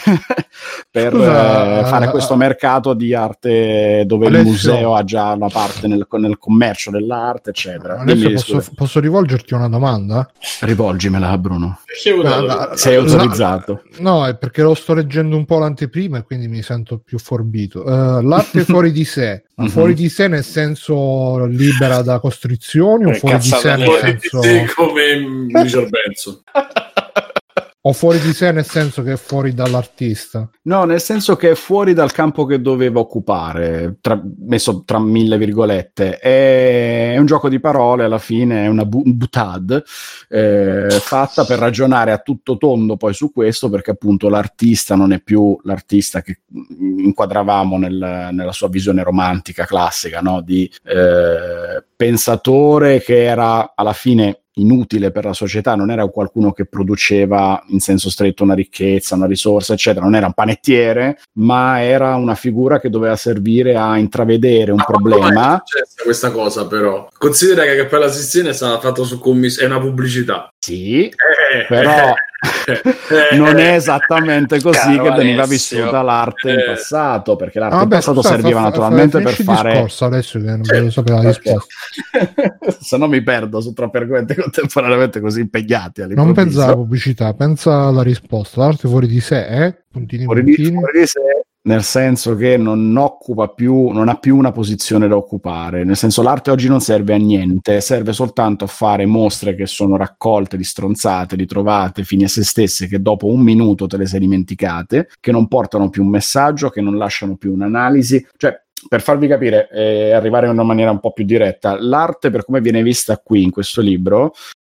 fare questo mercato di arte dove Alessio, il museo ha già una parte nel commercio dell'arte, eccetera. Alessio, posso rivolgerti una domanda? Rivolgimela, Bruno. Sei autorizzato? No, è perché lo sto leggendo un po' l'anteprima e quindi mi sento più forbito. L'arte fuori di sé, fuori di sé nel senso libera da costrizioni, o fuori di sé nel senso come Richard Benson? O fuori di sé nel senso che è fuori dall'artista? No, nel senso che è fuori dal campo che doveva occupare, messo tra mille virgolette. È un gioco di parole, alla fine è una boutade fatta per ragionare a tutto tondo poi su questo, perché appunto l'artista non è più l'artista che inquadravamo nella sua visione romantica classica, no? Di pensatore che era alla fine inutile per la società, non era qualcuno che produceva in senso stretto una ricchezza, una risorsa, eccetera, non era un panettiere, ma era una figura che doveva servire a intravedere un problema. È successa questa cosa, però considera che Cappella Sistina è stata fatta su commissione, è una pubblicità. Sì, però non è esattamente così che veniva vissuta l'arte in passato, perché l'arte in passato serviva naturalmente per fare discorso, adesso che non devo sapere la risposta. Se no mi perdo su troppe argomenti contemporaneamente così impegnati. Non pensa alla pubblicità, pensa alla risposta. L'arte fuori di sé fuori di sé, nel senso che non ha più una posizione da occupare, nel senso l'arte oggi non serve a niente, serve soltanto a fare mostre che sono raccolte di stronzate, di trovate, fini a se stesse, che dopo un minuto te le sei dimenticate, che non portano più un messaggio, che non lasciano più un'analisi, cioè per farvi capire e arrivare in una maniera un po' più diretta, l'arte per come viene vista qui in questo libro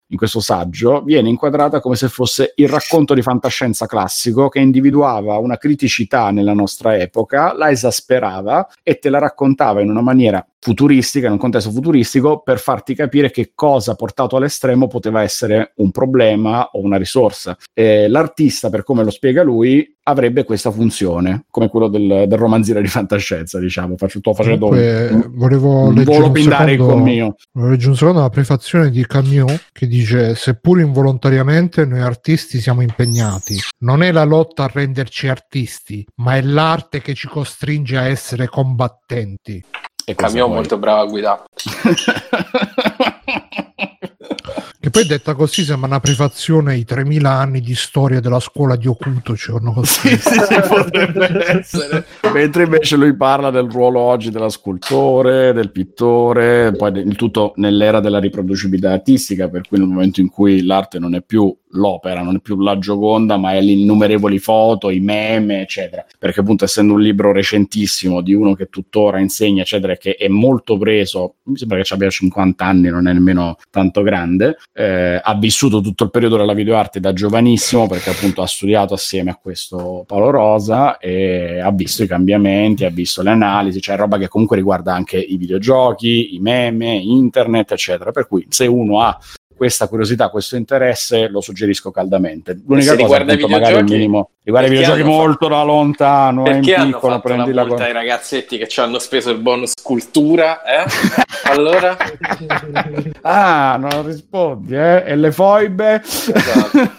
in questo saggio, viene inquadrata come se fosse il racconto di fantascienza classico che individuava una criticità nella nostra epoca, la esasperava e te la raccontava in una maniera futuristica, in un contesto futuristico, per farti capire che cosa portato all'estremo poteva essere un problema o una risorsa. L'artista, per come lo spiega lui, avrebbe questa funzione, come quello del romanziere di fantascienza, diciamo. Sto facendo volevo leggere un secondo la prefazione di Camus che dice: seppur involontariamente noi artisti siamo impegnati, non è la lotta a renderci artisti, ma è l'arte che ci costringe a essere combattenti. E Camus molto bravo a guidare. Che poi detta così sembra una prefazione ai 3000 anni di storia della scuola di Okuto, sì, potrebbe essere. Mentre invece lui parla del ruolo oggi della scultore, del pittore, poi il tutto nell'era della riproducibilità artistica, per cui nel momento in cui l'arte non è più l'opera, non è più la Gioconda, ma è le innumerevoli foto, i meme, eccetera, perché appunto essendo un libro recentissimo di uno che tuttora insegna, eccetera, che è molto preso, mi sembra che abbia 50 anni, non è nemmeno tanto grande, ha vissuto tutto il periodo della videoarte da giovanissimo, perché appunto ha studiato assieme a questo Paolo Rosa e ha visto i cambiamenti, ha visto le analisi, cioè roba che comunque riguarda anche i videogiochi, i meme, internet, eccetera, per cui se uno ha questa curiosità, questo interesse, lo suggerisco caldamente. L'unica cosa è appunto magari il minimo riguarda i videogiochi molto da lontano, perché in hanno piccolo, fatto prendi la multa ai ragazzetti che ci hanno speso il bonus cultura, allora non rispondi, e le foibe, esatto.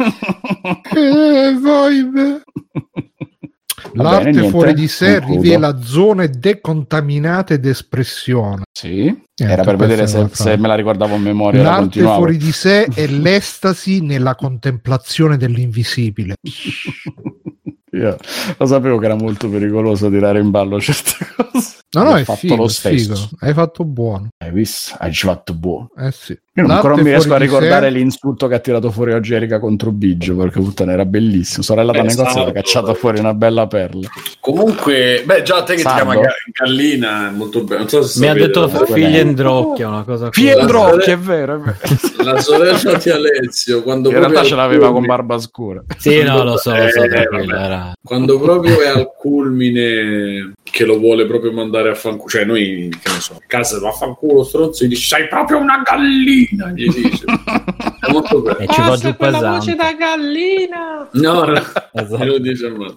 Foibe. L'arte bene, fuori di sé rivela zone decontaminate d'espressione. Sì, era per vedere se me la ricordavo a memoria. L'arte fuori di sé è l'estasi nella contemplazione dell'invisibile. Io lo sapevo che era molto pericoloso tirare in ballo certe cose. No, è fatto lo stesso. Figo. Hai fatto buono. Hai visto? Hai fatto buono. Sì. Io ancora non mi riesco a ricordare l'insulto che ha tirato fuori oggi Erika contro Biggio, perché puttana era bellissimo. Sorella da negozio ha cacciato fuori una bella perla. Comunque, già te che ti chiama Gallina, molto bello. Non so se mi ha detto Figliendrocchia, una cosa così. Figliendrocchia, è vero. La sorella di Alessio, quando in realtà ce l'aveva con barba scura. Sì, no, lo so, tranquilla. Quando proprio è al culmine che lo vuole proprio mandare a fanculo, cioè noi, che ne so, a casa va a fanculo stronzo, gli dice sei proprio una gallina, gli dice. È molto bello. E ci va giù pesante. La voce da gallina. No, esatto. Lo dice mai.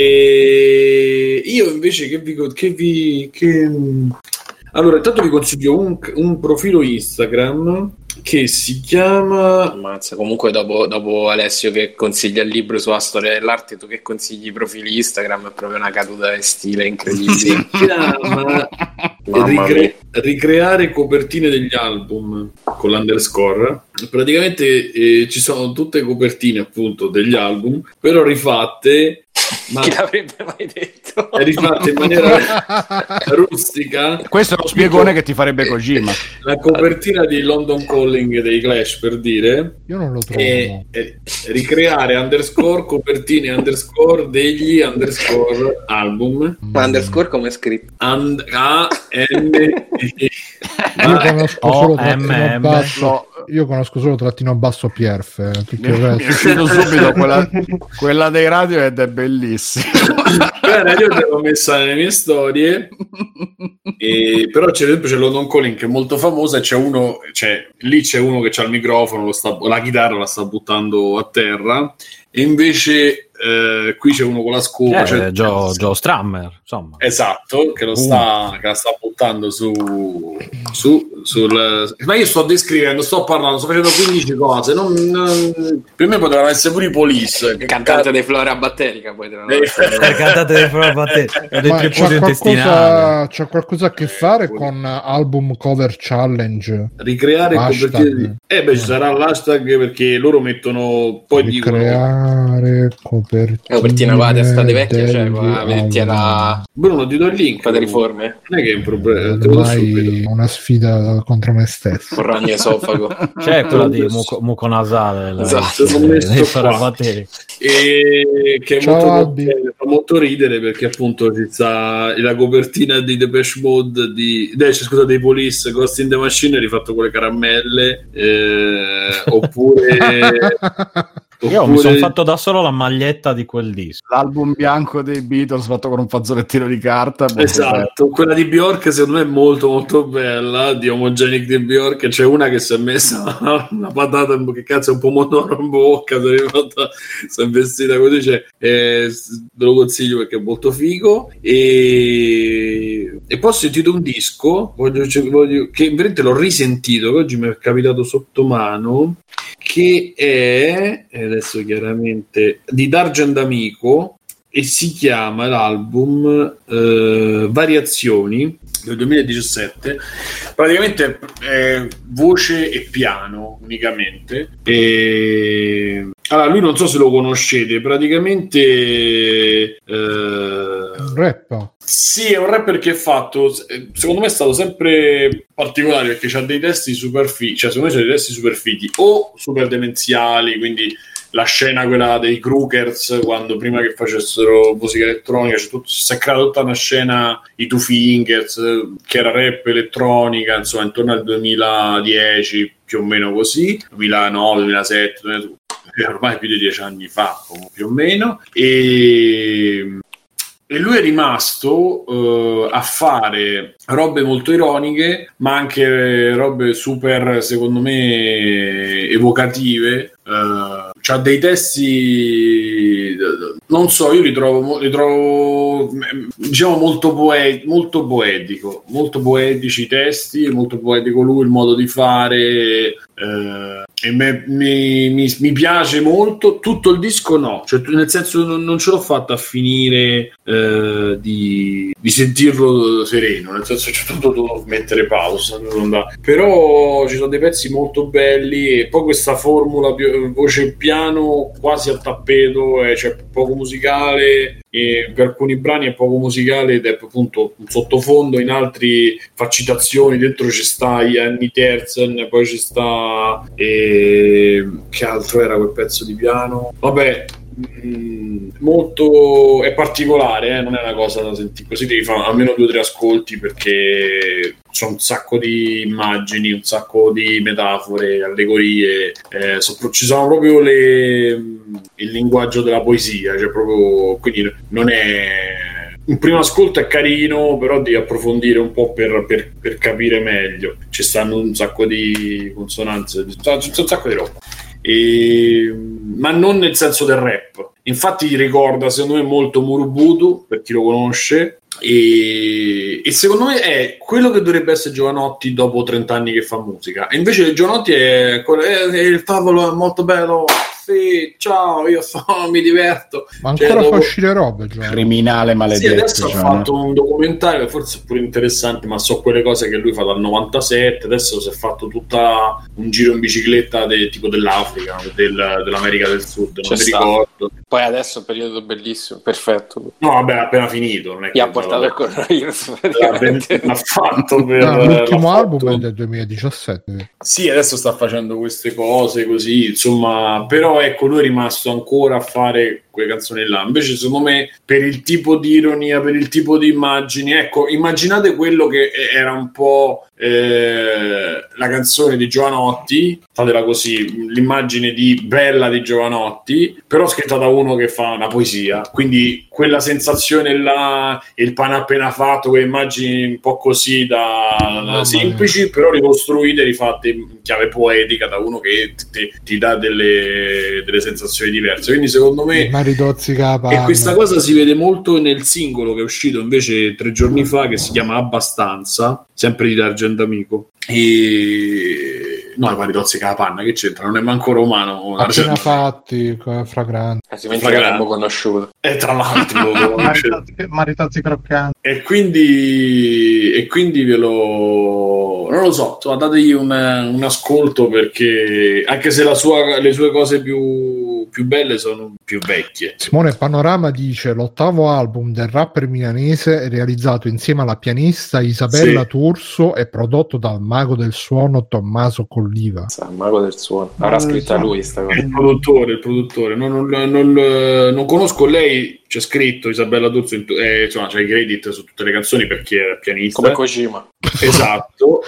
E io invece allora intanto vi consiglio un profilo Instagram che si chiama ammazza, comunque dopo Alessio che consiglia il libro sulla storia dell'arte, tu che consigli i profili Instagram, è proprio una caduta di stile incredibile. Si chiama ricreare copertine degli album con l'underscore. Praticamente ci sono tutte copertine appunto degli album, però rifatte. Ma chi l'avrebbe mai detto? È rifatta in maniera rustica. Questo è lo spiegone che ti farebbe Kojima. La copertina di London Calling dei Clash, per dire. Io non lo trovo. Ricreare underscore copertine underscore degli underscore album. Ma underscore come è scritto? Io conosco solo trattino basso Pierf. Mi è uscito subito quella dei radio ed è bellissima. Io l'avevo messa nelle mie storie, però c'è London Calling che è molto famosa e lì c'è uno che c'ha il microfono, la chitarra la sta buttando a terra, e invece qui c'è uno con la scopa, Joe Strummer, insomma. Esatto, che la sta buttando sul ma io sto descrivendo, sto parlando, sto facendo 15 cose, per me potevano essere pure i Police, cantante dei Flora Batterica, poi cantante dei Flora Batterica. C'ha qualcosa a che fare con album cover challenge, ricreare copertine ci sarà l'hashtag, perché loro mettono poi ricreare copertina qua la testa di vecchia, cioè vecchia Bruno, ti do il link per le riforme, non è che è un problema, te lo do subito. Una sfida contro me stesso. Forragno esofago. C'è quella di muco nasale. Esatto, e che Ciao, fa molto ridere perché appunto ci sta la copertina di Depeche Mode dei Police, Ghost in the Machine rifatto con le caramelle, oppure io mi sono fatto da solo la maglietta di quel disco, l'album bianco dei Beatles fatto con un fazzolettino di carta. Esatto, quella di Bjork secondo me è molto molto bella, di Homogenic di Bjork. C'è una che si è messa una patata, che cazzo è un pomodoro in bocca, si è vestita così, ve lo consiglio perché è molto figo. E poi ho sentito un disco che veramente l'ho risentito, che oggi mi è capitato sotto mano, che è adesso chiaramente di D'Argent Amico, e si chiama l'album Variazioni del 2017. Praticamente voce e piano unicamente. Allora, lui non so se lo conoscete, praticamente un rap. Sì, è un rapper che è fatto, secondo me è stato sempre particolare perché c'ha dei testi super fighi, cioè secondo me c'ha dei testi super fighi o super demenziali, quindi la scena quella dei Crookers, quando prima che facessero musica elettronica si è creata tutta una scena, i Two Fingers, che era rap elettronica, insomma intorno al 2010 più o meno così, 2009, 2007, ormai più di 10 anni fa più o meno, e lui è rimasto a fare robe molto ironiche, ma anche robe super, secondo me, evocative. C'ha dei testi, non so, io li trovo diciamo molto poetico, molto poetici i testi, molto poetico lui, il modo di fare. E mi piace molto tutto il disco, no, cioè, nel senso non ce l'ho fatta a finire di sentirlo sereno, nel senso c'è tutto dovuto mettere pausa, però ci sono dei pezzi molto belli, e poi questa formula voce e piano quasi a tappeto, c'è poco musicale, e per alcuni brani è poco musicale ed è appunto un sottofondo, in altri fa citazioni, dentro ci sta Annie Terzen, poi ci sta che altro era quel pezzo di piano, vabbè, molto è particolare, non è una cosa da sentire così, devi fare almeno 2 o 3 ascolti perché c'è un sacco di immagini, un sacco di metafore, allegorie, ci sono proprio il linguaggio della poesia, cioè proprio, quindi non è un primo ascolto, è carino, però devi approfondire un po' per capire meglio, ci stanno un sacco di consonanze, c'è un sacco di roba. Ma non nel senso del rap, infatti ricorda secondo me molto Murubutu, per chi lo conosce, e secondo me è quello che dovrebbe essere Giovanotti dopo 30 anni che fa musica, e invece Giovanotti è il tavolo è molto bello, sì, ciao, io mi diverto, ma ancora fa uscire robe, criminale maledetto. Sì, adesso ha fatto un documentario che forse è pure interessante, ma so quelle cose che lui fa dal 97, adesso si è fatto tutta un giro in bicicletta tipo dell'Africa, dell'America del Sud, non mi ricordo. Poi adesso periodo bellissimo, perfetto. No, vabbè, ha appena finito, non è che ha portato il coronavirus, l'ha fatto l'ultimo album è del 2017. Sì, adesso sta facendo queste cose così, insomma, però ecco, lui è rimasto ancora a fare quelle canzoni là. Invece secondo me, per il tipo di ironia, per il tipo di immagini, ecco, immaginate quello che era un po' la canzone di Giovanotti, fatela così, l'immagine di bella di Giovanotti, però scritta da uno che fa una poesia, quindi quella sensazione là, il pane appena fatto, quelle immagini un po' così semplici, però ricostruite, rifatte in chiave poetica da uno che ti dà delle sensazioni diverse. Quindi secondo me, e questa cosa si vede molto nel singolo che è uscito invece 3 giorni fa, che si chiama Abbastanza, sempre di D'Argent Amico, e no, i Maritozzi che la panna, che c'entra? Non è manco romano. Appena fatti, fragranti. Si l'abbiamo conosciuto. E tra l'altro Maritozzi croccanti. E quindi ve lo... non lo so, insomma, dategli un ascolto, perché anche se le sue cose più più belle sono più vecchie. Simone Panorama dice: l'8º album del rapper milanese è realizzato insieme alla pianista Isabella Turso e prodotto dal mago del suono Tommaso Colliva. Il mago del suono avrà scritta lui sta cosa. Il produttore. Non conosco lei. C'è scritto Isabella Turso, insomma c'è i credit su tutte le canzoni perché è pianista. Come Kojima. Esatto.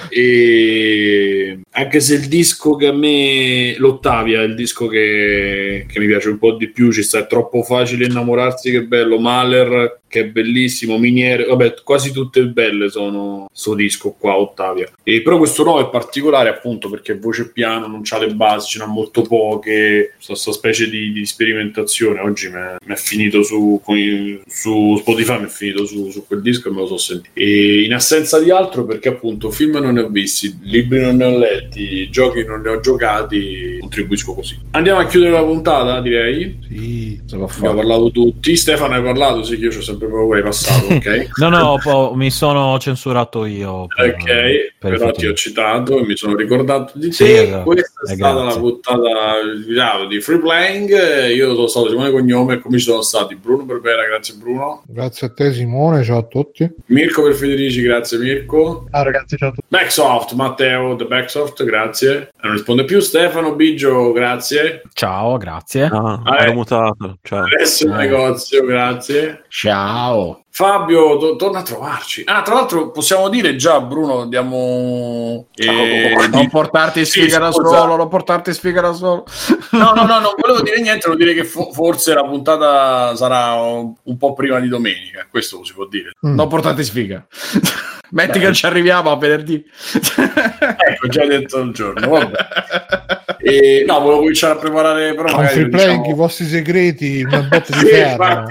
E anche se il disco che a me, l'Ottavia, è il disco che mi piace un po' di più, ci sta È troppo facile innamorarsi, che bello, Mahler, che è bellissimo, Miniere, vabbè, quasi tutte belle sono sto disco qua, Ottavia. E però questo nuovo è particolare appunto perché voce e piano, non c'ha le basi, ce n'ha molto poche, questa specie di sperimentazione. Oggi mi è finito su Spotify, mi è finito su quel disco e me lo so sentito. E in assenza di altro, perché appunto film non ne ho visti, libri non ne ho letti, giochi non ne ho giocati, contribuisco così. Andiamo a chiudere la puntata, direi. Sì, abbiamo parlato tutti. Stefano, hai parlato? Sì, che io c'ho sempre paura, hai passato, ok? No, mi sono censurato io. Ok, però ti ho citato e mi sono ricordato di te. Sì, esatto. Questa è stata la puntata di Free Playing. Io sono stato Simone Cognome e come ci sono stati Bruno Berbera, grazie Bruno. Grazie a te Simone, ciao a tutti. Mirko per Federici, grazie Mirko. Ciao ragazzi, ciao a tutti. Backsoft, Matteo The Backsoft, grazie. Non risponde più. Stefano Biggio, grazie. Ciao, grazie. Ero mutato. Ciao. Adesso il negozio, grazie. Ciao. Fabio, torna a trovarci. Tra l'altro possiamo dire già, Bruno, andiamo... non portarti sfiga da solo, non portarti sfiga da solo. No, non volevo dire niente, volevo dire che forse la puntata sarà un po' prima di domenica, questo lo si può dire. Non portarti sfiga. Metti che ci arriviamo a venerdì. Ecco, già detto il giorno, vabbè. Volevo cominciare a preparare però magari Free Playing, i vostri segreti, una botta di ferro.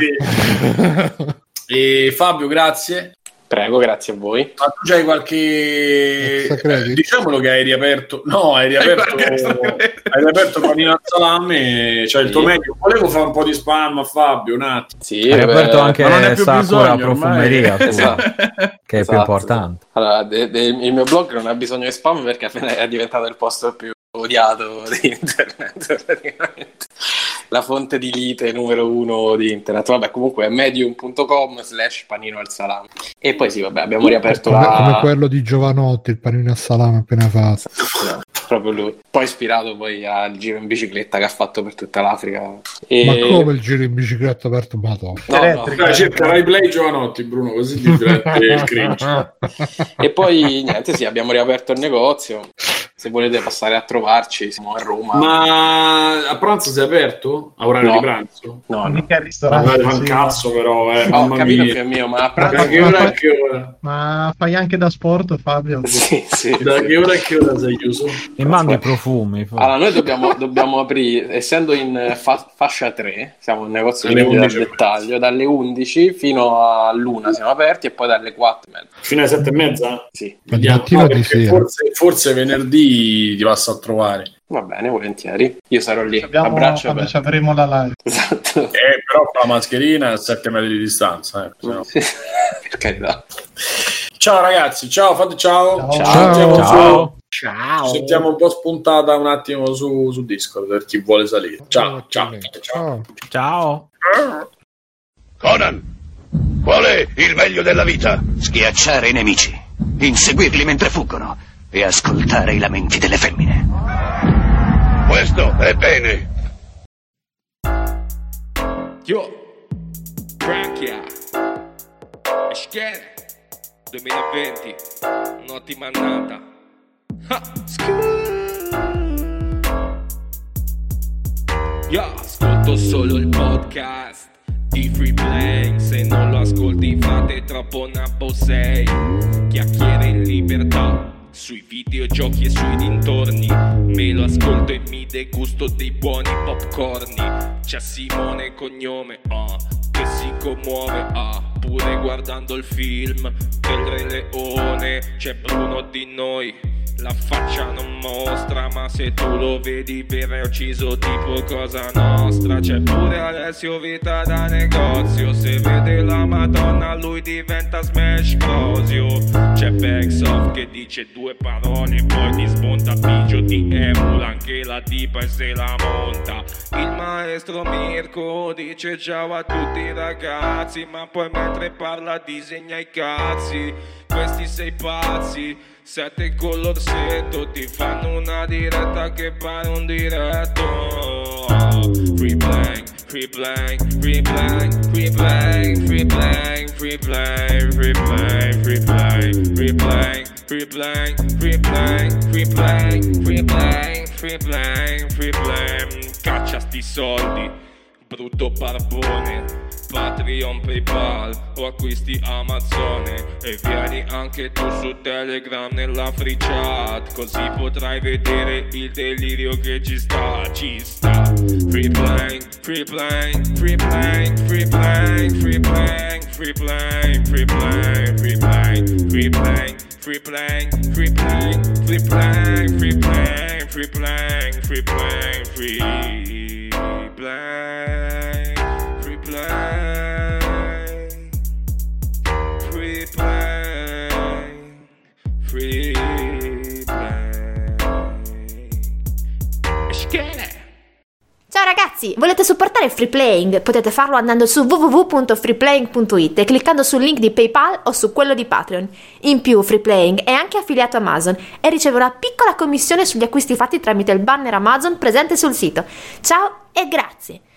E Fabio, grazie. Prego, grazie a voi. Ma tu c'hai qualche... Diciamolo che hai riaperto... No, hai riaperto Panino al Salame, cioè il tuo meglio. Volevo fare un po' di spam a Fabio, un attimo. Sì, hai riaperto anche Sakura Profumeria, esatto. Che è più importante. Allora, il mio blog non ha bisogno di spam perché è diventato il posto più odiato di internet, praticamente. La fonte di lite numero 1 di internet. Vabbè, comunque è medium.com/panino al salame. E poi sì, vabbè, abbiamo riaperto come quello di Giovanotti, il panino al salame appena fatto. No, proprio lui. Poi ispirato poi al giro in bicicletta che ha fatto per tutta l'Africa. Ma come il giro in bicicletta aperto? No. Cerca Rai Play Giovanotti, Bruno, così ti prende il cringe. E poi niente, sì, abbiamo riaperto il negozio. Se volete passare a trovarci, siamo a Roma. Ma a pranzo sei aperto? A orario di pranzo? No, mica al ristorante. Ma cazzo però, ho capito che è mio, ma a pranzo... Da che ora? Ma fai anche da sport, Fabio? Sì. Da che ora sei chiuso? E mandi i profumi. Allora, noi dobbiamo aprire, essendo in fascia 3, siamo un negozio di vendita al dettaglio, dalle 11 fino all'1 siamo aperti e poi dalle 4:30. Fino alle 7:30? Sì. Forse venerdì ti passo a trovare. Va bene, volentieri. Io sarò lì. Abbraccio quando ci avremo la live. Esatto. Però con la mascherina a 7 metri di distanza. Sì. Per carità. Ciao ragazzi, fate ciao. Ciao. Ci sentiamo un po' spuntata un attimo su Discord per chi vuole salire. Ciao. Conan, qual è il meglio della vita? Schiacciare i nemici, inseguirli mentre fuggono e ascoltare i lamenti delle femmine. Questo è bene. Yo, Frankia, Eschere, 2020, un'ottima annata. Io ascolto solo il podcast di Free Playing. Se non lo ascolti fate troppo nabbo sei. Chiacchiere in libertà sui videogiochi e sui dintorni. Me lo ascolto e mi degusto dei buoni popcorni. C'è Simone Cognome che si commuove pure guardando il film del Re Leone. C'è Bruno di noi, La faccia non mostra, ma se tu lo vedi verrai ucciso tipo Cosa Nostra. C'è pure Alessio Vita da negozio, se vede la Madonna lui diventa Smash Cosio. C'è Backsoft che dice 2 parole, poi ti smonta Bigio, ti emula anche la tipa e se la monta. Il maestro Mirko dice ciao a tutti i ragazzi, ma poi mentre parla disegna i cazzi. Questi sei pazzi, 7 con l'orsetto, ti fanno una diretta che pare un diretto. Free playing, free playing, free playing, free playing, free playing, free playing, free playing, free playing, free playing, free playing, free playing, free playing, free playing, free playing, free playing. Caccia sti soldi, brutto barbone. Patreon, PayPal o acquisti Amazone. E vieni anche tu su Telegram nella free chat, così potrai vedere il delirio che ci sta, ci sta. Free playing, free playing, free playing, free playing, free playing, free playing, free playing, free playing, free playing, free playing, free playing, free playing, free playing, free playing, free playing, free playing, free playing, free playing, free playing. Ciao ragazzi, volete supportare Free Playing? Potete farlo andando su www.freeplaying.it e cliccando sul link di PayPal o su quello di Patreon. In più, Free Playing è anche affiliato a Amazon e riceve una piccola commissione sugli acquisti fatti tramite il banner Amazon presente sul sito. Ciao e grazie!